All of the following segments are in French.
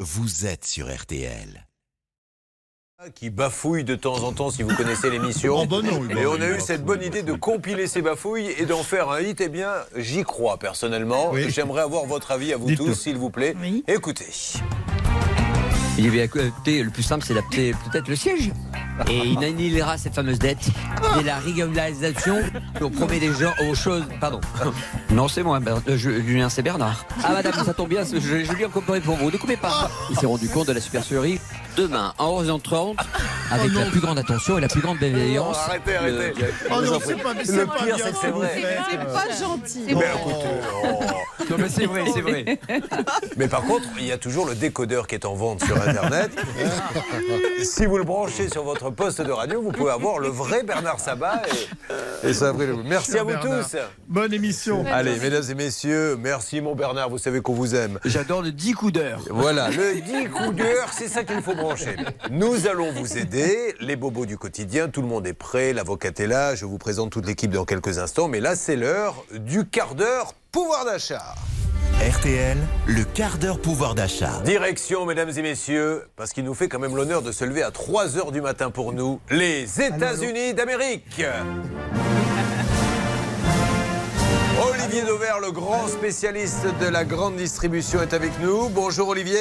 vous êtes sur RTL. Qui bafouille de temps en temps, si vous connaissez l'émission. Oh ben non, et on a eu cette bonne idée de compiler ces bafouilles et d'en faire un hit. Eh bien, j'y crois personnellement. Oui. J'aimerais avoir votre avis à vous Dites-nous. tous, s'il vous plaît. Oui. Écoutez. Il avait écouté, le plus simple, c'est d'adapter peut-être le siège. Et il annihilera cette fameuse dette et la régularisation. On promet des gens aux choses. Pardon. Non, c'est moi, Julien, c'est Bernard. Ah, madame, ça tombe bien, je lui ai comparé pour vous. Ne coupez pas. Il s'est rendu compte de la supercherie. Demain, à 11h30, avec la plus grande attention et la plus grande bienveillance. Arrêtez. Oh non, c'est pas, Le c'est pas pire, bien c'est que c'est ce que vrai. vous faites. C'est pas gentil. Mais écoutez, Non, mais c'est vrai, c'est vrai. Mais par contre, il y a toujours le décodeur qui est en vente sur Internet. Si vous le branchez sur votre poste de radio, vous pouvez avoir le vrai Bernard Sabat. Et ça a pris le... Merci à vous Bernard. tous. Bonne émission. Allez, mesdames et messieurs, merci mon Bernard, vous savez qu'on vous aime. J'adore le 10 coups d'heure. Voilà, le 10 coups d'heure, c'est ça qu'il faut brancher. Nous allons vous aider, les bobos du quotidien, tout le monde est prêt, l'avocate est là, je vous présente toute l'équipe dans quelques instants, mais là c'est l'heure du quart d'heure pouvoir d'achat. RTL, le quart d'heure pouvoir d'achat. Direction, mesdames et messieurs, parce qu'il nous fait quand même l'honneur de se lever à 3h du matin pour nous, les États-Unis d'Amérique. Olivier Dauvert, le grand spécialiste de la grande distribution, est avec nous. Bonjour Olivier.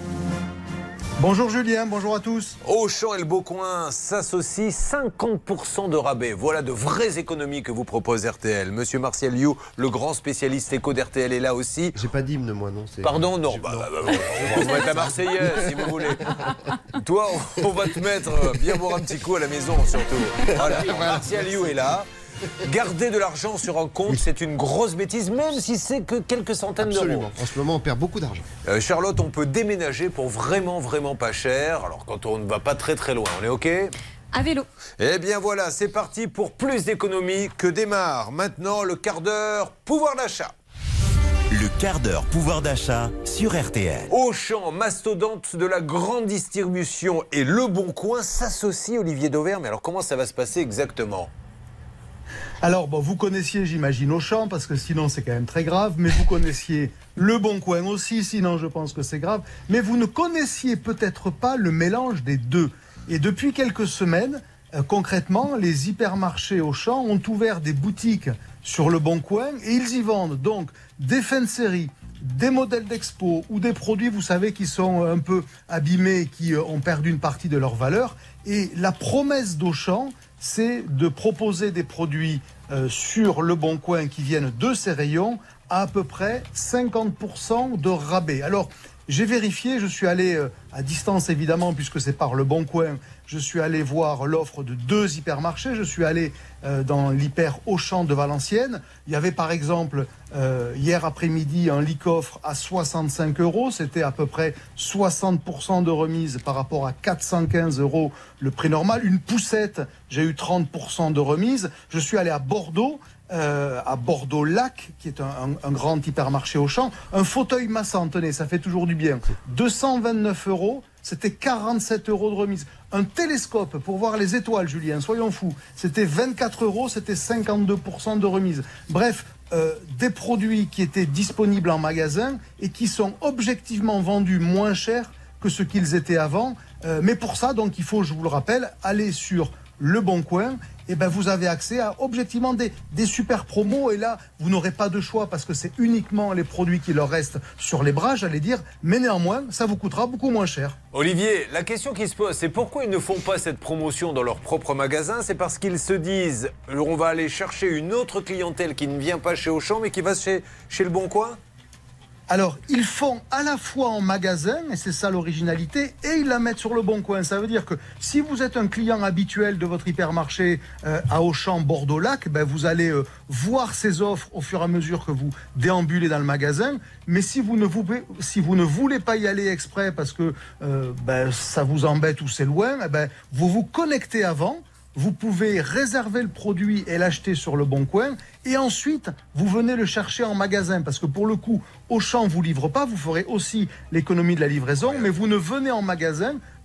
Bonjour Julien, bonjour à tous. Auchan et le Beaucoin s'associent, 50% de rabais. Voilà de vraies économies que vous propose RTL. Monsieur Martial You, le grand spécialiste éco d'RTL, est là aussi. J'ai pas d'hymne, moi, non. Pardon, non. On va se mettre la Marseillaise, si vous voulez. Toi, on va te mettre bien boire un petit coup à la maison, surtout. Voilà, Martial You est là. Garder de l'argent sur un compte, c'est une grosse bêtise, même si c'est que quelques centaines d'euros. Absolument. En ce moment, on perd beaucoup d'argent. Charlotte, on peut déménager pour vraiment pas cher. Alors, quand on ne va pas très loin, on est OK ? À vélo. Eh bien voilà, c'est parti pour plus d'économies que démarre maintenant le quart d'heure pouvoir d'achat. Le quart d'heure pouvoir d'achat sur RTL. Auchan, mastodonte de la grande distribution et Le Bon Coin s'associent, Olivier Dauvert. Mais alors comment ça va se passer exactement ? Alors, bon, vous connaissiez, j'imagine, Auchan, parce que sinon c'est quand même très grave, mais vous connaissiez Le Bon Coin aussi, sinon je pense que c'est grave, mais vous ne connaissiez peut-être pas le mélange des deux. Et depuis quelques semaines, concrètement, les hypermarchés Auchan ont ouvert des boutiques sur Le Bon Coin et ils y vendent donc des fins de série, des modèles d'expo ou des produits, vous savez, qui sont un peu abîmés, qui ont perdu une partie de leur valeur. Et la promesse d'Auchan, c'est de proposer des produits sur Le Bon Coin qui viennent de ces rayons à peu près 50% de rabais. Alors, j'ai vérifié, je suis allé à distance évidemment, puisque c'est par Le Bon Coin, je suis allé voir l'offre de 2 hypermarchés, je suis allé dans l'hyper Auchan de Valenciennes. Il y avait par exemple hier après-midi un lit-coffre à 65 €, c'était à peu près 60% de remise par rapport à 415 € le prix normal. Une poussette, j'ai eu 30% de remise. Je suis allé à Bordeaux Lac, qui est un grand hypermarché Auchan. Un fauteuil massant, tenez, ça fait toujours du bien. 229 €, c'était 47 € de remise. Un télescope pour voir les étoiles, Julien, soyons fous, c'était 24 €, c'était 52% de remise. Bref, des produits qui étaient disponibles en magasin et qui sont objectivement vendus moins cher que ce qu'ils étaient avant. Mais pour ça, donc, il faut, je vous le rappelle, aller sur Le Bon Coin. Et ben vous avez accès à objectivement des super promos. Et là, vous n'aurez pas de choix parce que c'est uniquement les produits qui leur restent sur les bras, j'allais dire. Mais néanmoins, ça vous coûtera beaucoup moins cher. Olivier, la question qui se pose, c'est pourquoi ils ne font pas cette promotion dans leur propre magasin ? C'est parce qu'ils se disent, on va aller chercher une autre clientèle qui ne vient pas chez Auchan, mais qui va chez Le Bon Coin ? Alors, ils font à la fois en magasin, et c'est ça l'originalité, et ils la mettent sur Le Bon Coin. Ça veut dire que si vous êtes un client habituel de votre hypermarché à Auchan Bordeaux-Lac, ben vous allez voir ces offres au fur et à mesure que vous déambulez dans le magasin. Mais si vous ne voulez pas y aller exprès parce que ça vous embête ou c'est loin, vous vous connectez avant. Vous pouvez réserver le produit et l'acheter sur Le Bon Coin. Et ensuite, vous venez le chercher en magasin. Parce que pour le coup, Auchan ne vous livre pas. Vous ferez aussi l'économie de la livraison. Mais vous ne venez en magasin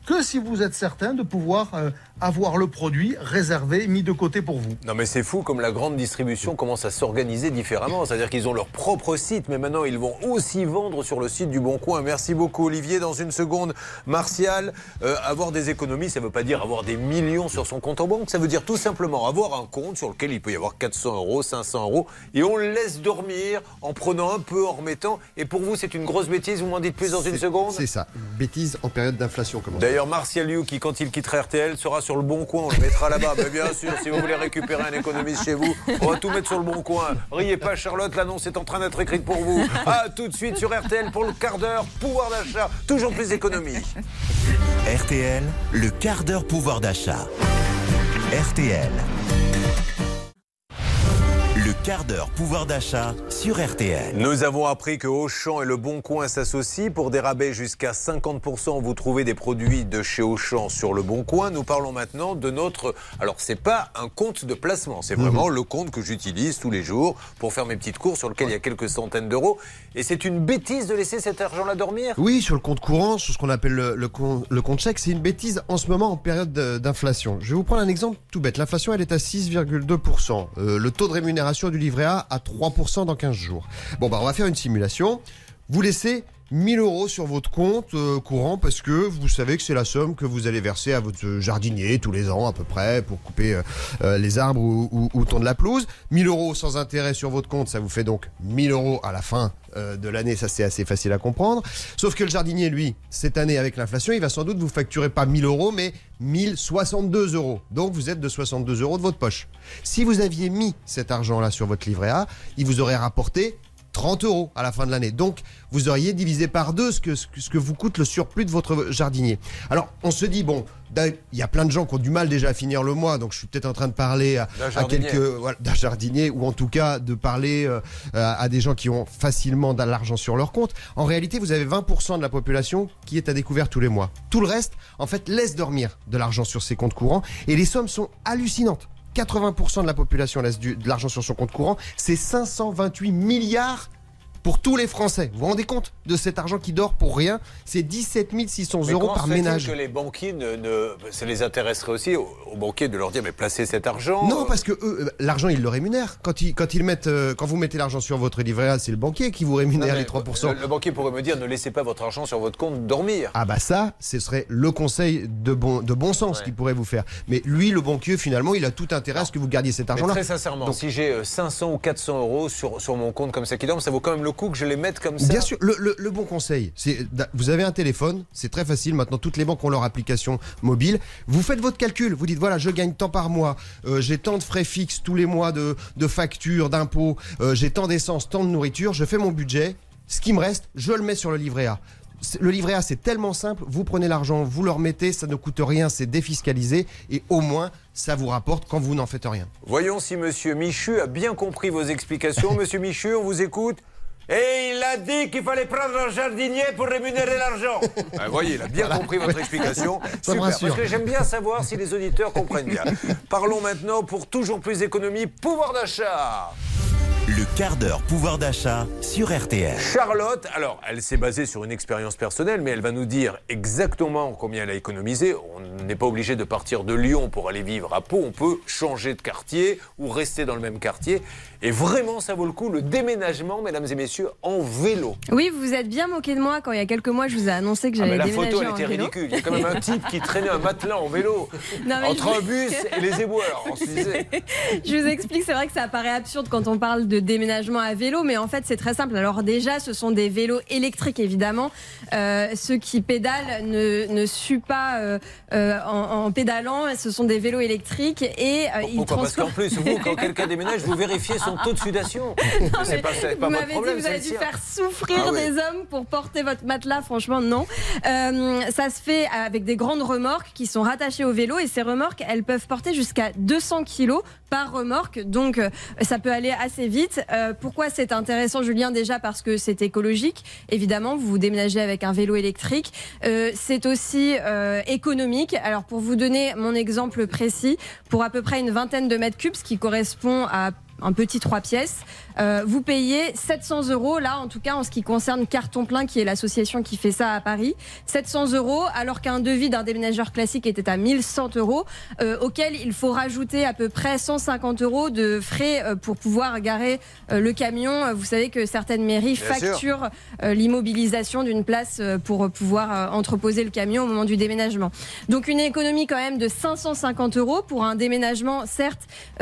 que si vous êtes certain de pouvoir avoir le produit réservé, mis de côté pour vous. Non mais c'est fou comme la grande distribution commence à s'organiser différemment. C'est-à-dire qu'ils ont leur propre site, mais maintenant ils vont aussi vendre sur le site du Bon Coin. Merci beaucoup Olivier. Dans une seconde, Martial, avoir des économies, ça ne veut pas dire avoir des millions sur son compte en banque. Ça veut dire tout simplement avoir un compte sur lequel il peut y avoir 400 €, 500 € et on le laisse dormir en prenant un peu, en remettant. Et pour vous, c'est une grosse bêtise, vous m'en dites plus dans une seconde? C'est ça, une bêtise en période d'inflation. D'ailleurs, Martial Liu, qui quand il quittera RTL, sera sur le Bon Coin, on le mettra là-bas. Mais bien sûr, si vous voulez récupérer un économiste chez vous, on va tout mettre sur le Bon Coin. Riez pas Charlotte, l'annonce est en train d'être écrite pour vous. À tout de suite sur RTL pour le quart d'heure pouvoir d'achat, toujours plus économie. RTL, le quart d'heure pouvoir d'achat. RTL. Le quart d'heure pouvoir d'achat sur RTL. Nous avons appris que Auchan et le Bon Coin s'associent pour des rabais jusqu'à 50%. Vous trouvez des produits de chez Auchan sur le Bon Coin. Nous parlons maintenant de notre... Alors, c'est pas un compte de placement. C'est vraiment le compte que j'utilise tous les jours pour faire mes petites courses sur lequel il y a quelques centaines d'euros. Et c'est une bêtise de laisser cet argent-là dormir? Oui, sur le compte courant, sur ce qu'on appelle le compte chèque, c'est une bêtise en ce moment en période d'inflation. Je vais vous prendre un exemple tout bête. L'inflation, elle est à 6,2%. Le taux de rémunération du livret A à 3% dans 15 jours. Bon, on va faire une simulation. Vous laissez 1 000 € sur votre compte courant parce que vous savez que c'est la somme que vous allez verser à votre jardinier tous les ans à peu près pour couper les arbres ou tondre la pelouse. 1 000 € sans intérêt sur votre compte, ça vous fait donc 1 000 € à la fin de l'année. Ça, c'est assez facile à comprendre. Sauf que le jardinier, lui, cette année avec l'inflation, il va sans doute vous facturer pas 1 000 € mais 1 062 €. Donc vous êtes de 62 € de votre poche. Si vous aviez mis cet argent-là sur votre livret A, il vous aurait rapporté 30 € à la fin de l'année. Donc, vous auriez divisé par 2 ce que vous coûte le surplus de votre jardinier. Alors, on se dit, bon, il y a plein de gens qui ont du mal déjà à finir le mois, donc je suis peut-être en train de parler à d'un jardinier, ou en tout cas de parler à des gens qui ont facilement de l'argent sur leur compte. En réalité, vous avez 20% de la population qui est à découvert tous les mois. Tout le reste, en fait, laisse dormir de l'argent sur ses comptes courants, et les sommes sont hallucinantes. 80% de la population laisse de l'argent sur son compte courant. C'est 528 milliards pour tous les Français. Vous vous rendez compte de cet argent qui dort pour rien? C'est 17 600 € par ménage. Que les banquiers ça les intéresserait aussi aux banquiers de leur dire mais placez cet argent. Non, parce que eux, l'argent ils le rémunèrent. Quand vous mettez l'argent sur votre livret A, c'est le banquier qui vous rémunère les 3%. Le banquier pourrait me dire ne laissez pas votre argent sur votre compte dormir. Ah bah ça, ce serait le conseil de bon sens qu'il pourrait vous faire. Mais lui, le banquier, finalement, il a tout intérêt à ce que vous gardiez cet argent-là. Très sincèrement, si j'ai 500 ou 400 € sur mon compte comme ça qui dorme, ça vaut quand même le coup que je les mette comme ça? Bien sûr, le bon conseil, c'est vous avez un téléphone, c'est très facile, maintenant toutes les banques ont leur application mobile, vous faites votre calcul, vous dites voilà, je gagne tant par mois, j'ai tant de frais fixes tous les mois de factures, d'impôts, j'ai tant d'essence, tant de nourriture, je fais mon budget, ce qui me reste, je le mets sur le livret A. Le livret A, c'est tellement simple, vous prenez l'argent, vous le remettez, ça ne coûte rien, c'est défiscalisé et au moins ça vous rapporte quand vous n'en faites rien. Voyons si Monsieur Michu a bien compris vos explications. Monsieur Michu, on vous écoute. Et il a dit qu'il fallait prendre un jardinier pour rémunérer l'argent. Vous voyez, il a bien compris votre explication. Super, parce que j'aime bien savoir si les auditeurs comprennent bien. Parlons maintenant pour toujours plus d'économie, pouvoir d'achat. Le quart d'heure pouvoir d'achat sur RTL. Charlotte, alors, elle s'est basée sur une expérience personnelle, mais elle va nous dire exactement combien elle a économisé. On n'est pas obligé de partir de Lyon pour aller vivre à Pau. On peut changer de quartier ou rester dans le même quartier. Et vraiment, ça vaut le coup, le déménagement, mesdames et messieurs, en vélo. Oui, vous vous êtes bien moqué de moi quand il y a quelques mois, je vous ai annoncé que j'allais déménager en vélo. La photo, elle était ridicule. Il y a quand même un type qui traînait un matelas en vélo entre un bus et les éboueurs. Alors, on se disait... Je vous explique, c'est vrai que ça paraît absurde quand on parle de déménagement à vélo, mais en fait, c'est très simple. Alors déjà, ce sont des vélos électriques, évidemment. Ceux qui pédalent ne suent pas en pédalant. Ce sont des vélos électriques et ils Pourquoi? Parce qu'en plus, vous, quand quelqu'un déménage, vous vérifiez son taux de sudation. C'est pas vous m'avez dit que vous avez dû faire souffrir des hommes pour porter votre matelas. Franchement, non. Ça se fait avec des grandes remorques qui sont rattachées au vélo et ces remorques, elles peuvent porter jusqu'à 200 kilos par remorque. Donc, ça peut aller assez vite. Pourquoi c'est intéressant, Julien? Déjà parce que c'est écologique. Évidemment, vous déménagez avec un vélo électrique. C'est aussi économique. Alors, pour vous donner mon exemple précis, pour à peu près une vingtaine de mètres cubes, ce qui correspond à un petit 3 pièces, vous payez 700 €, là en tout cas en ce qui concerne Carton Plein, qui est l'association qui fait ça à Paris. 700 €, alors qu'un devis d'un déménageur classique était à 1100 €, auquel il faut rajouter à peu près 150 € de frais pour pouvoir garer le camion. Vous savez que certaines mairies facturent l'immobilisation d'une place pour pouvoir entreposer le camion au moment du déménagement. Donc une économie quand même de 550 € pour un déménagement, certes,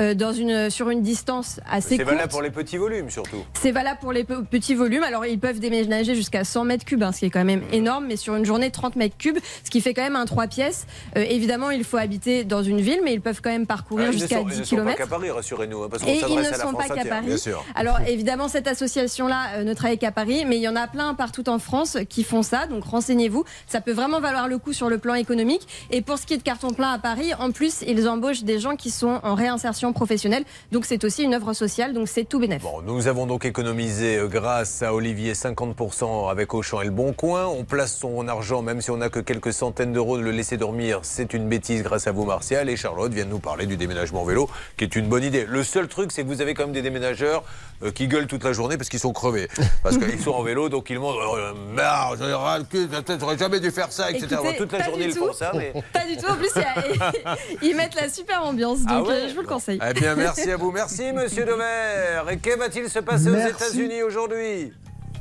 sur une distance assez courte. C'est valable pour les petits volumes surtout. C'est valable pour les petits volumes. Alors ils peuvent déménager jusqu'à 100 mètres cubes, ce qui est quand même énorme, mais sur une journée 30 mètres cubes, ce qui fait quand même un 3 pièces. Évidemment, il faut habiter dans une ville, mais ils peuvent quand même parcourir jusqu'à 10 km. Ils ne sont pas qu'à Paris, rassurez-nous, parce qu'on et ils s'adresse ne à la sont France pas qu'à entière, Paris. bien sûr. Alors évidemment, cette association-là ne travaille qu'à Paris, mais il y en a plein partout en France qui font ça. Donc renseignez-vous, ça peut vraiment valoir le coup sur le plan économique. Et pour ce qui est de Carton Plein à Paris, en plus, ils embauchent des gens qui sont en réinsertion professionnelle. Donc c'est aussi une œuvre sociale, donc c'est tout bénef. Bon, nous avons donc économisé grâce à Olivier 50% avec Auchan et Le Bon Coin. On place son argent, même si on n'a que quelques centaines d'euros, de le laisser dormir, c'est une bêtise grâce à vous, Martial. Et Charlotte vient de nous parler du déménagement en vélo, qui est une bonne idée. Le seul truc, c'est que vous avez quand même des déménageurs qui gueulent toute la journée parce qu'ils sont crevés. Parce qu'ils sont en vélo, donc ils montrent merde, j'en ai ras le cul, j'aurais jamais dû faire ça, etc. Écoutez, toute la journée, ils font ça. Mais... Pas du tout. En plus, ils mettent la super ambiance. Donc je vous le conseille. Eh bien, merci à vous. Merci, monsieur Dever. Et que va-t-il se passer aux États-Unis aujourd'hui ?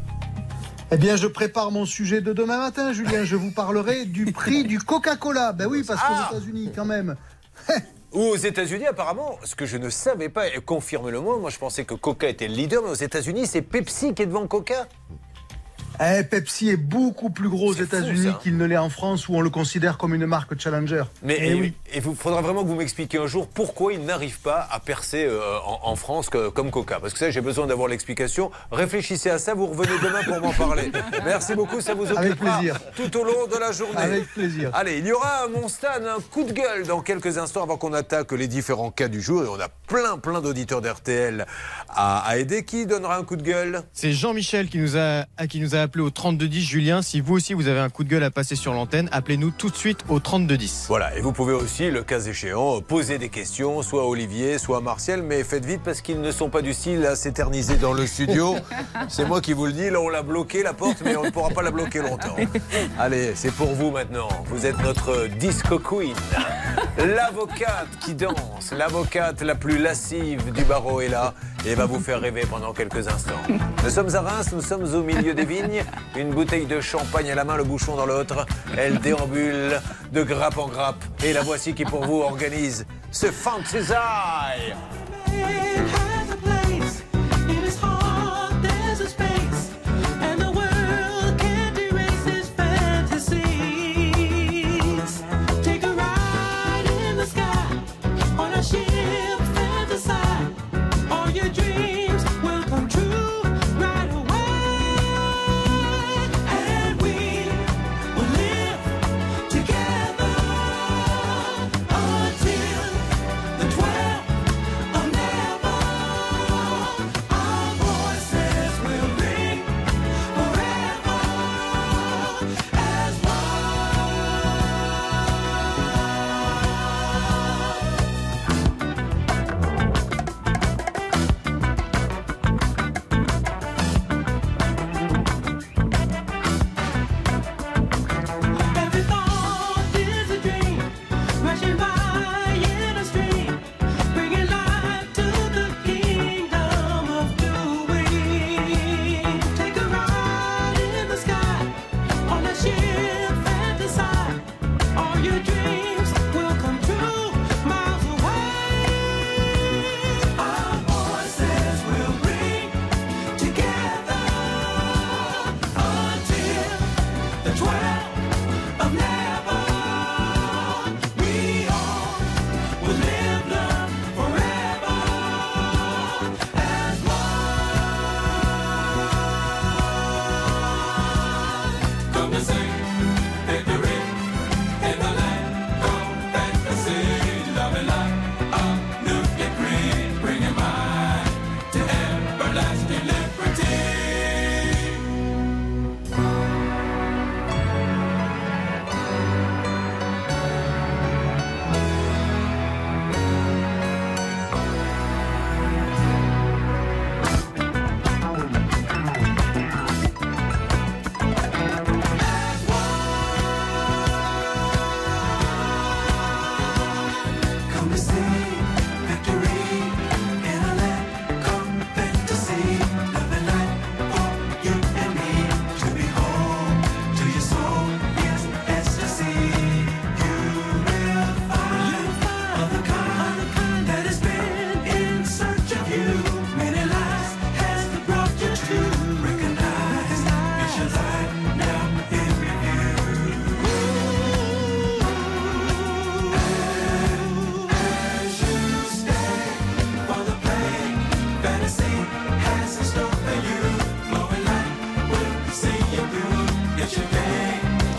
Eh bien, je prépare mon sujet de demain matin, Julien. Je vous parlerai du prix du Coca-Cola. Ben oui, parce qu'aux États-Unis, quand même. Ou aux États-Unis, apparemment, ce que je ne savais pas, et confirme-le moi, je pensais que Coca était le leader, mais aux États-Unis, c'est Pepsi qui est devant Coca. Pepsi est beaucoup plus gros aux États-Unis qu'il ne l'est en France, où on le considère comme une marque challenger. Mais il faudra vraiment que vous m'expliquiez un jour pourquoi il n'arrive pas à percer en France comme Coca. Parce que ça, j'ai besoin d'avoir l'explication. Réfléchissez à ça, vous revenez demain pour m'en parler. Merci beaucoup, ça vous occupera tout au long de la journée. Avec plaisir. Allez, il y aura à mon stade un coup de gueule dans quelques instants avant qu'on attaque les différents cas du jour. Et on a plein d'auditeurs d'RTL à aider. Qui donnera un coup de gueule ? C'est Jean-Michel qui nous a appelé au 3210. Julien, si vous aussi vous avez un coup de gueule à passer sur l'antenne, appelez-nous tout de suite au 3210. Voilà, et vous pouvez aussi, le cas échéant, poser des questions, soit à Olivier, soit à Martial, mais faites vite parce qu'ils ne sont pas du style à s'éterniser dans le studio. C'est moi qui vous le dis, là on l'a bloqué la porte, mais on ne pourra pas la bloquer longtemps. Allez, c'est pour vous maintenant. Vous êtes notre disco queen, l'avocate qui danse, l'avocate la plus lascive du barreau est là et va vous faire rêver pendant quelques instants. Nous sommes à Reims, nous sommes au milieu des vignes, une bouteille de champagne à la main, le bouchon dans l'autre. Elle déambule de grappe en grappe. Et la voici qui pour vous organise ce Fantasy.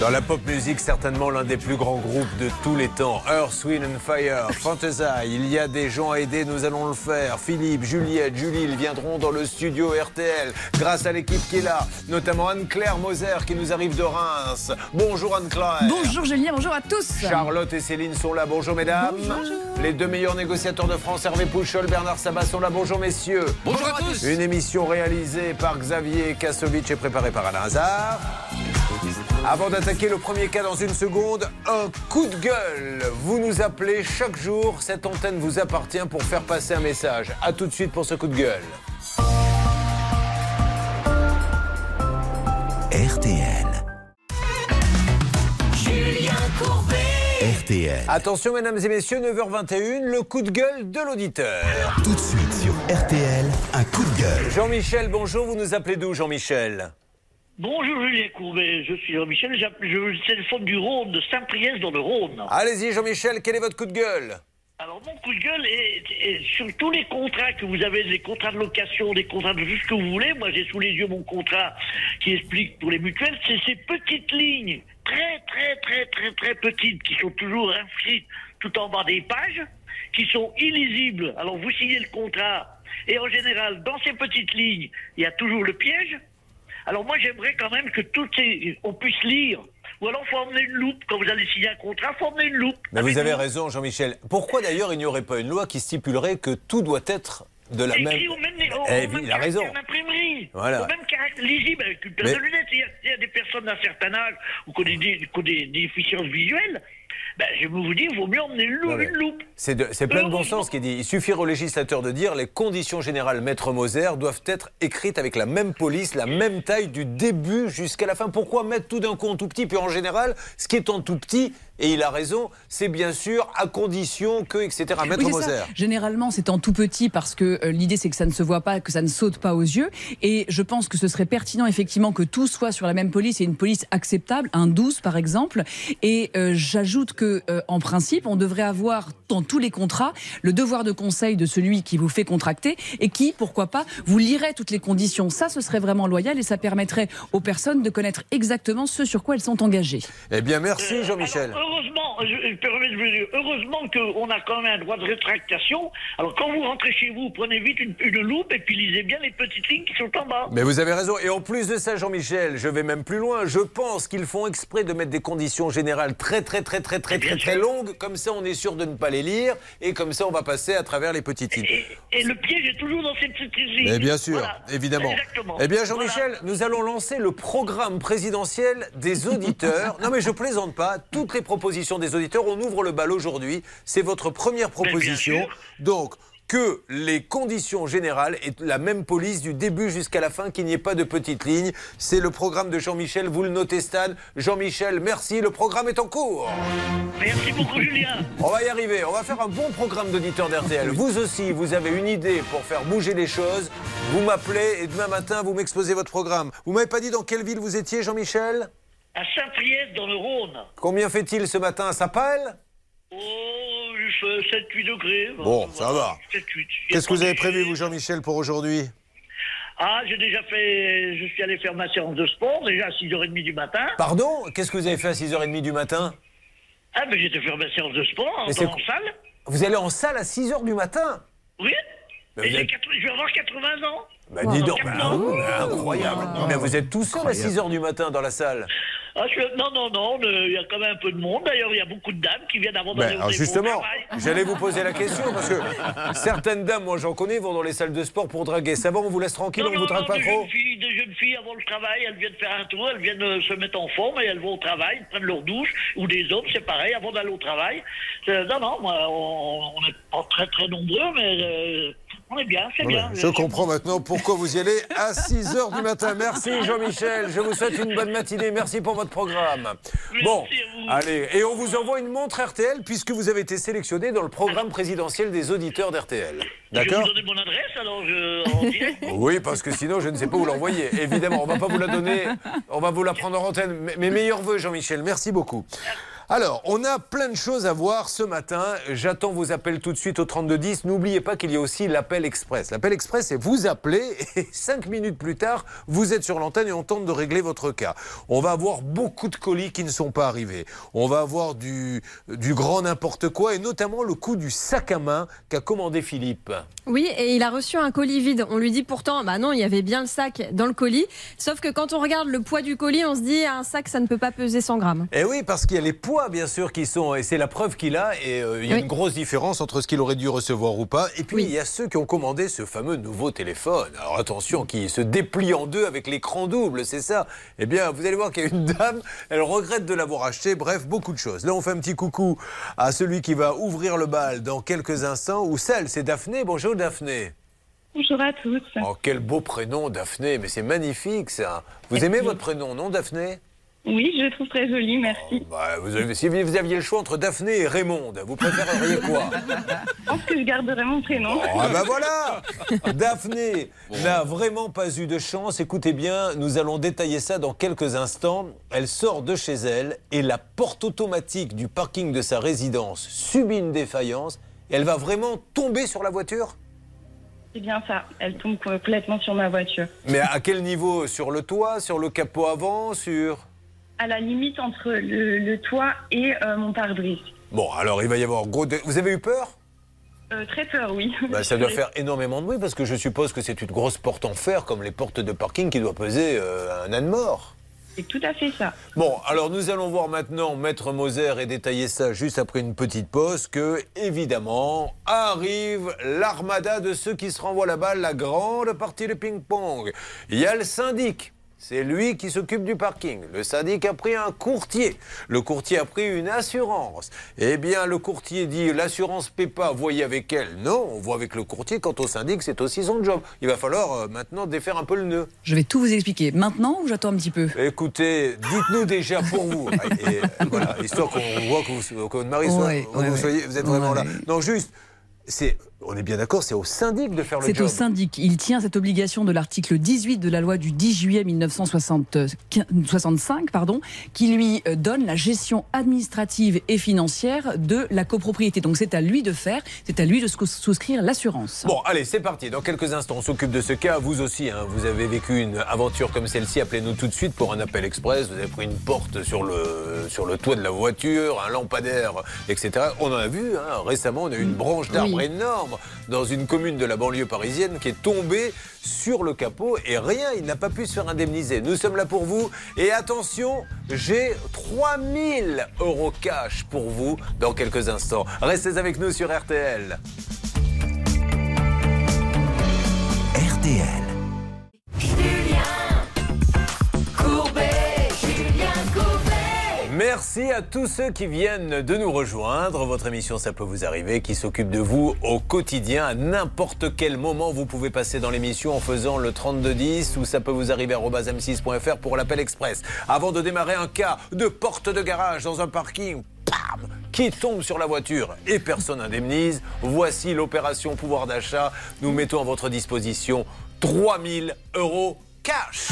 Dans la pop music, certainement l'un des plus grands groupes de tous les temps. Earth, Wind and Fire, Fantasy. Il y a des gens à aider, nous allons le faire. Philippe, Juliette, Julie, ils viendront dans le studio RTL grâce à l'équipe qui est là, notamment Anne-Claire Moser qui nous arrive de Reims. Bonjour Anne-Claire. Bonjour Julien, bonjour à tous. Charlotte et Céline sont là. Bonjour mesdames. Bonjour. Les deux meilleurs négociateurs de France, Hervé Pouchol, Bernard Sabat sont là. Bonjour messieurs. Bonjour à tous. Une émission réalisée par Xavier Kassovitch et préparée par Alain Hazard. Avant d'attaquer le premier cas dans une seconde, un coup de gueule. Vous nous appelez chaque jour, cette antenne vous appartient pour faire passer un message. A tout de suite pour ce coup de gueule. RTL. Julien Courbet. RTL. Attention mesdames et messieurs, 9h21, le coup de gueule de l'auditeur. Tout de suite sur RTL, un coup de gueule. Jean-Michel, bonjour, vous nous appelez d'où Jean-Michel ? Bonjour Julien Courbet, je suis Jean-Michel, je téléphone du Rhône, de Saint-Priest dans le Rhône. Allez-y Jean-Michel, quel est votre coup de gueule ? Alors mon coup de gueule est sur tous les contrats que vous avez, les contrats de location, des contrats de tout ce que vous voulez. Moi j'ai sous les yeux mon contrat qui explique pour les mutuelles, c'est ces petites lignes très petites qui sont toujours inscrites tout en bas des pages, qui sont illisibles. Alors vous signez le contrat et en général dans ces petites lignes, il y a toujours le piège. Alors moi j'aimerais quand même que on puisse lire. Ou alors faut emmener une loupe. Quand vous allez signer un contrat, faut emmener une loupe. Mais vous avez raison Jean-Michel. Pourquoi d'ailleurs il n'y aurait pas une loi qui stipulerait que tout doit être de la même... Il a raison. Voilà. Au même caractère lisible avec une paire de lunettes. Il y a des personnes d'un certain âge ou qui ont des déficiences visuelles. Ben, je vous dis, il vaut mieux emmener une loupe. C'est plein de bon sens qui est dit. Il suffirait au législateur de dire les conditions générales Maître Moser doivent être écrites avec la même police, la même taille du début jusqu'à la fin. Pourquoi mettre tout d'un coup en tout petit? Puis en général, ce qui est en tout petit, et il a raison, c'est bien sûr à condition que, etc. Maître Moser. Généralement, c'est en tout petit parce que l'idée, c'est que ça ne se voit pas, que ça ne saute pas aux yeux. Et je pense que ce serait pertinent, effectivement, que tout soit sur la même police et une police acceptable, un 12 par exemple. Et j'ajoute que, en principe, on devrait avoir dans tous les contrats le devoir de conseil de celui qui vous fait contracter et qui, pourquoi pas, vous lirait toutes les conditions. Ça, ce serait vraiment loyal et ça permettrait aux personnes de connaître exactement ce sur quoi elles sont engagées. Eh bien, merci Jean-Michel. Heureusement qu'on a quand même un droit de rétractation. Alors quand vous rentrez chez vous, prenez vite une loupe et puis lisez bien les petites lignes qui sont en bas. Mais vous avez raison. Et en plus de ça, Jean-Michel, je vais même plus loin. Je pense qu'ils font exprès de mettre des conditions générales très longues. Comme ça, on est sûr de ne pas les lire. Et comme ça, on va passer à travers les petites lignes. Et le piège est toujours dans ces petites lignes. Mais bien sûr, évidemment. Exactement. Eh bien, Jean-Michel, nous allons lancer le programme présidentiel des auditeurs. Non, mais je plaisante pas. Toutes les propositions des auditeurs, on ouvre le bal aujourd'hui. C'est votre première proposition. Donc, que les conditions générales aient la même police du début jusqu'à la fin, qu'il n'y ait pas de petites lignes. C'est le programme de Jean-Michel. Vous le notez, Stan. Jean-Michel, merci. Le programme est en cours. Merci beaucoup, Julien. On va y arriver. On va faire un bon programme d'auditeurs d'RTL. Vous aussi, vous avez une idée pour faire bouger les choses. Vous m'appelez et demain matin, vous m'exposez votre programme. Vous m'avez pas dit dans quelle ville vous étiez, Jean-Michel ? À Saint-Priest, dans le Rhône. Combien fait-il ce matin à Sapal ? Oh, 7-8 degrés. Bon, ça va. 7-8. Qu'est-ce que vous avez prévu, vous, Jean-Michel, pour aujourd'hui ? Je suis allé faire ma séance de sport, déjà à 6h30 du matin. Pardon ? Qu'est-ce que vous avez fait à 6h30 du matin ? Ah, mais j'étais faire ma séance de sport en salle. Vous allez en salle à 6h du matin ? Oui. Et je vais avoir 80 ans. Bah, dis donc, incroyable. Mais vous êtes tout seul à 6h du matin dans la salle ? Non, il y a quand même un peu de monde. D'ailleurs, il y a beaucoup de dames qui viennent avant d'aller au travail. Justement, j'allais vous poser la question parce que certaines dames, moi j'en connais, vont dans les salles de sport pour draguer. Ça va, on vous laisse tranquille, on ne vous drague pas trop ? Des jeunes filles avant le travail, elles viennent faire un tour, elles viennent se mettre en forme et elles vont au travail, prennent leur douche. Ou des hommes, c'est pareil, avant d'aller au travail. On n'est pas très nombreux, mais on est bien, c'est bien. Je comprends maintenant pourquoi vous y allez à 6h du matin. Merci Jean-Michel, je vous souhaite une bonne matinée. Merci pour votre programme. Bon, allez, et on vous envoie une montre RTL puisque vous avez été sélectionné dans le programme présidentiel des auditeurs d'RTL. D'accord ? Je vais vous donner mon adresse alors en direct. Oui, parce que sinon je ne sais pas où l'envoyer. Évidemment, on ne va pas vous la donner, on va vous la prendre en antenne. Mes meilleurs vœux Jean-Michel, merci beaucoup. Alors, on a plein de choses à voir ce matin. J'attends vos appels tout de suite au 3210. N'oubliez pas qu'il y a aussi l'appel express. L'appel express, c'est vous appelez et 5 minutes plus tard, vous êtes sur l'antenne et on tente de régler votre cas. On va avoir beaucoup de colis qui ne sont pas arrivés. On va avoir du grand n'importe quoi et notamment le coût du sac à main qu'a commandé Philippe. Oui, et il a reçu un colis vide. On lui dit pourtant, bah non, il y avait bien le sac dans le colis. Sauf que quand on regarde le poids du colis, on se dit, un sac, ça ne peut pas peser 100 grammes. Et oui, parce qu'il y a les poids, bien sûr, qui sont... Et c'est la preuve qu'il a. Et il y a une grosse différence entre ce qu'il aurait dû recevoir ou pas. Et puis, il y a ceux qui ont commandé ce fameux nouveau téléphone. Alors attention, qui se déplie en deux avec l'écran double, c'est ça. Eh bien, vous allez voir qu'il y a une dame, elle regrette de l'avoir acheté. Bref, beaucoup de choses. Là, on fait un petit coucou à celui qui va ouvrir le bal dans quelques instants. Ou celle, c'est Daphné. Bonjour, Daphné. Bonjour à tous. Oh, quel beau prénom, Daphné. Mais c'est magnifique, ça. Vous aimez votre prénom, non, Daphné? Oui, je le trouve très joli, merci. Si vous aviez le choix entre Daphné et Raymonde, vous préféreriez quoi? Je pense que je garderai mon prénom. Ah ben voilà. Daphné n'a vraiment pas eu de chance. Écoutez bien, nous allons détailler ça dans quelques instants. Elle sort de chez elle et la porte automatique du parking de sa résidence subit une défaillance. Et elle va vraiment tomber sur la voiture? C'est bien ça, elle tombe complètement sur ma voiture. Mais à quel niveau? Sur le toit, sur le capot avant, sur... À la limite entre le toit et mon pare-brise. Bon, alors il va y avoir gros... Vous avez eu peur? Très peur, oui. Ça doit faire énormément de bruit parce que je suppose que c'est une grosse porte en fer comme les portes de parking qui doit peser un âne mort. C'est tout à fait ça. Bon, alors nous allons voir maintenant Maître Moser et détailler ça juste après une petite pause que, évidemment, arrive l'armada de ceux qui se renvoient la balle, la grande partie de ping-pong. Il y a le syndic. C'est lui qui s'occupe du parking. Le syndic a pris un courtier. Le courtier a pris une assurance. Eh bien, le courtier dit, l'assurance paie pas, voyez avec elle. Non, on voit avec le courtier. Quant au syndic, c'est aussi son job. Il va falloir maintenant défaire un peu le nœud. Je vais tout vous expliquer. Maintenant ou j'attends un petit peu? Écoutez, dites-nous déjà pour vous. Et voilà, histoire qu'on voit que votre mari soit... Vous êtes vraiment là. Non, juste... On est bien d'accord, c'est au syndic de faire le job. C'est au syndic. Il tient cette obligation de l'article 18 de la loi du 10 juillet 1965, qui lui donne la gestion administrative et financière de la copropriété. Donc c'est à lui de faire, c'est à lui de souscrire l'assurance. Bon, allez, c'est parti. Dans quelques instants, on s'occupe de ce cas. Vous aussi, vous avez vécu une aventure comme celle-ci. Appelez-nous tout de suite pour un appel express. Vous avez pris une porte sur le toit de la voiture, un lampadaire, etc. On en a vu récemment, on a eu une branche d'arbre énorme dans une commune de la banlieue parisienne qui est tombée sur le capot et rien, il n'a pas pu se faire indemniser. Nous sommes là pour vous et attention, j'ai 3000 € cash pour vous dans quelques instants. Restez avec nous sur RTL. RTL. Merci à tous ceux qui viennent de nous rejoindre. Votre émission, ça peut vous arriver, qui s'occupe de vous au quotidien. À n'importe quel moment, vous pouvez passer dans l'émission en faisant le 3210 ou ça peut vous arriver à @m6.fr pour l'appel express. Avant de démarrer un cas de porte de garage dans un parking, bam, qui tombe sur la voiture et personne indemnise, voici l'opération pouvoir d'achat. Nous mettons à votre disposition 3000 € cash.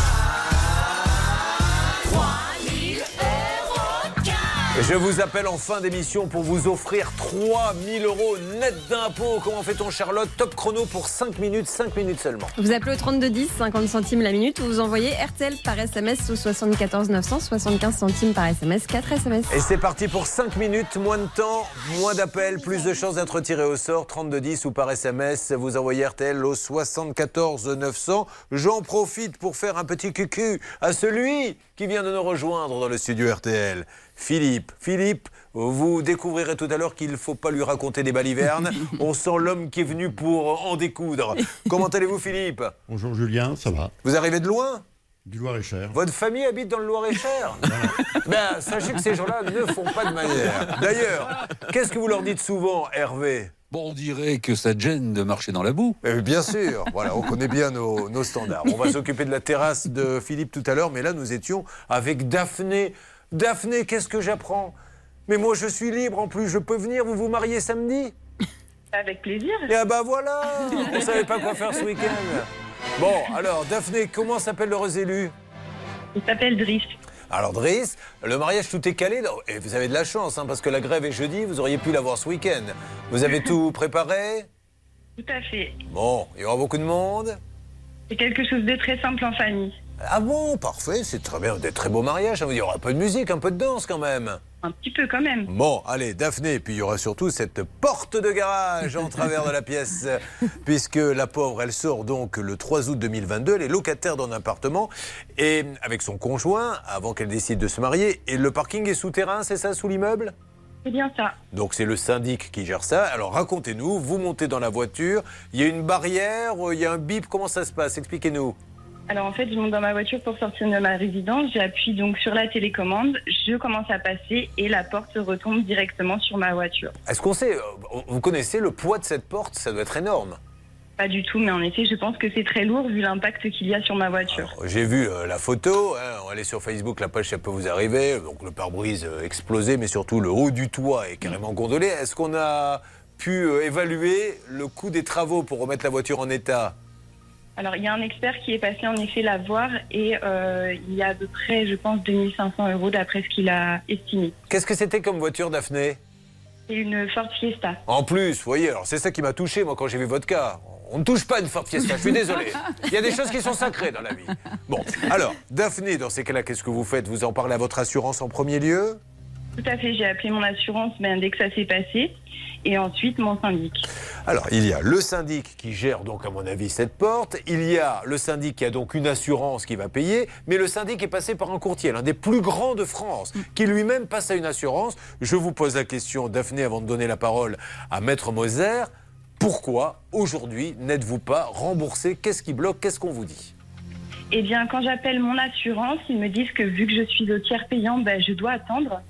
Je vous appelle en fin d'émission pour vous offrir 3000 € net d'impôts. Comment fait-on, Charlotte? Top chrono pour 5 minutes seulement. Vous appelez au 3210, 50 centimes la minute, ou vous envoyez RTL par SMS au 74 900, 75 centimes par SMS, 4 SMS. Et c'est parti pour 5 minutes, moins de temps, moins d'appels, plus de chances d'être tiré au sort. 3210 ou par SMS, vous envoyez RTL au 74 900. J'en profite pour faire un petit cucu à celui qui vient de nous rejoindre dans le studio RTL. Philippe, vous découvrirez tout à l'heure qu'il ne faut pas lui raconter des balivernes. On sent l'homme qui est venu pour en découdre. Comment allez-vous, Philippe? Bonjour Julien, ça va? Vous arrivez de loin? Du Loir-et-Cher. Votre famille habite dans le Loir-et-Cher? Ben, sachez que ces gens-là ne font pas de manière. D'ailleurs, qu'est-ce que vous leur dites souvent, Hervé? Bon, on dirait que ça gêne de marcher dans la boue. Bien sûr, voilà, on connaît bien nos standards. On va s'occuper de la terrasse de Philippe tout à l'heure, mais là, nous étions avec Daphné. Daphné, qu'est-ce que j'apprends? Mais moi, je suis libre en plus, je peux venir, vous vous mariez samedi? Avec plaisir. Et ben voilà, on savait pas quoi faire ce week-end. Bon, alors, Daphné, comment s'appelle l'heureux élu? Il s'appelle Driss. Alors Driss, le mariage tout est calé. Et vous avez de la chance, hein, parce que la grève est jeudi, vous auriez pu l'avoir ce week-end. Vous avez tout préparé? Tout à fait. Bon, il y aura beaucoup de monde? C'est quelque chose de très simple en famille. Ah bon, parfait, c'est très bien, des très beaux mariages. Il y aura un peu de musique, un peu de danse quand même. Un petit peu quand même. Bon, allez, Daphné, et puis il y aura surtout cette porte de garage en travers de la pièce, puisque la pauvre, elle sort donc le 3 août 2022, elle est locataire d'un appartement, et avec son conjoint, avant qu'elle décide de se marier, et le parking est souterrain, c'est ça, sous l'immeuble? C'est bien ça. Donc c'est le syndic qui gère ça. Alors racontez-nous, vous montez dans la voiture, il y a une barrière, il y a un bip, comment ça se passe? Expliquez-nous. Alors en fait, je monte dans ma voiture pour sortir de ma résidence. J'appuie donc sur la télécommande. Je commence à passer et la porte retombe directement sur ma voiture. Est-ce qu'on sait, vous connaissez le poids de cette porte? Ça doit être énorme. Pas du tout, mais en effet, je pense que c'est très lourd vu l'impact qu'il y a sur ma voiture. J'ai vu la photo, hein, allez sur Facebook, la page, ça peut vous arriver. Donc le pare-brise explosé, mais surtout le haut du toit est carrément gondolé. Est-ce qu'on a pu évaluer le coût des travaux pour remettre la voiture en état? Alors, il y a un expert qui est passé en effet la voir et il y a à peu près, je pense, 2500 € d'après ce qu'il a estimé. Qu'est-ce que c'était comme voiture, Daphné? C'est une Ford Fiesta. En plus, vous voyez, alors c'est ça qui m'a touché, moi, quand j'ai vu votre cas. On ne touche pas une Ford Fiesta, je suis désolé. Il y a des choses qui sont sacrées dans la vie. Bon, alors, Daphné, dans ces cas-là, qu'est-ce que vous faites? Vous en parlez à votre assurance en premier lieu? Tout à fait, j'ai appelé mon assurance dès que ça s'est passé et ensuite mon syndic. Alors, il y a le syndic qui gère donc, à mon avis, cette porte. Il y a le syndic qui a donc une assurance qui va payer. Mais le syndic est passé par un courtier, l'un des plus grands de France, qui lui-même passe à une assurance. Je vous pose la question, Daphné, avant de donner la parole à Maître Moser. Pourquoi, aujourd'hui, n'êtes-vous pas remboursé? Qu'est-ce qui bloque? Qu'est-ce qu'on vous dit? Eh bien, quand j'appelle mon assurance, ils me disent que vu que je suis au tiers payant, je dois attendre.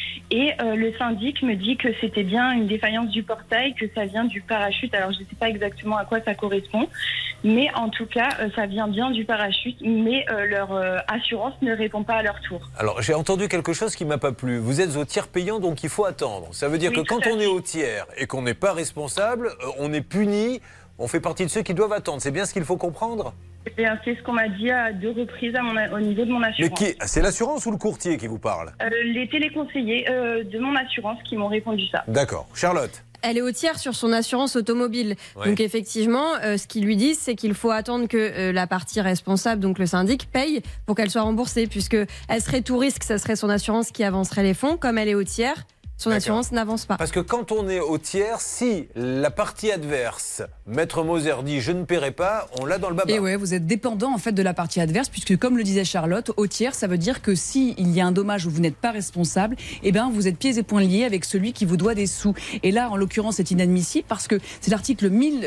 Et le syndic me dit que c'était bien une défaillance du portail, que ça vient du parachute. Alors, je ne sais pas exactement à quoi ça correspond, mais en tout cas, ça vient bien du parachute, mais leur assurance ne répond pas à leur tour. Alors, j'ai entendu quelque chose qui ne m'a pas plu. Vous êtes au tiers payant, donc il faut attendre. Ça veut dire que quand on est au tiers et qu'on n'est pas responsable, on est puni, on fait partie de ceux qui doivent attendre. C'est bien ce qu'il faut comprendre? C'est ce qu'on m'a dit à 2 reprises au niveau de mon assurance. Mais c'est l'assurance ou le courtier qui vous parle? Les téléconseillers de mon assurance qui m'ont répondu ça. D'accord. Charlotte? Elle est au tiers sur son assurance automobile. Oui. Donc effectivement, ce qu'ils lui disent, c'est qu'il faut attendre que la partie responsable, donc le syndic, paye pour qu'elle soit remboursée. Puisque elle serait tout risque, ça serait son assurance qui avancerait les fonds. Comme elle est au tiers, son assurance n'avance pas. Parce que quand on est au tiers, si la partie adverse, Maître Moser dit je ne paierai pas, on l'a dans le baba. Et ouais, vous êtes dépendant en fait de la partie adverse, puisque comme le disait Charlotte, au tiers, ça veut dire que s'il y a un dommage où vous n'êtes pas responsable, vous êtes pieds et poings liés avec celui qui vous doit des sous. Et là, en l'occurrence, c'est inadmissible parce que c'est l'article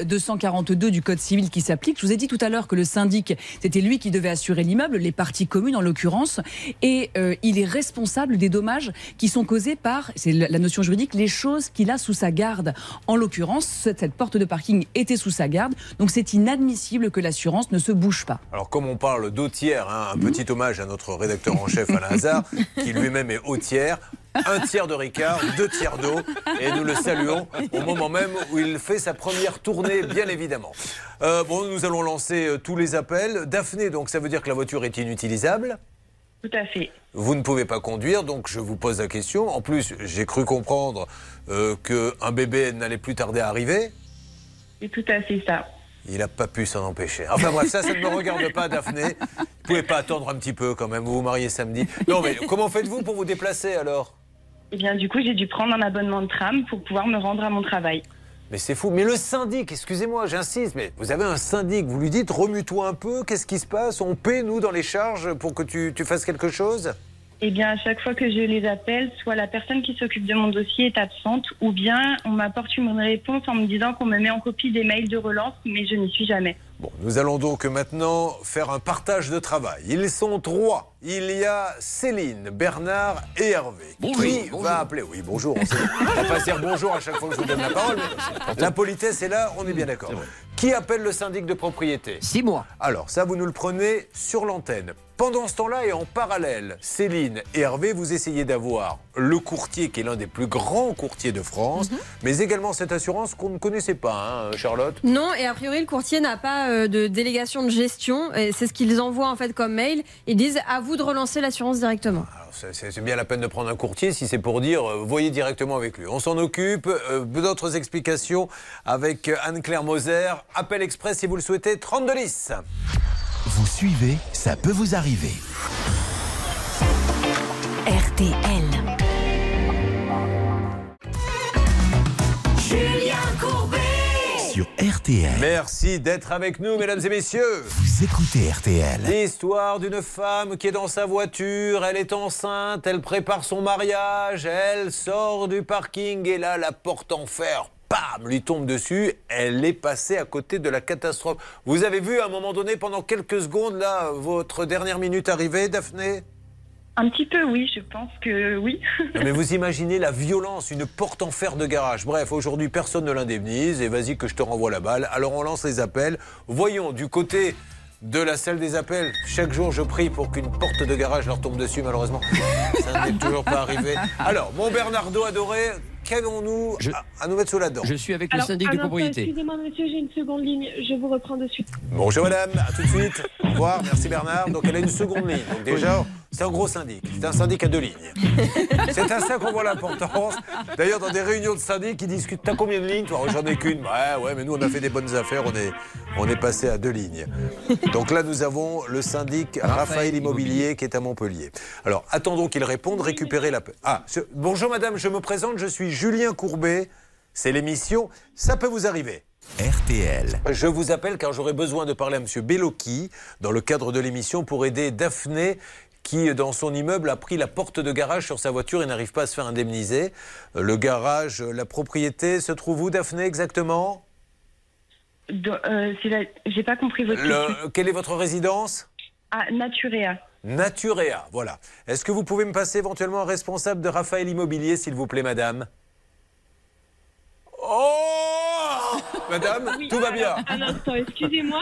1242 du Code civil qui s'applique. Je vous ai dit tout à l'heure que le syndic, c'était lui qui devait assurer l'immeuble, les parties communes en l'occurrence, et il est responsable des dommages qui sont causés par, c'est la notion juridique, les choses qu'il a sous sa garde. En l'occurrence, cette porte de parking était sous sa garde, donc c'est inadmissible que l'assurance ne se bouge pas. Alors comme on parle d'au tiers, un petit hommage à notre rédacteur en chef Alain Hazard, qui lui-même est au tiers, 1 tiers de Ricard, 2 tiers d'eau, et nous le saluons au moment même où il fait sa première tournée, bien évidemment. Nous allons lancer tous les appels. Daphné, donc ça veut dire que la voiture est inutilisable? Tout à fait. Vous ne pouvez pas conduire, donc je vous pose la question. En plus, j'ai cru comprendre qu'un bébé n'allait plus tarder à arriver. C'est tout à fait ça. Il n'a pas pu s'en empêcher. Enfin bref, ça ne me regarde pas, Daphné. Vous ne pouvez pas attendre un petit peu quand même, vous vous mariez samedi. Non mais comment faites-vous pour vous déplacer alors? Eh bien du coup, j'ai dû prendre un abonnement de tram pour pouvoir me rendre à mon travail. Mais c'est fou. Mais le syndic, excusez-moi, j'insiste, mais vous avez un syndic, vous lui dites remue-toi un peu, qu'est-ce qui se passe? On paie, nous, dans les charges pour que tu fasses quelque chose? Eh bien, à chaque fois que je les appelle, soit la personne qui s'occupe de mon dossier est absente, ou bien on m'apporte une réponse en me disant qu'on me met en copie des mails de relance, mais je n'y suis jamais. Bon, nous allons donc maintenant faire un partage de travail. Ils sont 3. Il y a Céline, Bernard et Hervé. Bonjour, Qui bonjour. va appeler? Oui, bonjour. On va pas se dire bonjour à chaque fois que je vous donne la parole. Mais la politesse est là, on est bien d'accord. Qui appelle le syndic de propriété? 6 mois. Alors, ça, vous nous le prenez sur l'antenne. Pendant ce temps-là et en parallèle, Céline et Hervé, vous essayez d'avoir le courtier qui est l'un des plus grands courtiers de France, mais également cette assurance qu'on ne connaissait pas, hein, Charlotte? Non, et a priori, le courtier n'a pas de délégation de gestion. Et c'est ce qu'ils envoient en fait comme mail. Ils disent à vous de relancer l'assurance directement. Alors, c'est bien la peine de prendre un courtier si c'est pour dire voyez directement avec lui. On s'en occupe. D'autres explications avec Anne-Claire Moser. Appel express si vous le souhaitez, 3210. Vous suivez, ça peut vous arriver. RTL. Julien Courbet sur RTL. Merci d'être avec nous, mesdames et messieurs. Vous écoutez RTL. L'histoire d'une femme qui est dans sa voiture, elle est enceinte, elle prépare son mariage, elle sort du parking et là, la porte en fer, bam, lui tombe dessus. Elle est passée à côté de la catastrophe. Vous avez vu à un moment donné, pendant quelques secondes, là, votre dernière minute arriver, Daphné? Un petit peu, oui, je pense que oui. Non, mais vous imaginez la violence, une porte en fer de garage. Bref, aujourd'hui, personne ne l'indemnise et vas-y que je te renvoie la balle. Alors on lance les appels. Voyons, du côté de la salle des appels, chaque jour je prie pour qu'une porte de garage leur tombe dessus, malheureusement. Ça n'est toujours pas arrivé. Alors, mon Bernardo adoré, qu'avons-nous à nous mettre sous la dent? Je suis avec le syndic de propriété. Excusez-moi monsieur, j'ai une seconde ligne, je vous reprends de suite. Bonjour madame, à tout de suite. Au revoir, merci Bernard. Donc elle a une seconde ligne. Donc déjà, c'est un gros syndic. C'est un syndic à 2 lignes. C'est à ça qu'on voit l'importance. D'ailleurs, dans des réunions de syndic, ils discutent. T'as combien de lignes? Toi, j'en ai qu'une. Ouais, mais nous on a fait des bonnes affaires, on est passé à 2 lignes. Donc là, nous avons le syndic Raphaël Immobilier qui est à Montpellier. Alors, attendons qu'il réponde, récupérer l'appel. Bonjour madame, je me présente, je suis Julien Courbet. C'est l'émission Ça peut vous arriver. RTL. Je vous appelle car j'aurais besoin de parler à monsieur Bellocchi dans le cadre de l'émission pour aider Daphné qui, dans son immeuble, a pris la porte de garage sur sa voiture et n'arrive pas à se faire indemniser. Le garage, la propriété, se trouve où, Daphné, exactement? J'ai pas compris votre question. Quelle est votre résidence? Naturea. Naturea, voilà. Est-ce que vous pouvez me passer éventuellement un responsable de Raphaël Immobilier, s'il vous plaît, madame? Oh madame, oui, tout va bien. Un instant, excusez-moi.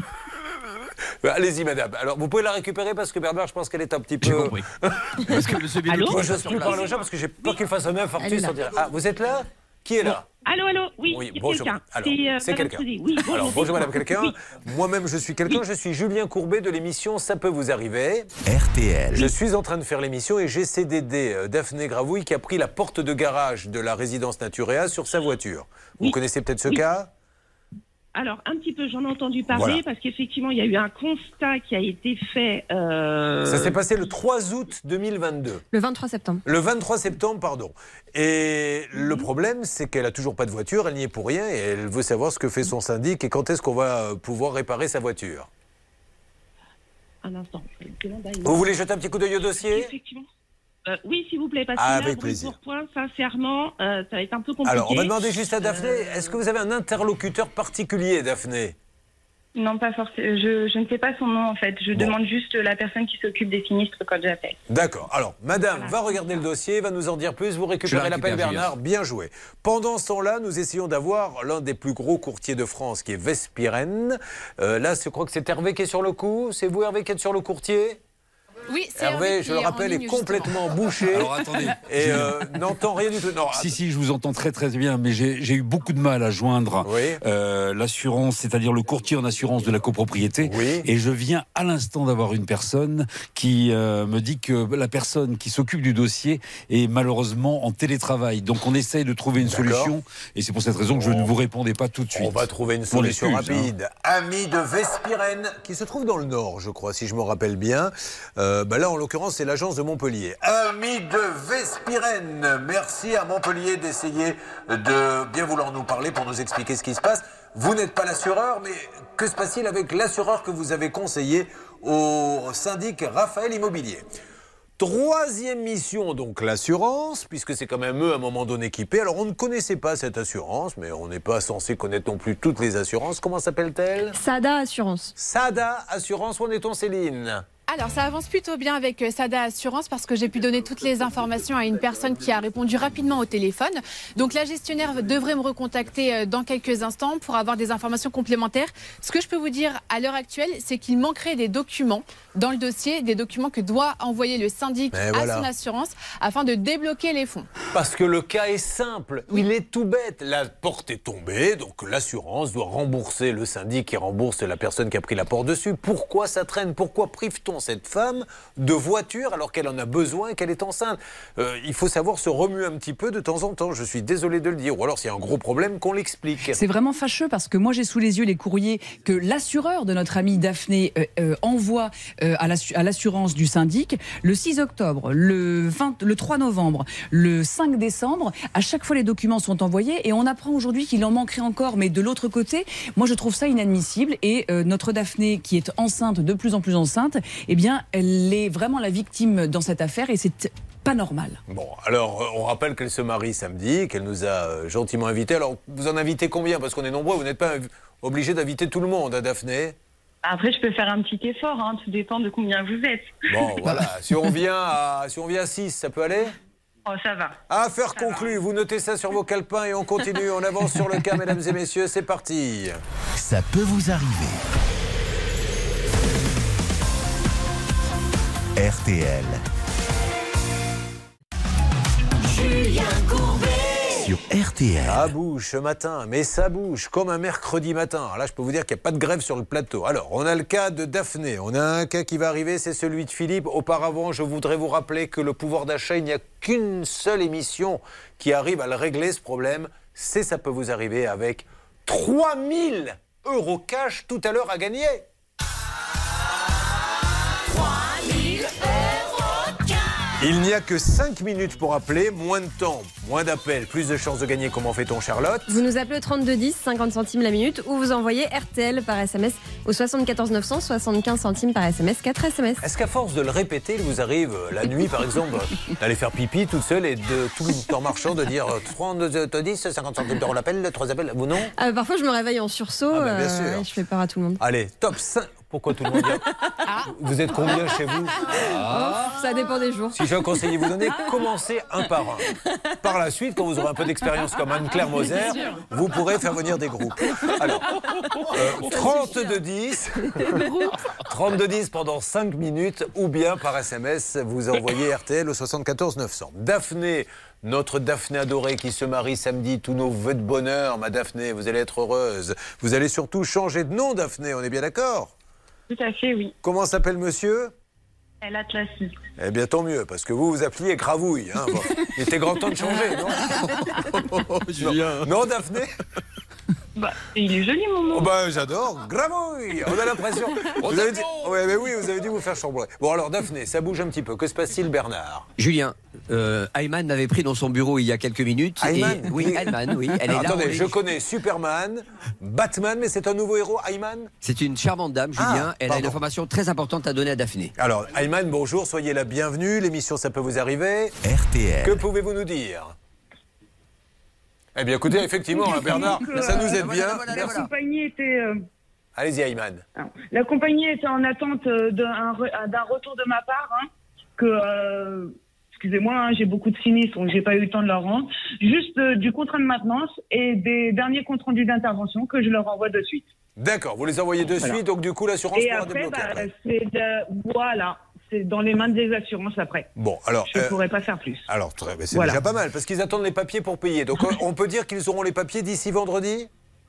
Allez-y, madame. Alors, vous pouvez la récupérer parce que Bernard, je pense qu'elle est un petit peu. J'ai compris. Parce que monsieur Bellocchi. Moi, je n'ose plus parler aux gens parce que j'ai peur qu'il fasse un infarctus sans dire. Ah, vous êtes là? Qui est là? Allô, oui, c'est bonjour. quelqu'un. Alors, c'est quelqu'un. Oui, alors, bonjour madame quelqu'un. Oui. Moi-même, je suis quelqu'un. Je suis Julien Courbet de l'émission Ça peut vous arriver. RTL. Je suis en train de faire l'émission et j'essaie d'aider Daphné Gravouille qui a pris la porte de garage de la résidence Naturea sur sa voiture. Vous connaissez peut-être ce cas? Alors, un petit peu, j'en ai entendu parler Voilà. parce qu'effectivement, il y a eu un constat qui a été fait. Ça s'est passé le 3 août 2022. Le 23 septembre. Le 23 septembre, pardon. Et le problème, c'est qu'elle n'a toujours pas de voiture, elle n'y est pour rien et elle veut savoir ce que fait son syndic et quand est-ce qu'on va pouvoir réparer sa voiture. Un instant. Vous voulez jeter un petit coup d'œil au dossier? Effectivement. Oui, s'il vous plaît, parce que Ah, là, avec bruit plaisir. pour point, sincèrement, ça va être un peu compliqué. Alors, on va demander juste à Daphné, est-ce que vous avez un interlocuteur particulier, Daphné? Non, pas forcément. Je ne sais pas son nom en fait. Je demande juste la personne qui s'occupe des sinistres quand j'appelle. D'accord. Alors, madame va regarder le dossier, va nous en dire plus. Vous récupérez l'appel, Bernard. Bien joué. Pendant ce temps-là, nous essayons d'avoir l'un des plus gros courtiers de France, qui est Vespiren. Là, je crois que c'est Hervé qui est sur le coup. C'est vous, Hervé, qui êtes sur le courtier? Oui, c'est Hervé, je le rappelle, est complètement bouché. Alors attendez. Et n'entend rien du tout. Non, Si, je vous entends très très bien, mais j'ai eu beaucoup de mal à joindre l'assurance, c'est-à-dire le courtier en assurance de la copropriété. Oui. Et je viens à l'instant d'avoir une personne qui me dit que la personne qui s'occupe du dossier est malheureusement en télétravail. Donc on essaye de trouver une solution. Et c'est pour cette raison que je ne vous répondais pas tout de suite. On va trouver une solution rapide. Ami de Vespiren, qui se trouve dans le Nord, je crois, si je me rappelle bien. Là, en l'occurrence, c'est l'agence de Montpellier. Ami de Vespiren, merci à Montpellier d'essayer de bien vouloir nous parler pour nous expliquer ce qui se passe. Vous n'êtes pas l'assureur, mais que se passe-t-il avec l'assureur que vous avez conseillé au syndic Raphaël Immobilier? Troisième mission, donc l'assurance, puisque c'est quand même eux à un moment donné qui paient. Alors on ne connaissait pas cette assurance, mais on n'est pas censé connaître non plus toutes les assurances. Comment s'appelle-t-elle? Sada Assurance. Sada Assurance, où en est-on, Céline? Alors, ça avance plutôt bien avec Sada Assurance parce que j'ai pu donner toutes les informations à une personne qui a répondu rapidement au téléphone. Donc, la gestionnaire devrait me recontacter dans quelques instants pour avoir des informations complémentaires. Ce que je peux vous dire à l'heure actuelle, c'est qu'il manquerait des documents dans le dossier, des documents que doit envoyer le syndic à son assurance afin de débloquer les fonds. Parce que le cas est simple, il est tout bête. La porte est tombée, donc l'assurance doit rembourser le syndic qui rembourse la personne qui a pris la porte dessus. Pourquoi ça traîne? Pourquoi prive-t-on cette femme de voiture alors qu'elle en a besoin et qu'elle est enceinte? Il faut savoir se remuer un petit peu de temps en temps, je suis désolé de le dire. Ou alors s'il y a un gros problème, qu'on l'explique. C'est vraiment fâcheux parce que moi j'ai sous les yeux les courriers que l'assureur de notre amie Daphné envoie à l'assurance du syndic le 6 octobre, le 3 novembre, le 5 décembre. À chaque fois les documents sont envoyés et on apprend aujourd'hui qu'il en manquerait encore. Mais de l'autre côté, moi je trouve ça inadmissible et notre Daphné qui est enceinte, de plus en plus enceinte, eh bien elle est vraiment la victime dans cette affaire et c'est pas normal. Bon, alors on rappelle qu'elle se marie samedi, qu'elle nous a gentiment invités. Alors vous en invitez combien? Parce qu'on est nombreux, vous n'êtes pas obligé d'inviter tout le monde, hein, Daphné? Après, je peux faire un petit effort, hein, tout dépend de combien vous êtes. Bon, voilà. Si on vient à 6, ça peut aller? Oh, ça va. Affaire conclue. Vous notez ça sur vos calepins et on continue. On avance sur le cas, mesdames et messieurs. C'est parti. Ça peut vous arriver. RTL. Julien Courbet. Sur RTL. Ça bouge ce matin, mais ça bouge comme un mercredi matin. Alors là, je peux vous dire qu'il n'y a pas de grève sur le plateau. Alors, on a le cas de Daphné. On a un cas qui va arriver, c'est celui de Philippe. Auparavant, je voudrais vous rappeler que le pouvoir d'achat, il n'y a qu'une seule émission qui arrive à le régler, ce problème. C'est Ça peut vous arriver avec 3 000 € cash tout à l'heure à gagner. 3 000 € cash. Il n'y a que 5 minutes pour appeler, moins de temps, moins d'appels, plus de chances de gagner. Comment fait-on, Charlotte? Vous nous appelez au 3210, 50 centimes la minute, ou vous envoyez RTL par SMS au 74 900, 75 centimes par SMS, 4 SMS. Est-ce qu'à force de le répéter, il vous arrive la nuit, par exemple, d'aller faire pipi toute seule et de tout le temps marchant de dire 3210, 50 centimes d'euros l'appel, 3 appels, vous non? Parfois, je me réveille en sursaut, bien sûr. et je fais peur à tout le monde. Allez, top 5. Pourquoi tout le monde dit... Vous êtes combien chez vous? Ça dépend des jours. Si j'ai un conseil à vous donner, commencez un par un. Par la suite, quand vous aurez un peu d'expérience comme Anne-Claire Moser, vous pourrez faire venir des groupes. Alors, 3210, 3210 pendant 5 minutes, ou bien par SMS, vous envoyez RTL au 74 900. Daphné, notre Daphné adorée qui se marie samedi, tous nos vœux de bonheur, ma Daphné, vous allez être heureuse. Vous allez surtout changer de nom, Daphné, on est bien d'accord? Tout à fait, oui. Comment s'appelle monsieur? El Atlasi. Eh bien, tant mieux, parce que vous appeliez Gravouille. Hein. Bon, il était grand temps de changer, non? Julien. Non, Daphné? Bah, il est joli, mon nom. Oh bah, j'adore. Gravouille. On a l'impression. Vous avez dit... Ouais, mais oui, vous avez dû vous faire chambrer. Bon, alors, Daphné, ça bouge un petit peu. Que se passe-t-il, Bernard? Julien, Ayman m'avait pris dans son bureau il y a quelques minutes. Ayman? Oui, Ayman, oui. Elle Alors, est là. attendez, je connais Superman, Batman, mais c'est un nouveau héros, Ayman? C'est une charmante dame, Julien. Elle a une information très importante à donner à Daphné. Alors, Ayman, bonjour, soyez la bienvenue. L'émission, ça peut vous arriver. RTL. Que pouvez-vous nous dire? Eh bien, écoutez, effectivement, hein, Bernard, ça nous aide bien. La compagnie était... Allez-y, Ayman. La compagnie était en attente d'un retour de ma part. Hein, excusez-moi, hein, j'ai beaucoup de sinistres, donc j'ai pas eu le temps de leur rendre. Juste du contrat de maintenance et des derniers comptes rendus d'intervention que je leur envoie de suite. D'accord, vous les envoyez de suite, donc du coup, l'assurance pourra débloquer. Voilà. C'est dans les mains des assurances après. Bon, alors, je ne pourrais pas faire plus. Alors, c'est déjà pas mal, parce qu'ils attendent les papiers pour payer. Donc, on peut dire qu'ils auront les papiers d'ici vendredi?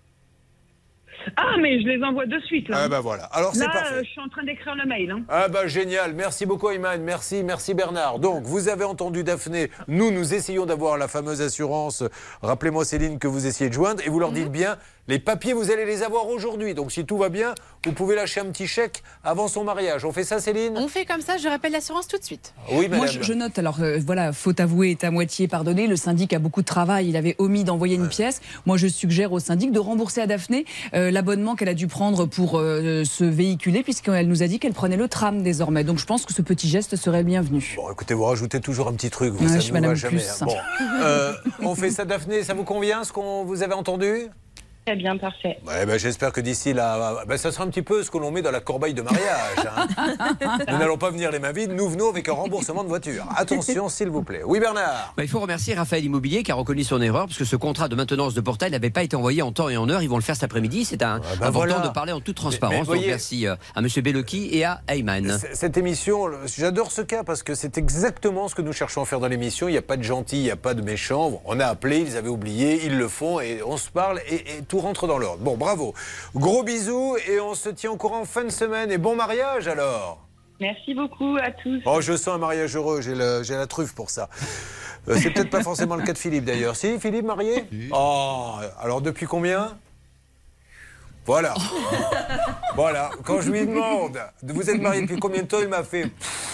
Ah, mais je les envoie de suite. Là. Ah, bah voilà. Alors, c'est parfait. Je suis en train d'écrire le mail. Hein. Ah, bah génial. Merci beaucoup, Ayman. Merci Bernard. Donc, vous avez entendu Daphné. Nous essayons d'avoir la fameuse assurance. Rappelez-moi, Céline, que vous essayez de joindre. Et vous leur dites bien, les papiers, vous allez les avoir aujourd'hui. Donc, si tout va bien, vous pouvez lâcher un petit chèque avant son mariage. On fait ça, Céline? On fait comme ça, je rappelle l'assurance tout de suite. Oui, madame. Moi, je note, alors voilà, faute avouée est à moitié pardonnée. Le syndic a beaucoup de travail. Il avait omis d'envoyer une pièce. Moi, je suggère au syndic de rembourser à Daphné l'abonnement qu'elle a dû prendre pour se véhiculer, puisqu'elle nous a dit qu'elle prenait le tram désormais. Donc, je pense que ce petit geste serait le bienvenu. Bon, écoutez, vous rajoutez toujours un petit truc. Vous, ça ne va jamais. Hein. Bon, on fait ça, Daphné. Ça vous convient, ce qu'on vous avez entendu? Très bien, parfait. Ouais, ben, j'espère que d'ici là, ça sera un petit peu ce que l'on met dans la corbeille de mariage. Hein. Nous n'allons pas venir les mains vides, nous venons avec un remboursement de voiture. Attention, s'il vous plaît. Oui, Bernard. Il faut remercier Raphaël Immobilier qui a reconnu son erreur parce que ce contrat de maintenance de portail n'avait pas été envoyé en temps et en heure. Ils vont le faire cet après-midi. C'est important voilà. de parler en toute transparence. Mais voyez, donc merci à M. Belloki et à Ayman. Cette émission, j'adore ce cas parce que c'est exactement ce que nous cherchons à faire dans l'émission. Il n'y a pas de gentils, il n'y a pas de méchants. On a appelé, ils avaient oublié, ils le font et on se parle et tout rentre dans l'ordre. Bon, bravo. Gros bisous et on se tient au courant en fin de semaine. Et bon mariage alors. Merci beaucoup à tous. Oh, je sens un mariage heureux, j'ai la truffe pour ça. C'est peut-être pas forcément le cas de Philippe d'ailleurs. Si, Philippe marié ? Oh, alors depuis combien ? Voilà. Voilà. Quand je lui demande, vous êtes marié depuis combien de temps, il m'a fait...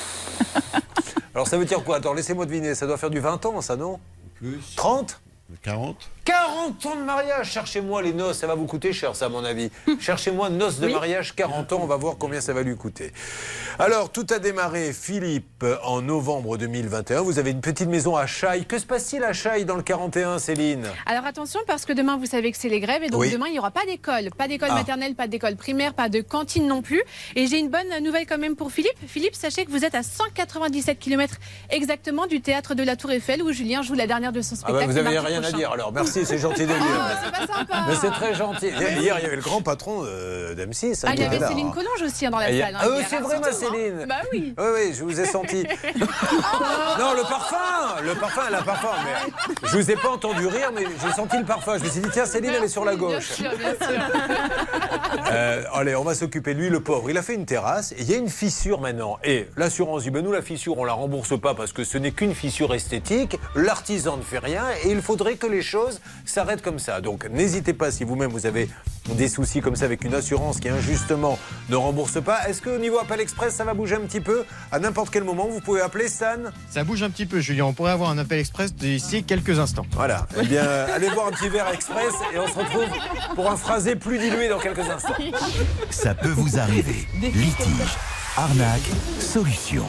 Alors ça veut dire quoi ? Attends, laissez-moi deviner, ça doit faire du 20 ans, ça, non ? Plus. 30 ? 40. 40 ans de mariage. Cherchez-moi les noces, ça va vous coûter cher, ça, à mon avis. Cherchez-moi noces de mariage, 40 ans, on va voir combien ça va lui coûter. Alors, tout a démarré, Philippe, en novembre 2021. Vous avez une petite maison à Chaille. Que se passe-t-il à Chaille dans le 41, Céline ? Alors attention, parce que demain, vous savez que c'est les grèves, et donc demain, il n'y aura pas d'école. Pas d'école maternelle, pas d'école primaire, pas de cantine non plus. Et j'ai une bonne nouvelle quand même pour Philippe. Philippe, sachez que vous êtes à 197 km exactement du théâtre de la Tour Eiffel, où Julien joue la dernière de son spectacle. Vous n'avez rien à dire, alors merci, c'est gentil de le dire. C'est pas sympa. Mais c'est très gentil. Hier, il y avait le grand patron d'M6. Il y avait Céline Collonges aussi dans la salle. C'est vrai, ma Céline. Bah oui. Oui, je vous ai senti. Non, le parfum, elle a un parfum. Mais je vous ai pas entendu rire, mais j'ai senti le parfum. Je me suis dit, tiens, Céline, elle est sur la gauche. Bien sûr. Allez, on va s'occuper de lui, le pauvre. Il a fait une terrasse et il y a une fissure maintenant. Et l'assurance dit, nous, la fissure, on la rembourse pas parce que ce n'est qu'une fissure esthétique. L'artisan ne fait rien et il faudrait que les choses s'arrêtent comme ça. Donc, n'hésitez pas, si vous-même vous avez des soucis comme ça avec une assurance qui injustement ne rembourse pas. Est-ce qu'au niveau Appel Express, ça va bouger un petit peu ? À n'importe quel moment, vous pouvez appeler Stan. Ça bouge un petit peu, Julien. On pourrait avoir un appel express d'ici quelques instants. Voilà. Eh bien, allez boire un petit verre express et on se retrouve pour un phrasé plus dilué dans quelques instants. Ça peut vous arriver. Litige, arnaque, solution.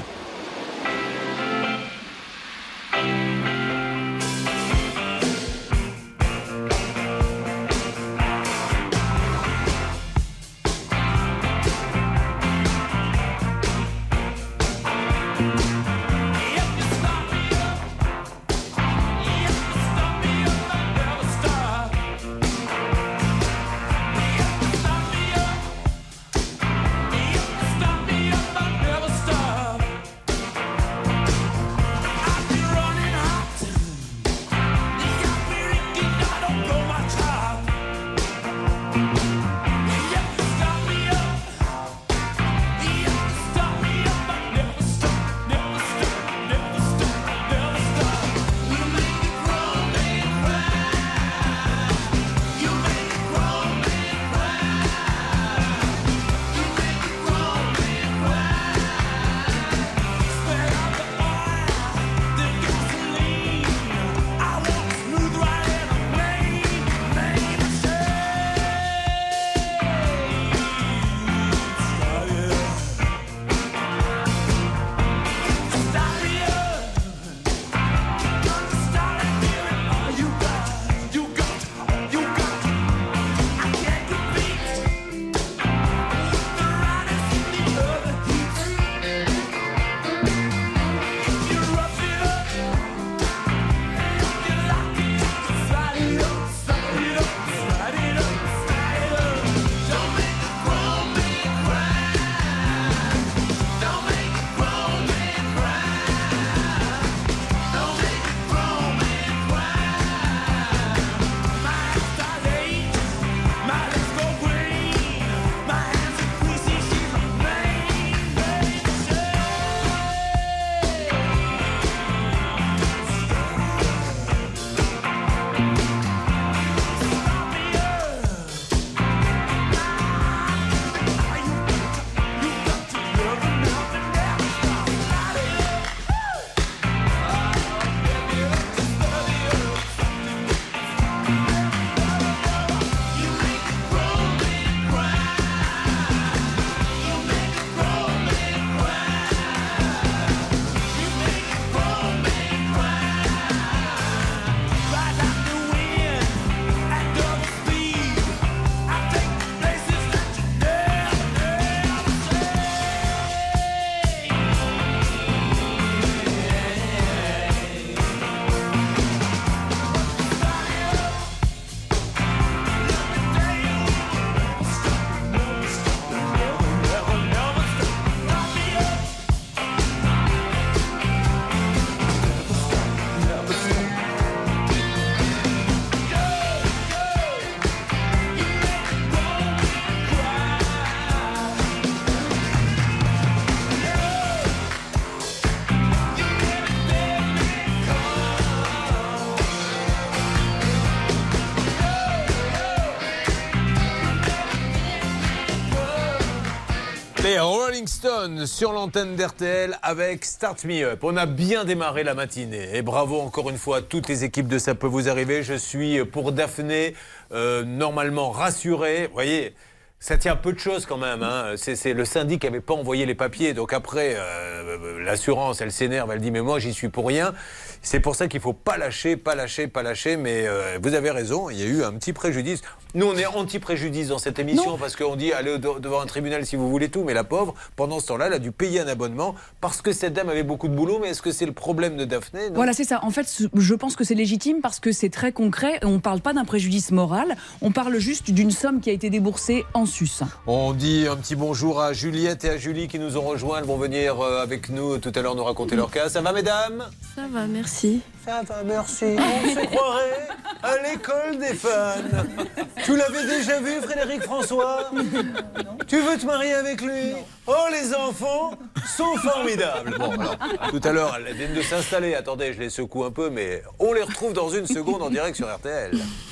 Les Rolling Stones sur l'antenne d'RTL avec Start Me Up. On a bien démarré la matinée et bravo encore une fois à toutes les équipes de Ça peut vous arriver. Je suis pour Daphné normalement rassuré. Vous voyez, ça tient peu de choses quand même. Hein. C'est le syndic qui n'avait pas envoyé les papiers. Donc après, l'assurance, elle s'énerve. Elle dit mais moi j'y suis pour rien. C'est pour ça qu'il ne faut pas lâcher. Mais vous avez raison, il y a eu un petit préjudice. Nous, on est anti-préjudice dans cette émission parce qu'on dit allez devant un tribunal si vous voulez tout. Mais la pauvre, pendant ce temps-là, elle a dû payer un abonnement parce que cette dame avait beaucoup de boulot. Mais est-ce que c'est le problème de Daphné? Voilà, c'est ça. En fait, je pense que c'est légitime parce que c'est très concret. On ne parle pas d'un préjudice moral. On parle juste d'une somme qui a été déboursée en sus. On dit un petit bonjour à Juliette et à Julie qui nous ont rejoints. Elles vont venir avec nous tout à l'heure nous raconter leur cas. Ça va, mesdames? Ça va, merci. Ça va, merci. On se croirait à l'école des fans. Tu l'avais déjà vu, Frédéric François? Tu veux te marier avec lui? Oh, les enfants sont formidables. Bon, alors, tout à l'heure, elles viennent de s'installer. Attendez, je les secoue un peu, mais on les retrouve dans une seconde en direct sur RTL.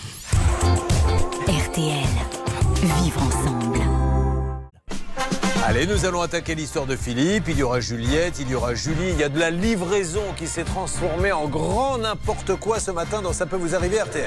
RTL. Vivre ensemble. Allez, nous allons attaquer l'histoire de Philippe. Il y aura Juliette, il y aura Julie. Il y a de la livraison qui s'est transformée en grand n'importe quoi ce matin dans Ça peut vous arriver RTL.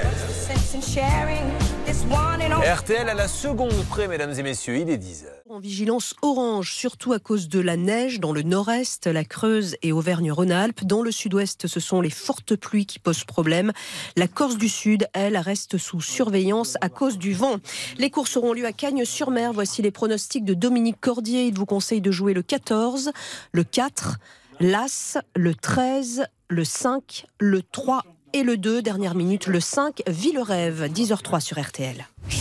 RTL à la seconde près, mesdames et messieurs, il est 10h. En vigilance orange, surtout à cause de la neige dans le nord-est, la Creuse et Auvergne-Rhône-Alpes. Dans le sud-ouest, ce sont les fortes pluies qui posent problème. La Corse du Sud, elle, reste sous surveillance à cause du vent. Les courses auront lieu à Cagnes-sur-Mer. Voici les pronostics de Dominique Cordier. Il vous conseille de jouer le 14, le 4, l'As, le 13, le 5, le 3 et le 2. Dernière minute, le 5, Ville-Rêve, 10h03 sur RTL.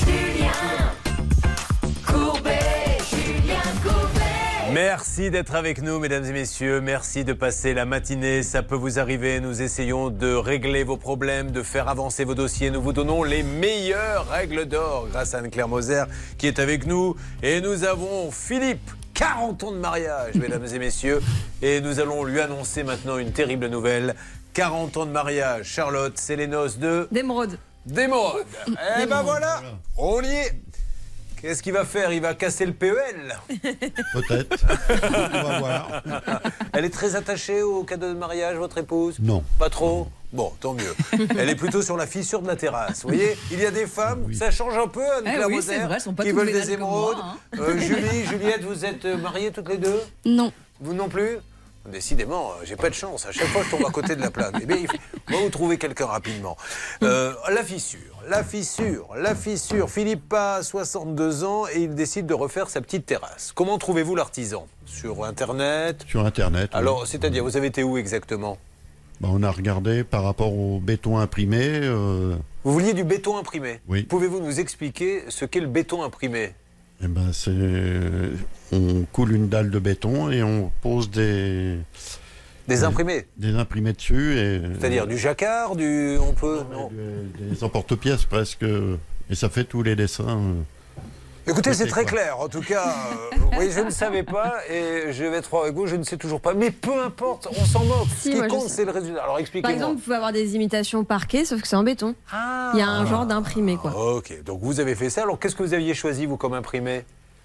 Merci d'être avec nous, mesdames et messieurs. Merci de passer la matinée. Ça peut vous arriver. Nous essayons de régler vos problèmes, de faire avancer vos dossiers. Nous vous donnons les meilleures règles d'or grâce à Anne-Claire Moser qui est avec nous. Et nous avons Philippe, 40 ans de mariage, mesdames et messieurs. Et nous allons lui annoncer maintenant une terrible nouvelle. 40 ans de mariage. Charlotte, c'est les noces d'Émeraude. D'Émeraude. Eh ben voilà, on y est. Qu'est-ce qu'il va faire? Il va casser le PEL? Peut-être. On va voir. Elle est très attachée au cadeau de mariage, votre épouse? Non. Pas trop? Bon, tant mieux. Elle est plutôt sur la fissure de la terrasse. Vous voyez, il y a des femmes, ça change un peu, Anne-Claire Moser, c'est vrai, elles sont pas qui toutes veulent des véganes comme émeraudes. moi, Julie, Juliette, vous êtes mariées toutes les deux? Non. Vous non plus? Décidément, j'ai pas de chance. À chaque fois, je tombe à côté de la plaque. Eh bien, on va vous trouver quelqu'un rapidement. La fissure. Philippe a 62 ans et il décide de refaire sa petite terrasse. Comment trouvez-vous l'artisan? Sur Internet? Sur Internet. Alors, oui. c'est-à-dire, vous avez été où exactement? On a regardé par rapport au béton imprimé. Vous vouliez du béton imprimé? Oui. Pouvez-vous nous expliquer ce qu'est le béton imprimé? Eh ben, on coule une dalle de béton et on pose des imprimés. Des imprimés dessus. C'est-à-dire du jacquard, on peut. Non. Des emporte-pièces presque. Et ça fait tous les dessins. Écoutez, c'est très clair. En tout cas, oui, je ne savais pas et je vais être franc avec vous, je ne sais toujours pas. Mais peu importe, on s'en moque. Si, Ce qui moi, compte, c'est le résultat. Alors expliquez-moi. Par exemple, vous pouvez avoir des imitations parquet, sauf que c'est en béton. Il y a un genre d'imprimé, quoi. Ok, donc vous avez fait ça. Alors qu'est-ce que vous aviez choisi, vous, comme imprimé?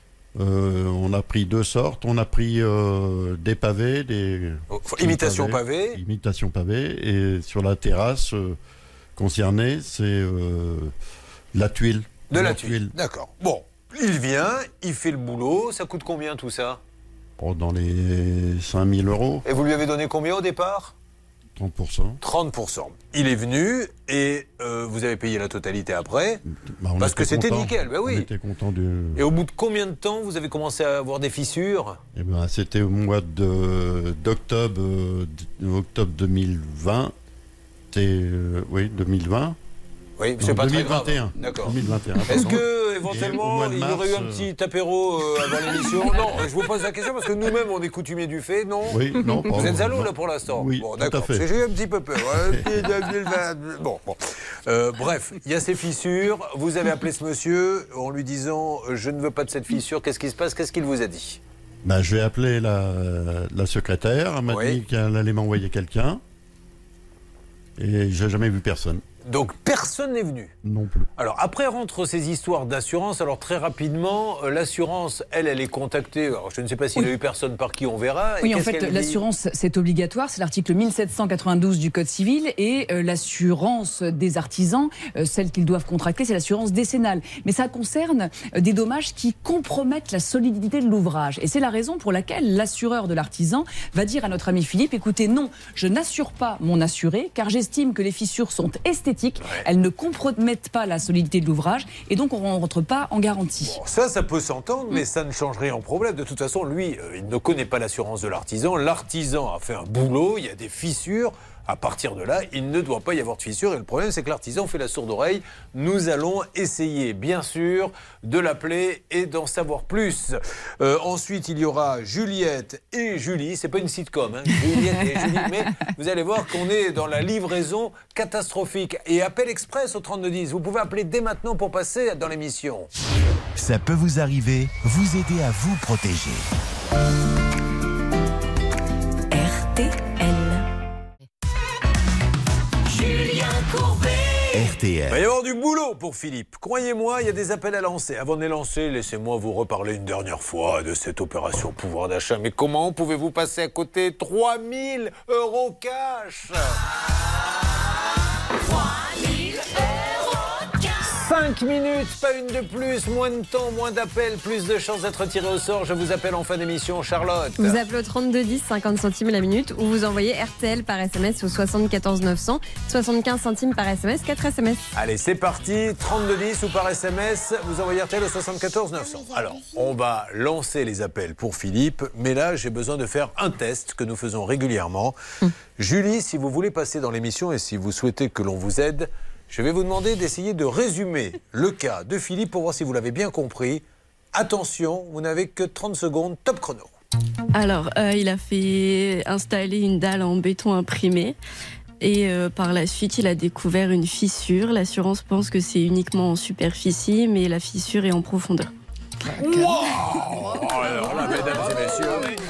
On a pris deux sortes. On a pris des pavés, imitation pavé. Imitation pavé. Et sur la terrasse concernée, c'est la tuile. De la tuile. D'accord. Bon, il vient, il fait le boulot. Ça coûte combien tout ça? Dans les 5 000 €. Et vous lui avez donné combien au départ? 30%. 30%. Il est venu et vous avez payé la totalité après. Parce que c'était nickel. Ben oui. On était content Et au bout de combien de temps vous avez commencé à avoir des fissures? C'était au mois d'octobre octobre 2020. Oui, 2020. Oui, c'est pas 2021. très grave. D'accord. 2021. Est-ce que éventuellement il y aurait eu un petit apéro avant l'émission? Non, je vous pose la question parce que nous-mêmes on est coutumiers du fait, non? Oui, non. Vous êtes à l'eau là pour l'instant? Oui, bon, tout à d'accord. fait. J'ai eu un petit peu peur. Bon. Bref, il y a ces fissures. Vous avez appelé ce monsieur en lui disant je ne veux pas de cette fissure. Qu'est-ce qui se passe? Qu'est-ce qu'il vous a dit? Je vais appeler la secrétaire. Elle m'a dit qu'elle allait m'envoyer quelqu'un. Et j'ai jamais vu personne. Donc personne n'est venu. Non plus. Alors après rentrent ces histoires d'assurance. Alors très rapidement, l'assurance, elle est contactée. Alors je ne sais pas s'il y a eu personne par qui on verra. Oui, en fait, l'assurance, c'est obligatoire. C'est l'article 1792 du Code civil. Et l'assurance des artisans, celle qu'ils doivent contracter, c'est l'assurance décennale. Mais ça concerne des dommages qui compromettent la solidité de l'ouvrage. Et c'est la raison pour laquelle l'assureur de l'artisan va dire à notre ami Philippe, écoutez, non, je n'assure pas mon assuré, car j'estime que les fissures sont esthétiques. Elles ne compromettent pas la solidité de l'ouvrage et donc on ne rentre pas en garantie. Bon, ça peut s'entendre, mais ça ne change rien au problème. De toute façon, lui, il ne connaît pas l'assurance de l'artisan. L'artisan a fait un boulot, il y a des fissures. À partir de là, il ne doit pas y avoir de fissure. Et le problème, c'est que l'artisan fait la sourde oreille. Nous allons essayer, bien sûr, de l'appeler et d'en savoir plus. Ensuite, il y aura Juliette et Julie. C'est pas une sitcom, hein, Juliette et Julie. Mais vous allez voir qu'on est dans la livraison catastrophique. Et appel express au 3210. Vous pouvez appeler dès maintenant pour passer dans l'émission. Ça peut vous arriver, vous aider à vous protéger. RTL. Il va y avoir du boulot pour Philippe. Croyez-moi, il y a des appels à lancer. Avant de les lancer, laissez-moi vous reparler une dernière fois de cette opération pouvoir d'achat. Mais comment pouvez-vous passer à côté 3 000 € cash ? 5 minutes, pas une de plus, moins de temps, moins d'appels, plus de chances d'être tiré au sort. Je vous appelle en fin d'émission, Charlotte. Vous appelez au 3210, 50 centimes la minute, ou vous envoyez RTL par SMS au 74 900, 75 centimes par SMS, 4 SMS. Allez, c'est parti, 3210 ou par SMS, vous envoyez RTL au 74 900. Alors, on va lancer les appels pour Philippe, mais là, j'ai besoin de faire un test que nous faisons régulièrement. Julie, si vous voulez passer dans l'émission et si vous souhaitez que l'on vous aide, je vais vous demander d'essayer de résumer le cas de Philippe pour voir si vous l'avez bien compris. Attention, vous n'avez que 30 secondes, top chrono. Alors, il a fait installer une dalle en béton imprimé et par la suite, il a découvert une fissure. L'assurance pense que c'est uniquement en superficie, mais la fissure est en profondeur. Wow ! Alors là, mesdames et messieurs,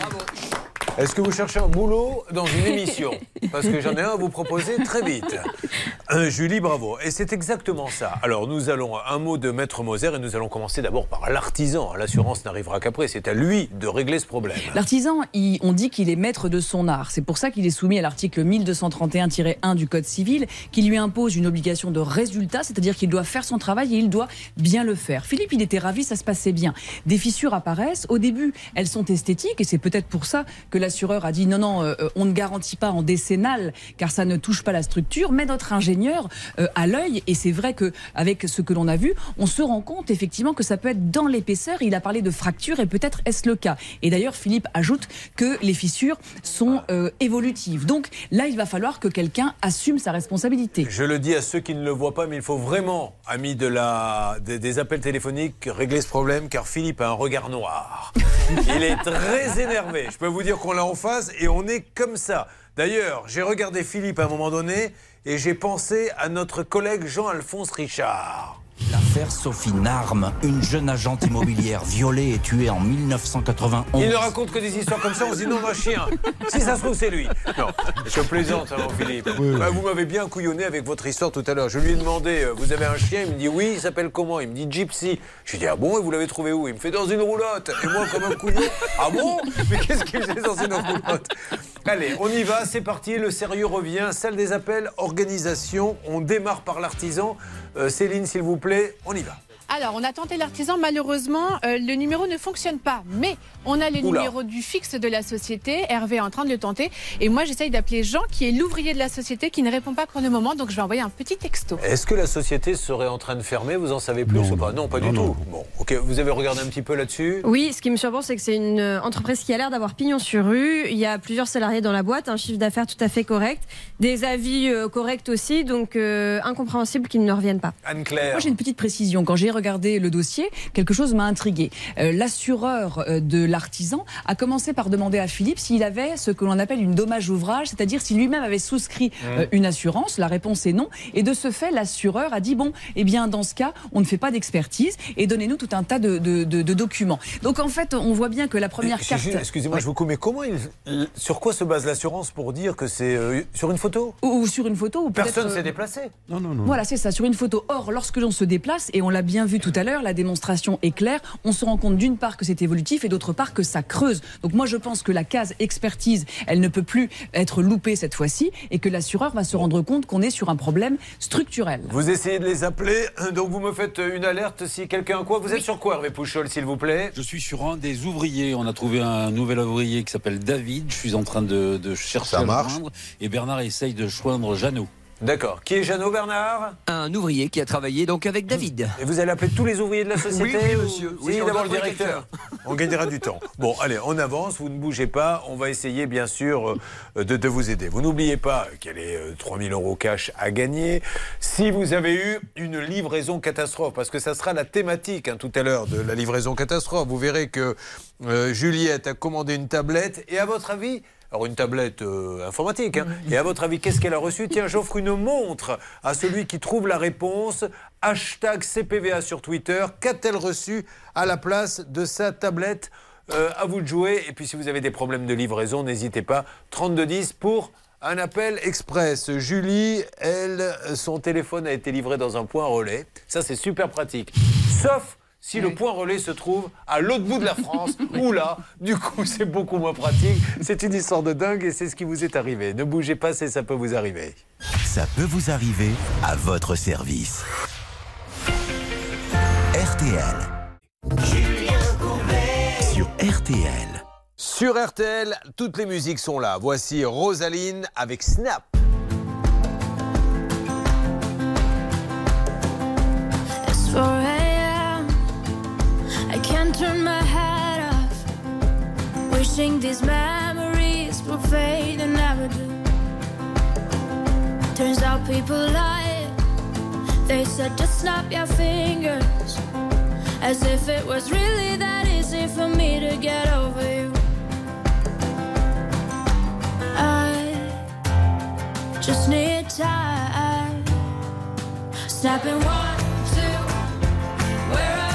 est-ce que vous cherchez un boulot dans une émission ? Parce que j'en ai un à vous proposer très vite. Julie, bravo. Et c'est exactement ça. Alors, nous allons un mot de Maître Moser et nous allons commencer d'abord par l'artisan. L'assurance n'arrivera qu'après. C'est à lui de régler ce problème. L'artisan, on dit qu'il est maître de son art. C'est pour ça qu'il est soumis à l'article 1231-1 du Code civil qui lui impose une obligation de résultat, c'est-à-dire qu'il doit faire son travail et il doit bien le faire. Philippe, il était ravi, ça se passait bien. Des fissures apparaissent. Au début, elles sont esthétiques et c'est peut-être pour ça que l'assureur a dit non, on ne garantit pas en décennale car ça ne touche pas la structure, mais notre ingénieur à l'œil, et c'est vrai qu'avec ce que l'on a vu, on se rend compte effectivement que ça peut être dans l'épaisseur. Il a parlé de fracture et peut-être est-ce le cas. Et d'ailleurs, Philippe ajoute que les fissures sont évolutives. Donc là, il va falloir que quelqu'un assume sa responsabilité. Je le dis à ceux qui ne le voient pas, mais il faut vraiment, amis des appels téléphoniques, régler ce problème car Philippe a un regard noir. Il est très énervé. Je peux vous dire qu'on l'a en face et on est comme ça. D'ailleurs, j'ai regardé Philippe à un moment donné et j'ai pensé à notre collègue Jean-Alphonse Richard. L'affaire Sophie Narme, une jeune agente immobilière violée et tuée en 1991. Il ne raconte que des histoires comme ça, on se dit non, un chien. Si ça se trouve, c'est lui. Non, je plaisante, hein, Philippe. Oui. Vous m'avez bien couillonné avec votre histoire tout à l'heure. Je lui ai demandé, vous avez un chien? Il me dit oui, il s'appelle comment? Il me dit Gypsy. Je lui ai dit ah bon, et vous l'avez trouvé où? Il me fait dans une roulotte. Et moi, comme un couillon, ah bon? Mais qu'est-ce qu'il faisait dans une roulotte? Allez, on y va, c'est parti, le sérieux revient. Salle des appels, organisation. On démarre par l'artisan. Céline, s'il vous plaît, on y va. Alors, on a tenté l'artisan, malheureusement, le numéro ne fonctionne pas. Mais on a le numéro du fixe de la société. Hervé est en train de le tenter. Et moi, j'essaye d'appeler Jean, qui est l'ouvrier de la société, qui ne répond pas pour le moment. Donc, je vais envoyer un petit texto. Est-ce que la société serait en train de fermer? Vous en savez plus ou pas? Non, pas du tout. Bon, ok. Vous avez regardé un petit peu là-dessus? Oui, ce qui me surprend, c'est que c'est une entreprise qui a l'air d'avoir pignon sur rue. Il y a plusieurs salariés dans la boîte, un chiffre d'affaires tout à fait correct, des avis corrects aussi. Donc, incompréhensible qu'ils ne reviennent pas. Anne-Claire. Moi, j'ai une petite précision. Quand j'ai regardé regardé le dossier, quelque chose m'a intrigué. L'assureur de l'artisan a commencé par demander à Philippe s'il avait ce que l'on appelle une dommage ouvrage, c'est-à-dire si lui-même avait souscrit une assurance. La réponse est non. Et de ce fait, l'assureur a dit bon, eh bien dans ce cas, on ne fait pas d'expertise et donnez-nous tout un tas de documents. Donc en fait, on voit bien que la première carte... Excusez-moi, je vous coupe, mais sur quoi se base l'assurance pour dire que c'est sur une photo ou sur une photo, ou personne s'est déplacé. Non. Voilà, c'est ça, sur une photo. Or, lorsque l'on se déplace, et on l'a bien vu tout à l'heure, la démonstration est claire, on se rend compte d'une part que c'est évolutif et d'autre part que ça creuse. Donc moi, je pense que la case expertise, elle ne peut plus être loupée cette fois-ci et que l'assureur va se rendre compte qu'on est sur un problème structurel. Vous essayez de les appeler, donc vous me faites une alerte si quelqu'un a quoi. Vous êtes sur quoi, Hervé Pouchol, s'il vous plaît? Je suis sur un des ouvriers. On a trouvé un nouvel ouvrier qui s'appelle David. Je suis en train de chercher à le joindre. Et Bernard essaye de joindre Jeannot. D'accord. Qui est Jeannot, Bernard? Un ouvrier qui a travaillé donc avec David. Et vous allez appeler tous les ouvriers de la société? Oui, monsieur. Oui, d'abord le directeur. On gagnera du temps. Bon, allez, on avance, vous ne bougez pas. On va essayer, bien sûr, de vous aider. Vous n'oubliez pas qu'il y a 3 000 € cash à gagner. Si vous avez eu une livraison catastrophe, parce que ça sera la thématique tout à l'heure de la livraison catastrophe, vous verrez que Juliette a commandé une tablette. Et à votre avis... Alors une tablette informatique. Et à votre avis, qu'est-ce qu'elle a reçu? Tiens, j'offre une montre à celui qui trouve la réponse. Hashtag CPVA sur Twitter. Qu'a-t-elle reçu à la place de sa tablette? À vous de jouer. Et puis si vous avez des problèmes de livraison, n'hésitez pas. 3210 pour un appel express. Julie, son téléphone a été livré dans un point relais. Ça, c'est super pratique. Sauf... si le point relais se trouve à l'autre bout de la France, où là, du coup, c'est beaucoup moins pratique. C'est une histoire de dingue et c'est ce qui vous est arrivé. Ne bougez pas, ça peut vous arriver. Ça peut vous arriver à votre service. RTL. Julien Courbet. Sur RTL. Sur RTL, toutes les musiques sont là. Voici Rosaline avec Snap. Turn my head off, wishing these memories will fade and never do. Turns out people lie. They said just snap your fingers, as if it was really that easy for me to get over you. I just need time. Snapping 1, 2, where are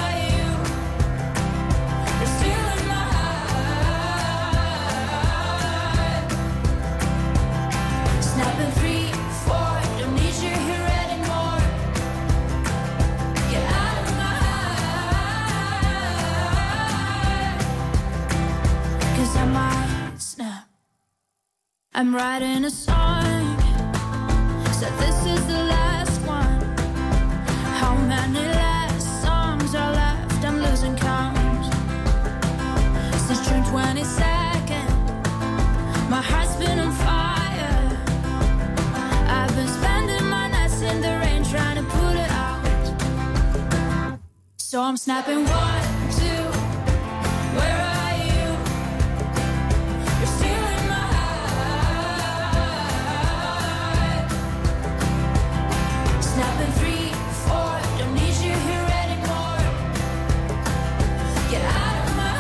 I'm writing a song, said this is the last one. How many last songs are left? I'm losing count. Since June 22nd, my heart's been on fire. I've been spending my nights in the rain trying to put it out. So I'm snapping 1, 2, where are snapping 3, 4, don't need you here anymore. Get out of my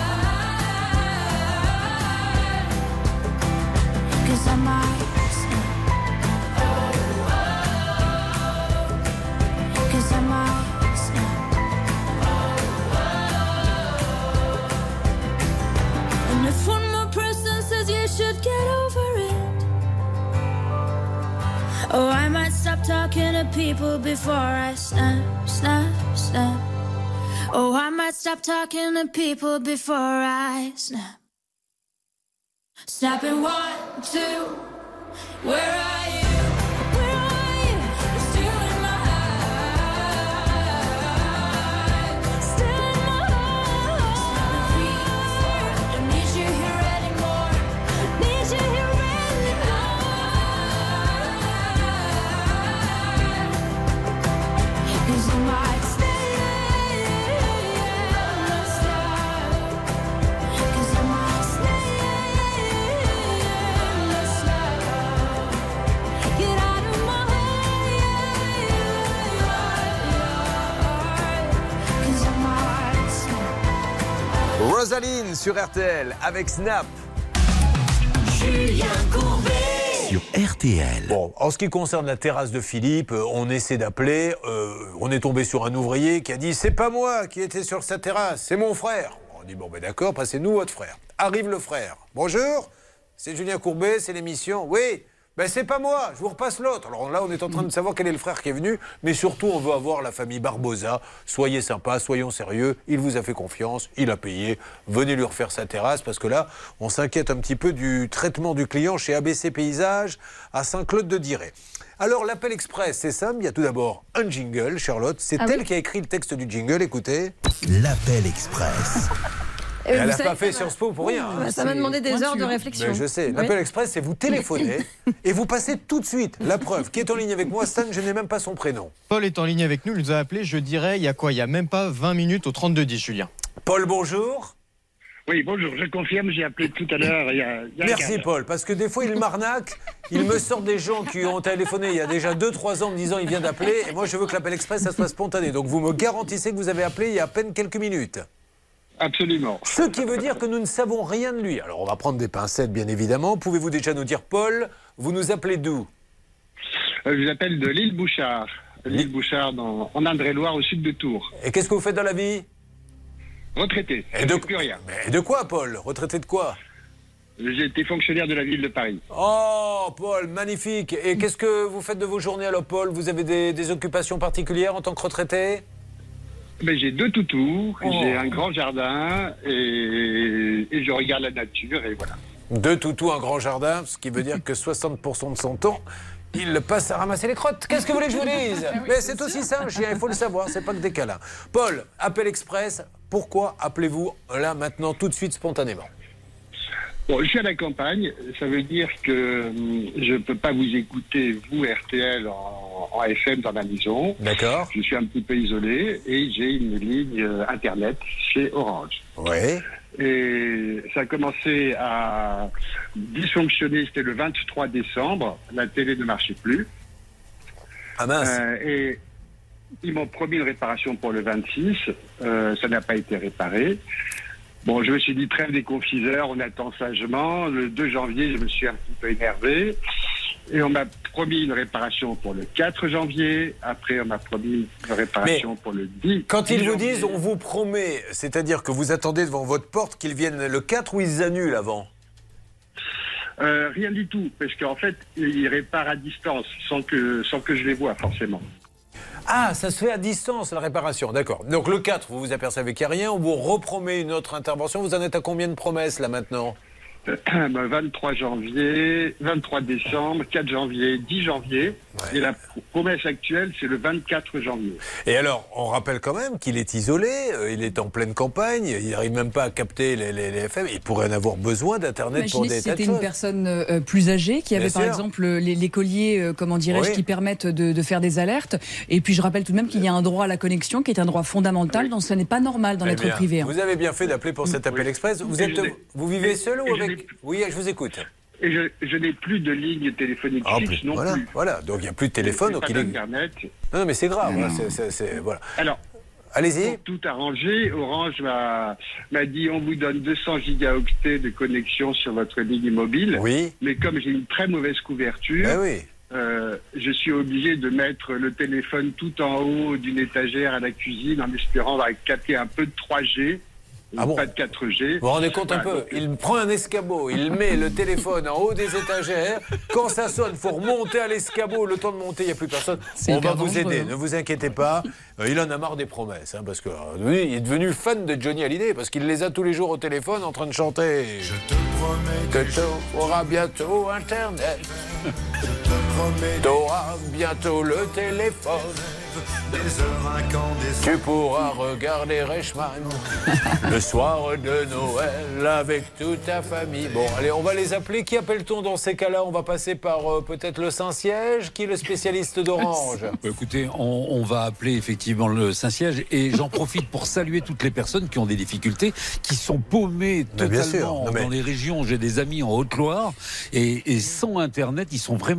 heart, 'cause I might snap. 'Cause I might snap. And if one more person says you should get over it, oh, I might stop talking to people before I snap, snap, snap. Oh, I might stop talking to people before I snap. Snapping 1, 2, where are you? Where are you? You're still in my heart. Still in my heart. Snapping 3, 4, don't need you here anymore. Need you here anymore. 'Cause I might stay, let's stop. 'Cause I might stay, let's stop. Rosaline sur RTL avec Snap. Julien Courbet. Sur RTL. Bon, en ce qui concerne la terrasse de Philippe, on essaie d'appeler. On est tombé sur un ouvrier qui a dit « C'est pas moi qui étais sur sa terrasse, c'est mon frère ». On dit « Bon, ben d'accord, passez-nous votre frère ». Arrive le frère. « Bonjour, c'est Julien Courbet, c'est l'émission. » « Oui, ben c'est pas moi, je vous repasse l'autre. » Alors là, on est en train de savoir quel est le frère qui est venu, mais surtout, on veut avoir la famille Barbosa. Soyez sympa, soyons sérieux. Il vous a fait confiance, il a payé. Venez lui refaire sa terrasse, parce que là, on s'inquiète un petit peu du traitement du client chez ABC Paysages à Saint-Claude-de-Direy. Alors, l'appel express, c'est simple. Il y a tout d'abord un jingle, Charlotte. C'est elle qui a écrit le texte du jingle. Écoutez. L'appel express. Elle n'a pas fait Sciences Po pour rien. Ça m'a demandé des heures de réflexion. Mais je sais. L'appel express, c'est vous téléphonez et vous passez tout de suite. La preuve, qui est en ligne avec moi, Stan, je n'ai même pas son prénom. Paul est en ligne avec nous, il nous a appelé, je dirais, il y a quoi ? Il y a même pas 20 minutes au 3210, Julien. Paul, bonjour. Oui, bonjour, je confirme, j'ai appelé tout à l'heure. Merci Paul, parce que des fois il m'arnaque, il me sort des gens qui ont téléphoné il y a déjà 2-3 ans me disant il vient d'appeler, et moi je veux que l'appel express ça soit spontané. Donc vous me garantissez que vous avez appelé il y a à peine quelques minutes. Absolument. Ce qui veut dire que nous ne savons rien de lui. Alors on va prendre des pincettes bien évidemment. Pouvez-vous déjà nous dire, Paul, vous nous appelez d'où ? Je vous appelle de l'île Bouchard. L'île Bouchard en Indre-et-Loire au sud de Tours. Et qu'est-ce que vous faites dans la vie ? Retraité. Et de plus rien. Mais de quoi, Paul ? Retraité de quoi ? J'ai été fonctionnaire de la ville de Paris. Oh, Paul, magnifique. Et qu'est-ce que vous faites de vos journées alors, Paul ? Vous avez des occupations particulières en tant que retraité ? J'ai 2 toutous, j'ai un grand jardin et je regarde la nature et voilà. 2 toutous, un grand jardin, ce qui veut dire que 60% de son temps, il le passe à ramasser les crottes. Qu'est-ce que vous voulez que je vous dise ? Mais c'est aussi ça, un chien, il faut le savoir, c'est pas que des câlins. Paul, appel express, pourquoi appelez-vous là, maintenant, tout de suite, spontanément ? Bon, je suis à la campagne, ça veut dire que je ne peux pas vous écouter, vous, RTL, en FM dans la maison. D'accord. Je suis un petit peu isolé et j'ai une ligne Internet chez Orange. Oui. Et ça a commencé à dysfonctionner, c'était le 23 décembre, la télé ne marchait plus. Ah mince. Et ils m'ont promis une réparation pour le 26, ça n'a pas été réparé. Bon, je me suis dit, trêve des confiseurs, on attend sagement. Le 2 janvier, je me suis un petit peu énervé. Et on m'a promis une réparation pour le 4 janvier. Après, on m'a promis une réparation pour le 10. Quand ils vous disent, on vous promet, c'est-à-dire que vous attendez devant votre porte qu'ils viennent le 4 ou ils annulent avant ? Rien du tout, parce qu'en fait, ils réparent à distance, sans que je les vois forcément. Ah, ça se fait à distance, la réparation, d'accord. Donc le 4, vous vous apercevez qu'il n'y a rien, on vous repromet une autre intervention. Vous en êtes à combien de promesses, là, maintenant ? 23 janvier, 23 décembre, 4 janvier, 10 janvier. Ouais. Et la promesse actuelle, c'est le 24 janvier. Et alors, on rappelle quand même qu'il est isolé, il est en pleine campagne, il n'arrive même pas à capter les FM. Il pourrait en avoir besoin d'Internet pour des tas de choses. C'était une personne plus âgée qui avait par exemple les colliers, comment dirais-je, qui permettent de faire des alertes. Et puis je rappelle tout de même qu'il y a un droit à la connexion qui est un droit fondamental, donc ce n'est pas normal d'en être privé. Vous avez bien fait d'appeler pour cet appel express. Vous vivez seul ou avec... Oui, je vous écoute. Et je n'ai plus de ligne téléphonique fixe non plus. Voilà, donc il n'y a plus de téléphone. Donc il est... Internet. Non, mais c'est grave. Voilà. Alors, allez-y. Pour tout arranger, Orange m'a dit on vous donne 200 gigaoctets de connexion sur votre ligne mobile. Oui. Mais comme j'ai une très mauvaise couverture, je suis obligé de mettre le téléphone tout en haut d'une étagère à la cuisine en espérant capter un peu de 3G. Pas de 4G. Vous vous rendez compte un peu ? Il prend un escabeau, il met le téléphone en haut des étagères. Quand ça sonne, il faut remonter à l'escabeau. Le temps de monter, il n'y a plus personne. On va vous aider, ne vous inquiétez pas. Il en a marre des promesses. Parce que lui, il est devenu fan de Johnny Hallyday parce qu'il les a tous les jours au téléphone en train de chanter. Je te promets que tu auras bientôt Internet. Je te promets. Tu auras bientôt le téléphone. Des heures incandescentes. Tu pourras regarder Reichmann le soir de Noël avec toute ta famille. Bon, allez, on va les appeler. Qui appelle-t-on dans ces cas-là ? On va passer par peut-être le Saint-Siège. Qui est le spécialiste d'Orange ? Écoutez, on va appeler effectivement le Saint-Siège et j'en profite pour saluer toutes les personnes qui ont des difficultés, qui sont paumées totalement dans les régions. J'ai des amis en Haute-Loire et sans Internet, ils sont vraiment perdus.